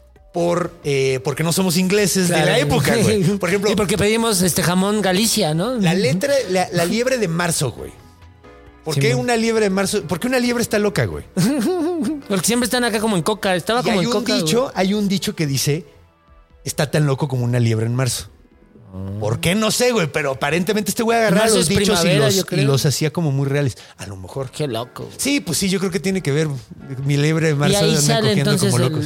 A: por eh, porque no somos ingleses de
D: Claro.
A: la época, güey. Por ejemplo,
D: Y porque pedimos este jamón Galicia, ¿no?
A: la letra, la, la liebre de marzo, güey. ¿Por qué
D: Simón.
A: una liebre de marzo? ¿Por qué una liebre está loca, güey?
D: Porque siempre están acá como en coca. Estaba
A: Y
D: como
A: hay
D: en
A: un
D: coca.
A: dicho,
D: güey.
A: hay un dicho que dice, está tan loco como una liebre en marzo. ¿Por qué? No sé, güey, pero aparentemente este güey agarraba
D: Marzo
A: los
D: es
A: dichos y
D: primavera,
A: los,
D: yo
A: y
D: creo.
A: los hacía como muy reales. A lo mejor.
D: Qué loco. güey.
A: Sí, pues sí, yo creo que tiene que ver. Mi liebre de
D: Y
A: marzo
D: ahí
A: anda
D: sale
A: cogiendo
D: entonces
A: como locos.
D: el,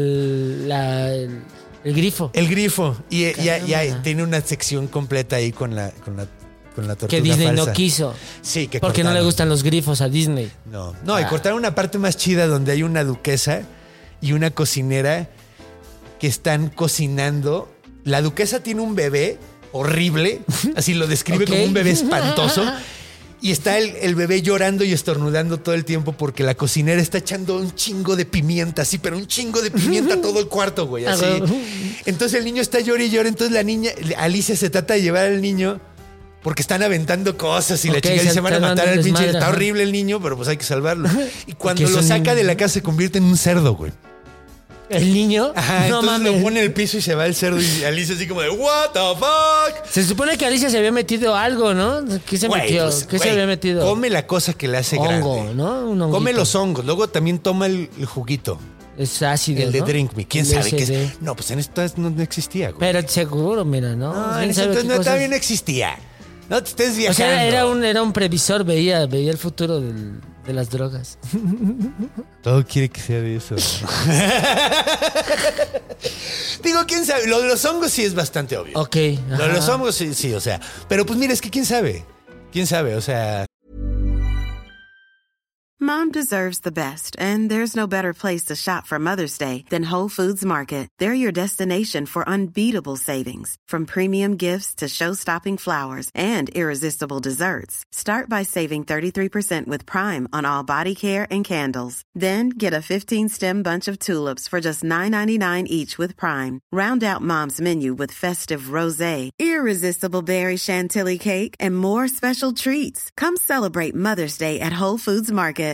D: el, la- el, el grifo.
A: El grifo. Y, y- y- y-
D: Caramba.
A: tiene una sección completa ahí con la, con la, con la tortuga
D: Que Disney
A: falsa.
D: no quiso.
A: Sí, que
D: Porque no le
A: cortaron.
D: gustan los grifos a Disney.
A: No, no, y
D: Ah.
A: cortaron una parte más chida donde hay una duquesa y una cocinera que están cocinando. La duquesa tiene un bebé horrible, así lo describe
D: Ok.
A: como un bebé espantoso. Y está el, el bebé llorando y estornudando todo el tiempo porque la cocinera está echando un chingo de pimienta, así, pero un chingo de pimienta a todo el cuarto, güey, así.
D: Ah, güey.
A: Entonces el niño está llorando y llorando. Entonces la niña, Alicia se trata de llevar al niño porque están aventando cosas y la
D: Ok,
A: chica dice,
D: se
A: van a
D: está
A: matar
D: dando
A: al pinche.
D: desmadre,
A: Está
D: ajá.
A: horrible el niño, pero pues hay que salvarlo. Y cuando
D: es
A: lo
D: un
A: saca
D: niño.
A: de la casa se convierte en un cerdo, güey.
D: ¿El niño?
A: Ajá,
D: no
A: entonces
D: mames.
A: lo pone en el piso y se va el cerdo y Alicia así como de, what the fuck?
D: Se supone que Alicia se había metido algo, ¿no? ¿Qué se
A: Güey,
D: metió?
A: pues,
D: ¿Qué se
A: güey,
D: había metido?
A: Come la cosa que le hace
D: Hongo,
A: grande.
D: ¿no? Un honguito.
A: Come los hongos. Luego también toma el, el juguito.
D: Es ácido,
A: El de
D: ¿no?
A: Drink Me. ¿Quién
D: El
A: sabe qué
D: S D.
A: es? No, pues en esto no, no existía, güey.
D: Pero seguro, mira, ¿no?
A: no,
D: ¿Quién
A: en ese
D: sabe
A: entonces
D: qué
A: no,
D: cosas?
A: todavía no existía. No te estés viajando.
D: O sea, era un, era un previsor, veía, veía el futuro del- de las drogas.
A: Todo quiere que sea de eso. Digo, quién sabe. Lo de los hongos sí es bastante obvio.
D: Ok.
A: Lo de
D: ajá.
A: los hongos sí, sí, o sea. Pero pues mira, es que quién sabe. Quién sabe, o sea.
G: Mom deserves the best, and there's no better place to shop for Mother's Day than Whole Foods Market. They're your destination for unbeatable savings, from premium gifts to show-stopping flowers and irresistible desserts. Start by saving thirty-three percent with Prime on all body care and candles. Then get a fifteen-stem bunch of tulips for just nine ninety-nine each with Prime. Round out Mom's menu with festive rosé, irresistible berry chantilly cake, and more special treats. Come celebrate Mother's Day at Whole Foods Market.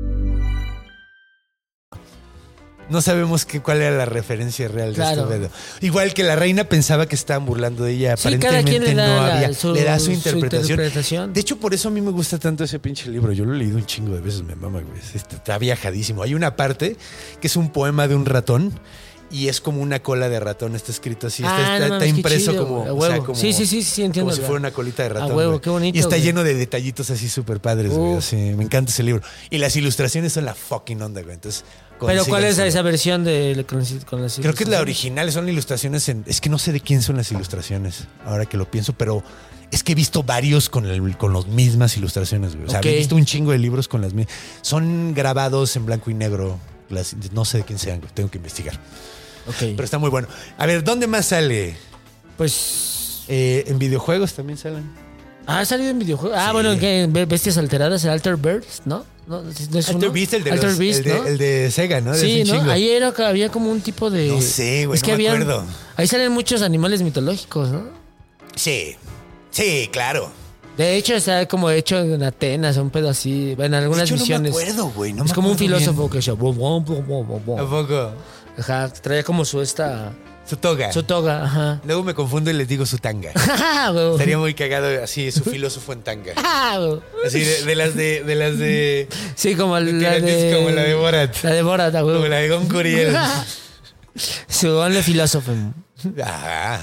A: No sabemos qué, cuál era la referencia real
D: Claro.
A: de este pedo. Igual que la reina pensaba que estaban burlando de ella.
D: Sí, cada
A: Aparentemente
D: quien le da
A: no
D: la-
A: había.
D: su-
A: le da su
D: su
A: interpretación.
D: interpretación.
A: De hecho, por eso a mí me gusta tanto ese pinche libro. Yo lo he leído un chingo de veces, me mama, güey. Este, está viajadísimo. Hay una parte que es un poema de un ratón. Y es como una cola de ratón, está escrito así. Está,
D: Ah,
A: está-
D: no
A: está
D: mames, qué
A: impreso
D: chido,
A: como,
D: güey, a
A: o sea,
D: huevo.
A: como.
D: Sí, sí, sí, sí, entiendo,
A: Como si
D: güey.
A: fuera una colita de ratón.
D: A huevo,
A: güey.
D: qué bonito,
A: Y está
D: güey.
A: lleno de detallitos así súper padres, güey.
D: Uf.
A: Sí, me encanta ese libro. Y las ilustraciones son la fucking onda, güey. Entonces,
D: Pero ¿cuál es
A: consíganselo.
D: esa versión de con, con las
A: Creo que es la
D: ilustraciones?
A: original, son ilustraciones en... Es que no sé de quién son las ilustraciones, ahora que lo pienso, pero es que he visto varios con, el, con las mismas ilustraciones, güey. O sea,
D: Ok.
A: he visto un chingo de libros con las mismas. Son grabados en blanco y negro. Las- no sé de quién sean, güey, tengo que investigar.
D: Ok.
A: Pero está muy bueno. A ver, ¿dónde más sale?
D: Pues...
A: Eh, en videojuegos también salen.
D: Ah, ha salido en videojuegos. Ah,
A: Sí.
D: bueno, ¿qué? Bestias alteradas, el Alter Birds, ¿no? ¿No, ¿No es
A: Alter
D: uno?
A: Beast, el de,
D: Alter
A: los-
D: Beast,
A: el, de,
D: ¿no?
A: el de Sega, ¿no? De
D: Sí,
A: hace un
D: ¿no?
A: chingo.
D: Ahí era que había como un tipo de...
A: No sé, güey,
D: Es
A: no
D: que
A: me
D: habían-
A: acuerdo.
D: Ahí salen muchos animales mitológicos, ¿no?
A: Sí, sí, claro.
D: De hecho, está como hecho en Atenas, un pedo así, en algunas
A: De hecho,
D: misiones.
A: no me acuerdo, güey. No
D: es
A: me
D: como un
A: acuerdo
D: filósofo
A: bien.
D: que decía... "Bom, bom, bom, bom, bom, bom".
A: ¿A poco?
D: Ajá, traía como su esta...
A: Su toga.
D: Su toga, ajá.
A: Luego me confundo y les digo su tanga.
D: Huevo.
A: Estaría muy cagado así, su filósofo en tanga.
D: Huevo.
A: Así de, de las de, de las de.
D: Sí, como la
A: tirantes,
D: de...
A: como la de Borat.
D: La de Borat, a huevo.
A: Como la de Gon Curiel.
D: Su only filósofo.
A: Ah.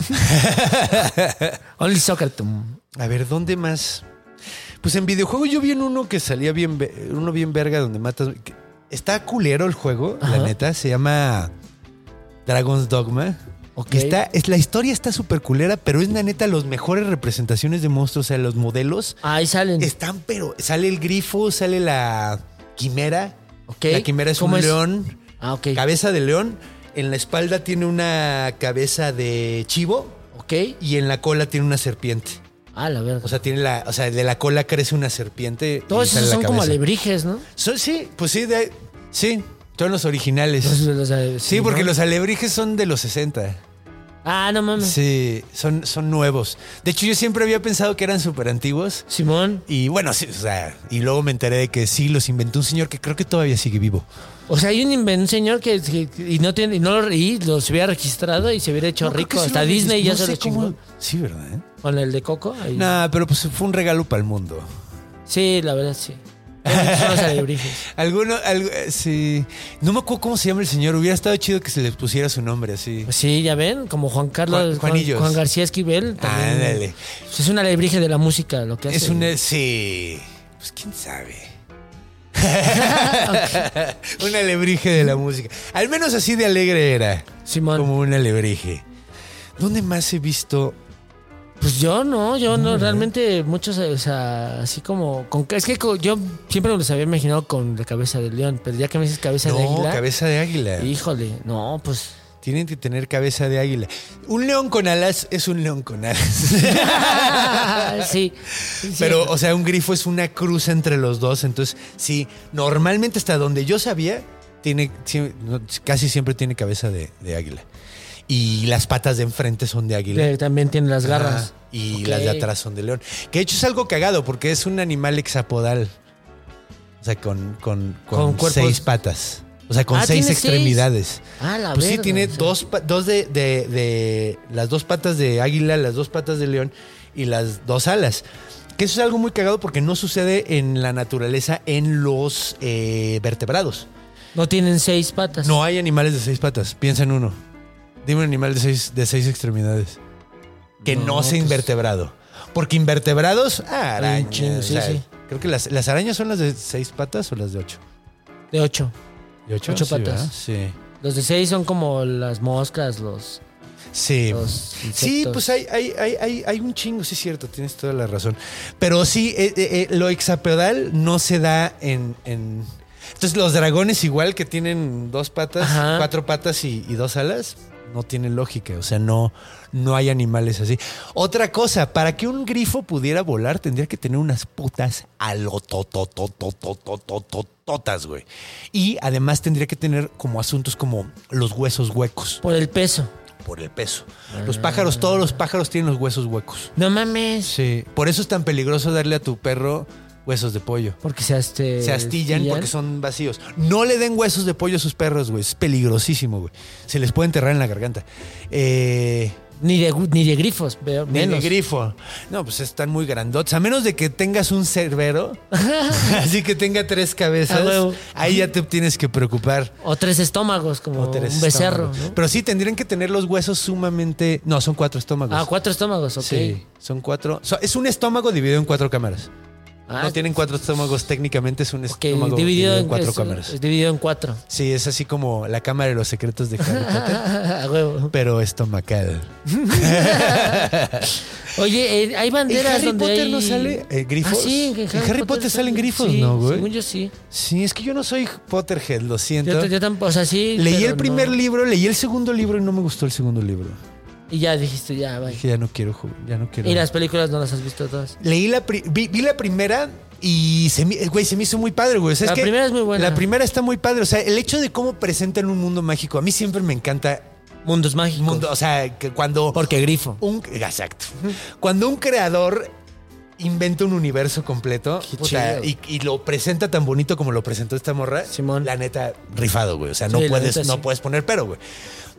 D: Only soccer.
A: A ver, ¿dónde más? Pues en videojuegos yo vi en uno que salía bien, ve- uno bien verga donde matas. que- Está culero el juego,
D: Ajá.
A: la neta. Se llama Dragon's Dogma.
D: Ok.
A: Y Está, es, la historia está súper culera, pero es la neta los mejores representaciones de monstruos. O sea, los modelos
D: Ahí salen.
A: están, pero sale el grifo, sale la quimera.
D: Ok.
A: La quimera es un
D: ¿Cómo es?
A: león,
D: Ah, ok.
A: cabeza de león. En la espalda tiene una cabeza de chivo
D: Ok.
A: y en la cola tiene una serpiente.
D: Ah, la verga.
A: O sea, tiene la, o sea, de la cola crece una serpiente. y
D: Todos
A: sale
D: esos
A: la
D: son como
A: cabeza.
D: alebrijes, ¿no?
A: Son- sí, pues sí, de- sí, son los originales.
D: Los- los- los-
A: sí, porque
D: ¿no?
A: los alebrijes son de los sesenta.
D: Ah, no mames.
A: Sí, son, son nuevos. De hecho, yo siempre había pensado que eran súper antiguos.
D: Simón.
A: Y bueno, sí, o sea, y luego me enteré de que sí, los inventó un señor que creo que todavía sigue vivo.
D: O sea, hay un, inven- un señor que, que- y no tiene y no lo y los hubiera registrado y se hubiera hecho
A: No, creo
D: rico.
A: que sí
D: Hasta
A: lo
D: Disney ya
A: no
D: se
A: sé
D: lo
A: cómo-
D: chingó.
A: Sí, ¿verdad? eh?
D: Con el de Coco. ahí.
A: Nah, pero pues fue un regalo para el mundo.
D: Sí, la verdad, sí. Son los alebrijes.
A: Alguno, algo, eh, sí. No me acuerdo cómo se llama el señor. Hubiera estado chido que se le pusiera su nombre así.
D: Pues sí, ya ven, como Juan Carlos,
A: Juan-
D: Juan,
A: Juanillos.
D: Juan García Esquivel. también.
A: Ándale.
D: Pues es un alebrije de la música lo que hace.
A: Es una. Sí. Pues quién sabe. Un alebrije de la música. Al menos así de alegre era.
D: Simón.
A: Como un alebrije. ¿Dónde más he visto?
D: Pues yo no, yo no, realmente muchos, o sea, así como, con, es que co- yo siempre me los había imaginado con la cabeza del león, pero ya que me dices cabeza de
A: No,
D: águila,
A: cabeza de águila.
D: híjole, no, pues,
A: Tienen que tener cabeza de águila. Un león con alas es un león con alas.
D: sí, sí,
A: Pero, o sea, un grifo es una cruz entre los dos. Entonces, sí, normalmente hasta donde yo sabía, tiene, sí, no, casi siempre tiene cabeza de, de águila. Y las patas de enfrente son de águila.
D: que también tiene las garras.
A: Ajá, y
D: Ok.
A: las de atrás son de león. Que de hecho es algo cagado porque es un animal hexapodal. O sea, con, con, con,
D: Con cuerpos-
A: seis patas. O sea, con
D: Ah,
A: seis
D: ¿tiene seis?
A: extremidades.
D: Ah, la
A: Pues sí,
D: verga,
A: tiene
D: o sea.
A: dos, pa- dos de, de, de- las dos patas de águila, las dos patas de león y las dos alas. Que eso es algo muy cagado porque no sucede en la naturaleza en los eh, vertebrados.
D: No tienen seis patas.
A: No hay animales de seis patas. Piensa en uno. Dime un animal de seis, de seis extremidades. Que no,
D: No,
A: sea
D: pues-
A: invertebrado. Porque invertebrados, ah,
D: Hay un
A: arañas.
D: chingo, sí,
A: o sea,
D: sí.
A: Creo que las, las arañas son las de seis patas o las de ocho.
D: De ocho.
A: ¿De ocho?
D: Ocho
A: Sí,
D: patas.
A: ¿verdad? Sí.
D: Los de seis son como las moscas, los...
A: Sí.
D: Los
A: Sí,
D: insectos.
A: pues hay, hay, hay, hay, hay un chingo, sí es cierto, tienes toda la razón. Pero sí, eh, eh, eh, lo hexapedal no se da en, en... Entonces los dragones igual que tienen dos patas,
D: Ajá.
A: cuatro patas y, y dos alas, no tienen lógica. O sea, no, no hay animales así. Otra cosa, para que un grifo pudiera volar tendría que tener unas putas alotototototototototas, güey. Y además tendría que tener como asuntos como los huesos huecos.
D: Por el peso.
A: Por el peso. Los pájaros, todos los pájaros tienen los huesos huecos.
D: No mames.
A: Sí. Por eso es tan peligroso darle a tu perro huesos de pollo.
D: Porque se, este,
A: Se astillan porque son vacíos. No le den huesos de pollo a sus perros, güey. Es peligrosísimo, güey. Se les puede enterrar en la garganta. Eh,
D: Ni de, ni de grifos, veo,
A: ni
D: menos.
A: de grifo. No, pues están muy grandotes. A menos de que tengas un cerbero, así que tenga tres cabezas,
D: A huevo.
A: ahí ya te tienes que preocupar.
D: O tres estómagos, como
A: O tres
D: un becerro.
A: estómagos.
D: ¿no?
A: Pero sí, tendrían que tener los huesos sumamente... No, son cuatro estómagos.
D: Ah, cuatro estómagos, ok.
A: Sí, son cuatro. So- es un estómago dividido en cuatro cámaras.
D: Ah,
A: No tienen cuatro estómagos, técnicamente es un
D: ok,
A: estómago dividido, en cuatro
D: es-
A: cámaras.
D: Es dividido en cuatro.
A: Sí, es así como la cámara de los secretos de Harry Potter,
D: A huevo.
A: pero estomacal.
D: Oye, eh, hay
A: ¿En
D: banderas
A: Harry
D: donde
A: Potter
D: hay...
A: no sale eh, grifos?
D: Ah, sí,
A: en Harry, Potter, salen grifos,
D: sí,
A: ¿no, güey?
D: Según yo sí.
A: Sí, es que yo no soy Potterhead, lo siento.
D: Yo, yo tampoco, o sea, sí.
A: Leí
D: pero
A: el primer
D: no.
A: libro, leí el segundo libro y no me gustó el segundo libro.
D: Y ya dijiste, ya, vaya.
A: Dije, ya no quiero, ju- ya no quiero.
D: Y las películas no las has visto todas.
A: Leí la pri- vi, vi la primera y se me, güey, se me hizo muy padre, güey. O sea, es
D: La
A: que
D: primera es muy buena.
A: La primera está muy padre. O sea, el hecho de cómo presentan un mundo mágico, a mí siempre me encanta.
D: Mundos mágicos.
A: Mundo, o sea, que cuando
D: Porque grifo.
A: un exacto. Cuando un creador inventa un universo completo
D: Qué
A: puta,
D: chido.
A: y, y lo presenta tan bonito como lo presentó esta morra,
D: Simón.
A: la neta, rifado, güey. O sea, no
D: Sí, la
A: puedes,
D: neta,
A: no
D: sí.
A: puedes poner pero, güey.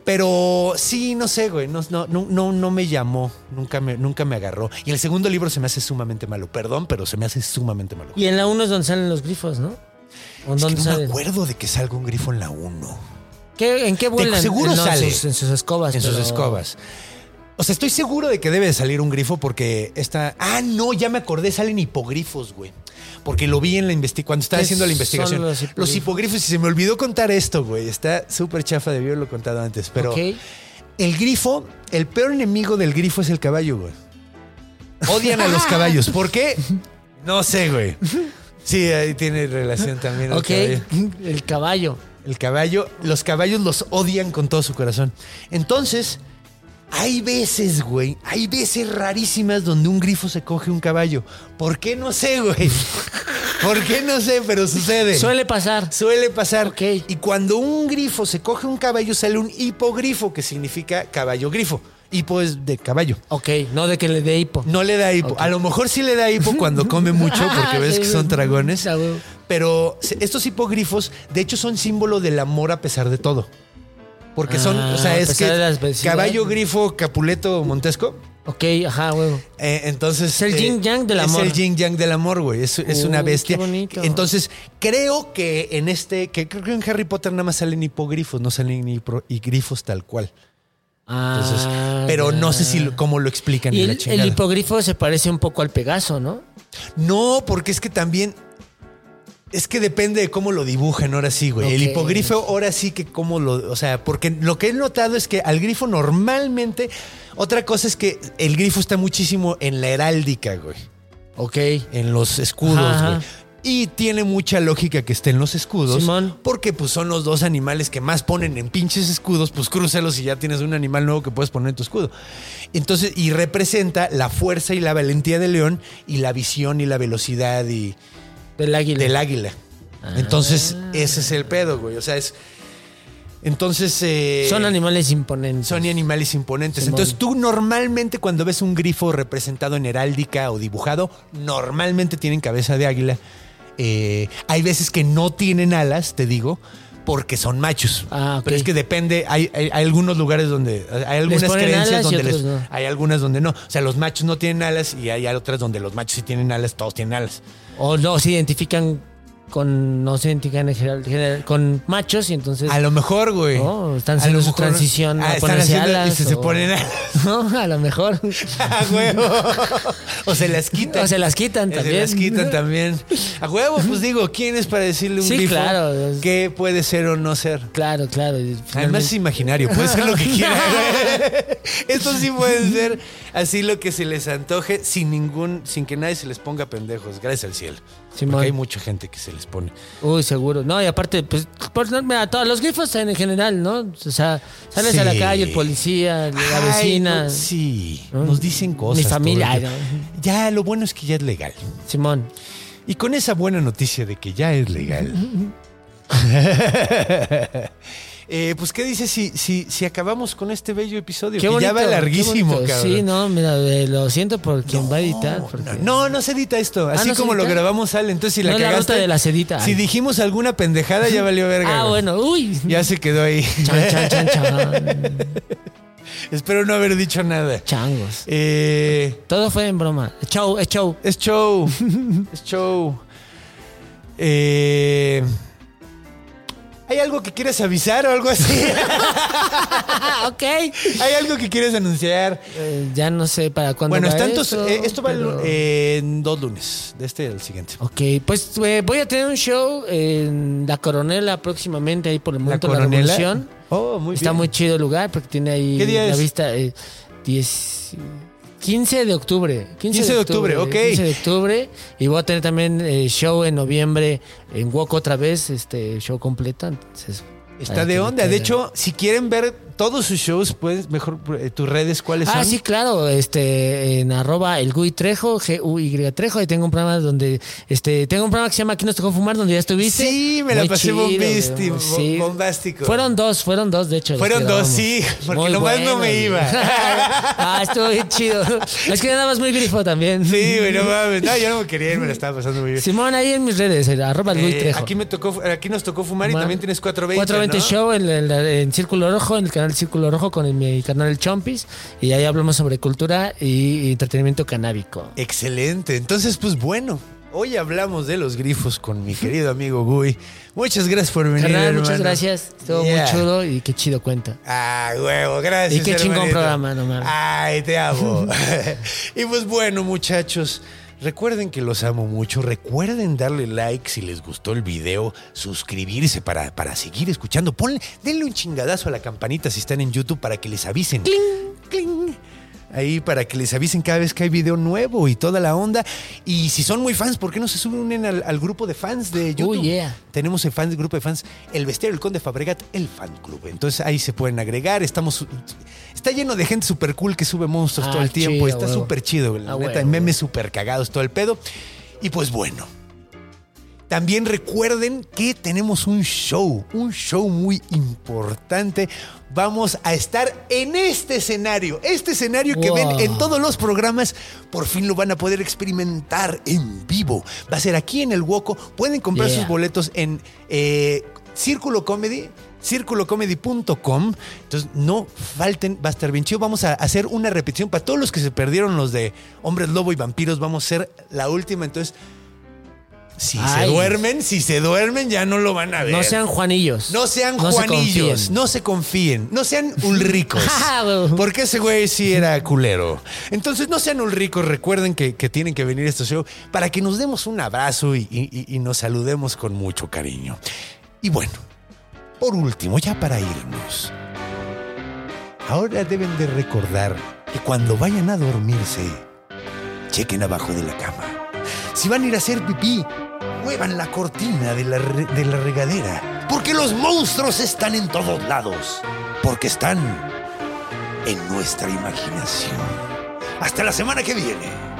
A: Pero sí, no sé, güey. No, no, no, no, no me llamó. Nunca me, nunca me agarró. Y el segundo libro se me hace sumamente malo. Perdón, pero se me hace sumamente malo.
D: Y en la uno es donde salen los grifos, ¿no? ¿O en
A: Es que
D: dónde
A: no me
D: salen?
A: acuerdo de que salga un grifo en la uno.
D: ¿Qué- ¿En qué vuelan?
A: seguro
D: No, en
A: sale.
D: sus- en sus escobas.
A: En sus
D: pero-
A: escobas. O sea, estoy seguro de que debe de salir un grifo porque está... Ah, no, ya me acordé, salen hipogrifos, güey. Porque lo vi en la investi- cuando estaba
D: ¿Qué
A: haciendo la
D: son
A: investigación.
D: los
A: Los
D: hipogrifos?
A: hipogrifos? Y se me olvidó contar esto, güey. Está súper chafa, debí haberlo contado antes. Pero
D: Ok.
A: el grifo, el peor enemigo del grifo es el caballo, güey. Odian a los caballos. ¿Por qué? No sé, güey. Sí, ahí tiene relación también. el
D: Ok,
A: caballo.
D: el caballo.
A: El caballo, los caballos los odian con todo su corazón. Entonces, hay veces, güey, hay veces rarísimas donde un grifo se coge un caballo. ¿Por qué? No sé, güey. ¿Por qué? No sé, pero sucede.
D: Suele pasar.
A: Suele pasar.
D: Ok.
A: Y cuando un grifo se coge un caballo, sale un hipogrifo, que significa caballo grifo. Hipo es de caballo.
D: Ok, no de que le dé hipo.
A: No le da hipo.
D: Ok.
A: A lo mejor sí le da hipo cuando come mucho, porque ves que son dragones.
D: Ah, güey.
A: Pero se- estos hipogrifos, de hecho, son símbolo del amor a pesar de todo. Porque son,
D: Ah,
A: o sea,
D: a
A: es
D: pesar
A: que
D: de la adversidad.
A: caballo, grifo, Capuleto, Montesco.
D: Ok, ajá, güey.
A: Eh, entonces.
D: Es el
A: eh,
D: yin yang del amor.
A: Es el yin yang del amor, güey. Es, es
D: Uy,
A: una
D: qué
A: bestia.
D: bonito.
A: Entonces, creo que en este, que creo que en Harry Potter nada más salen hipogrifos, no salen hipro- y grifos tal cual. Entonces,
D: Ah,
A: pero no
D: ya.
A: sé si lo- cómo lo explican
D: Y
A: en la
D: el,
A: chingada.
D: el hipogrifo se parece un poco al Pegaso, ¿no?
A: No, porque es que también. Es que depende de cómo lo dibujan, ahora sí, güey. El
D: Ok.
A: hipogrifo, ahora sí que cómo lo. O sea, porque lo que he notado es que al grifo normalmente. Otra cosa es que el grifo está muchísimo en la heráldica, güey.
D: Ok.
A: En los escudos,
D: Ajá.
A: güey. Y tiene mucha lógica que esté en los escudos.
D: Simón.
A: Porque pues son los dos animales que más ponen en pinches escudos. Pues crúzalos y ya tienes un animal nuevo que puedes poner en tu escudo. Entonces, y representa la fuerza y la valentía del león y la visión y la velocidad y
D: Del águila.
A: del águila. Entonces, ese es el pedo, güey. O sea, es. Entonces. eh,
D: Son animales imponentes.
A: Son animales imponentes.
D: Simón.
A: Entonces, tú normalmente cuando ves un grifo representado en heráldica o dibujado, normalmente tienen cabeza de águila. Eh, hay veces que no tienen alas, te digo, porque son machos.
D: Ah, ok.
A: Pero es que depende. Hay, hay- hay algunos lugares donde. Hay algunas
D: ponen
A: creencias
D: alas y
A: donde
D: otros
A: les.
D: no.
A: Hay algunas donde no. O sea, los machos no tienen alas y hay otras donde los machos sí tienen alas, todos tienen alas.
D: O no, se identifican con no se identifican en general, general- con machos y entonces
A: A lo mejor, güey.
D: no, están
A: A
D: haciendo
A: lo
D: su
A: mejor-
D: transición
A: Ah,
D: a
A: están
D: ponerse
A: haciendo-
D: alas
A: y se, se
D: o-
A: ponen alas.
D: no, a lo mejor
A: A huevo. O se las quitan.
D: o se las quitan
A: Se
D: también.
A: las quitan también. A huevo, pues digo, ¿quién es para decirle un
D: Sí,
A: grifo
D: claro.
A: qué puede ser o no ser?
D: Claro, claro. y
A: Además es
D: finalmente-
A: imaginario, puede ser lo que quiera. Estos sí pueden ser así lo que se les antoje sin ningún, sin que nadie se les ponga pendejos, gracias al cielo.
D: Simón.
A: Porque hay mucha gente que se les pone.
D: Uy, seguro. No, y aparte, pues, por, no, mira, todos los grifos en general, ¿no? O sea, sales a la
A: Sí.
D: calle, el policía, la
A: Ay,
D: vecina,
A: no, sí,
D: ¿no?
A: nos dicen cosas.
D: Mi familia.
A: todo el
D: Ay,
A: tiempo.
D: no.
A: Ya, lo bueno es que ya es legal.
D: Simón.
A: Y con esa buena noticia de que ya es legal. eh, pues, ¿qué dices si, si, si acabamos con este bello episodio?
D: Qué
A: que
D: bonito,
A: ya va
D: qué
A: larguísimo,
D: bonito.
A: cabrón.
D: Sí, no, mira, eh, lo siento por quien va a editar. Porque...
A: No, no se edita esto. Así
D: ¿no se
A: como lo
D: edita?
A: grabamos sale. Entonces, si la
D: No es la
A: cagaste,
D: ruta de la sedita.
A: si
D: Ay.
A: dijimos alguna pendejada, ya valió verga.
D: Ah,
A: güey.
D: bueno, uy.
A: Ya se quedó ahí.
D: Chan, chan, chan, chan.
A: Espero no haber dicho nada.
D: Changos.
A: Eh,
D: Todo fue en broma. Es show, es show.
A: es show. Es show. Eh, ¿Hay algo que quieres avisar o algo así?
D: Ah, ok.
A: ¿Hay algo que quieres anunciar?
D: Eh, ya no sé para cuándo
A: Bueno,
D: va
A: están tus-
D: esto,
A: eh, esto va el-
D: pero-
A: eh, en dos lunes. De este al siguiente.
D: Ok, pues eh, voy a tener un show en La Coronela próximamente, ahí por el momento de la
A: Coronela?
D: Revolución.
A: Oh, muy
D: Está
A: bien.
D: muy chido el lugar porque tiene ahí
A: ¿Qué día
D: la
A: es?
D: vista eh, diez, quince de octubre.
A: quince de octubre, ok.
D: quince de octubre. Y voy a tener también eh, show en noviembre en Woco otra vez, este show completo. Entonces,
A: Está
D: para
A: de
D: que
A: onda.
D: me
A: De
D: caigan.
A: hecho, si quieren ver todos sus shows, puedes mejor eh, tus redes, ¿cuáles
D: Ah,
A: son?
D: sí, claro, este, en arroba el Gui Trejo, G U Y Trejo, ahí tengo un programa donde, este, tengo un programa que se llama Aquí nos tocó fumar, donde ya estuviste.
A: Sí, me la
D: Muy
A: pasé
D: chido,
A: bombisti-
D: güey, sí.
A: bombástico.
D: Fueron dos, fueron dos, de hecho. los
A: Fueron
D: que
A: dos,
D: grabamos.
A: sí, porque
D: Muy
A: nomás no me
D: buenos,
A: iba.
D: güey. Ah, estuvo bien chido. Es que andabas muy grifo también.
A: Sí, güey, no mames. No, yo no me quería ir, me la estaba pasando muy bien.
D: Simón, ahí en mis redes, el arroba el Gui
A: Eh,
D: Trejo.
A: aquí, me tocó, aquí nos tocó fumar y
D: Ma-
A: también tienes cuatro veinte,
D: cuatro veinte
A: ¿no?
D: Show en, en, en Círculo Rojo, en el canal Círculo Rojo con el- mi canal El Chompis. Y ahí hablamos sobre cultura y, y entretenimiento canábico.
A: Excelente. Entonces, pues bueno, hoy hablamos de los grifos con mi querido amigo Gui. Muchas gracias por venir,
D: Carnal,
A: hermano.
D: muchas gracias. Estuvo
A: Yeah.
D: muy chulo y qué chido cuenta.
A: Ah, huevo, gracias.
D: Y qué chingón
A: hermanito.
D: programa, no mames.
A: Ay, te amo. Y pues bueno, muchachos, recuerden que los amo mucho. Recuerden darle like si les gustó el video, suscribirse para, para seguir escuchando. Ponle, denle un chingadazo a la campanita si están en YouTube para que les avisen. ¡Cling! ¡Cling! Ahí para que les avisen cada vez que hay video nuevo y toda la onda. Y si son muy fans, ¿por qué no se suben al, al grupo de fans de YouTube?
D: Oh, yeah.
A: Tenemos el fans, grupo de fans, El Bestiario del Conde Fabregat, el fan club. Entonces ahí se pueden agregar. Estamos, está lleno de gente súper cool que sube monstruos
D: Ah,
A: todo el tiempo.
D: chido,
A: Está
D: huevo.
A: súper chido, la
D: Ah,
A: neta.
D: huevo.
A: Memes súper cagados, todo el pedo. Y pues bueno. También recuerden que tenemos un show, un show muy importante. Vamos a estar en este escenario, este escenario que
D: Wow.
A: ven en todos los programas, por fin lo van a poder experimentar en vivo. Va a ser aquí en el Woco. Pueden comprar
D: Yeah.
A: sus boletos en eh, Círculo Comedy, círculo comedy punto com. Entonces, no falten, va a estar bien chido. Vamos a hacer una repetición para todos los que se perdieron los de Hombres Lobo y Vampiros. Vamos a hacer la última, entonces... Si
D: Ay.
A: se duermen, si se duermen, ya no lo van a ver.
D: No sean Juanillos.
A: No sean
D: No se
A: Juanillos,
D: confíen.
A: no se confíen, no sean Ulricos.
D: Ah, güey.
A: Porque ese güey sí era culero. Entonces no sean Ulricos, recuerden que, que tienen que venir a este show para que nos demos un abrazo y, y- y nos saludemos con mucho cariño. Y bueno, por último, ya para irnos, ahora deben de recordar que cuando vayan a dormirse, chequen abajo de la cama. Si van a ir a hacer pipí, muevan la cortina de la, re- de la regadera. Porque los monstruos están en todos lados. Porque están en nuestra imaginación. Hasta la semana que viene.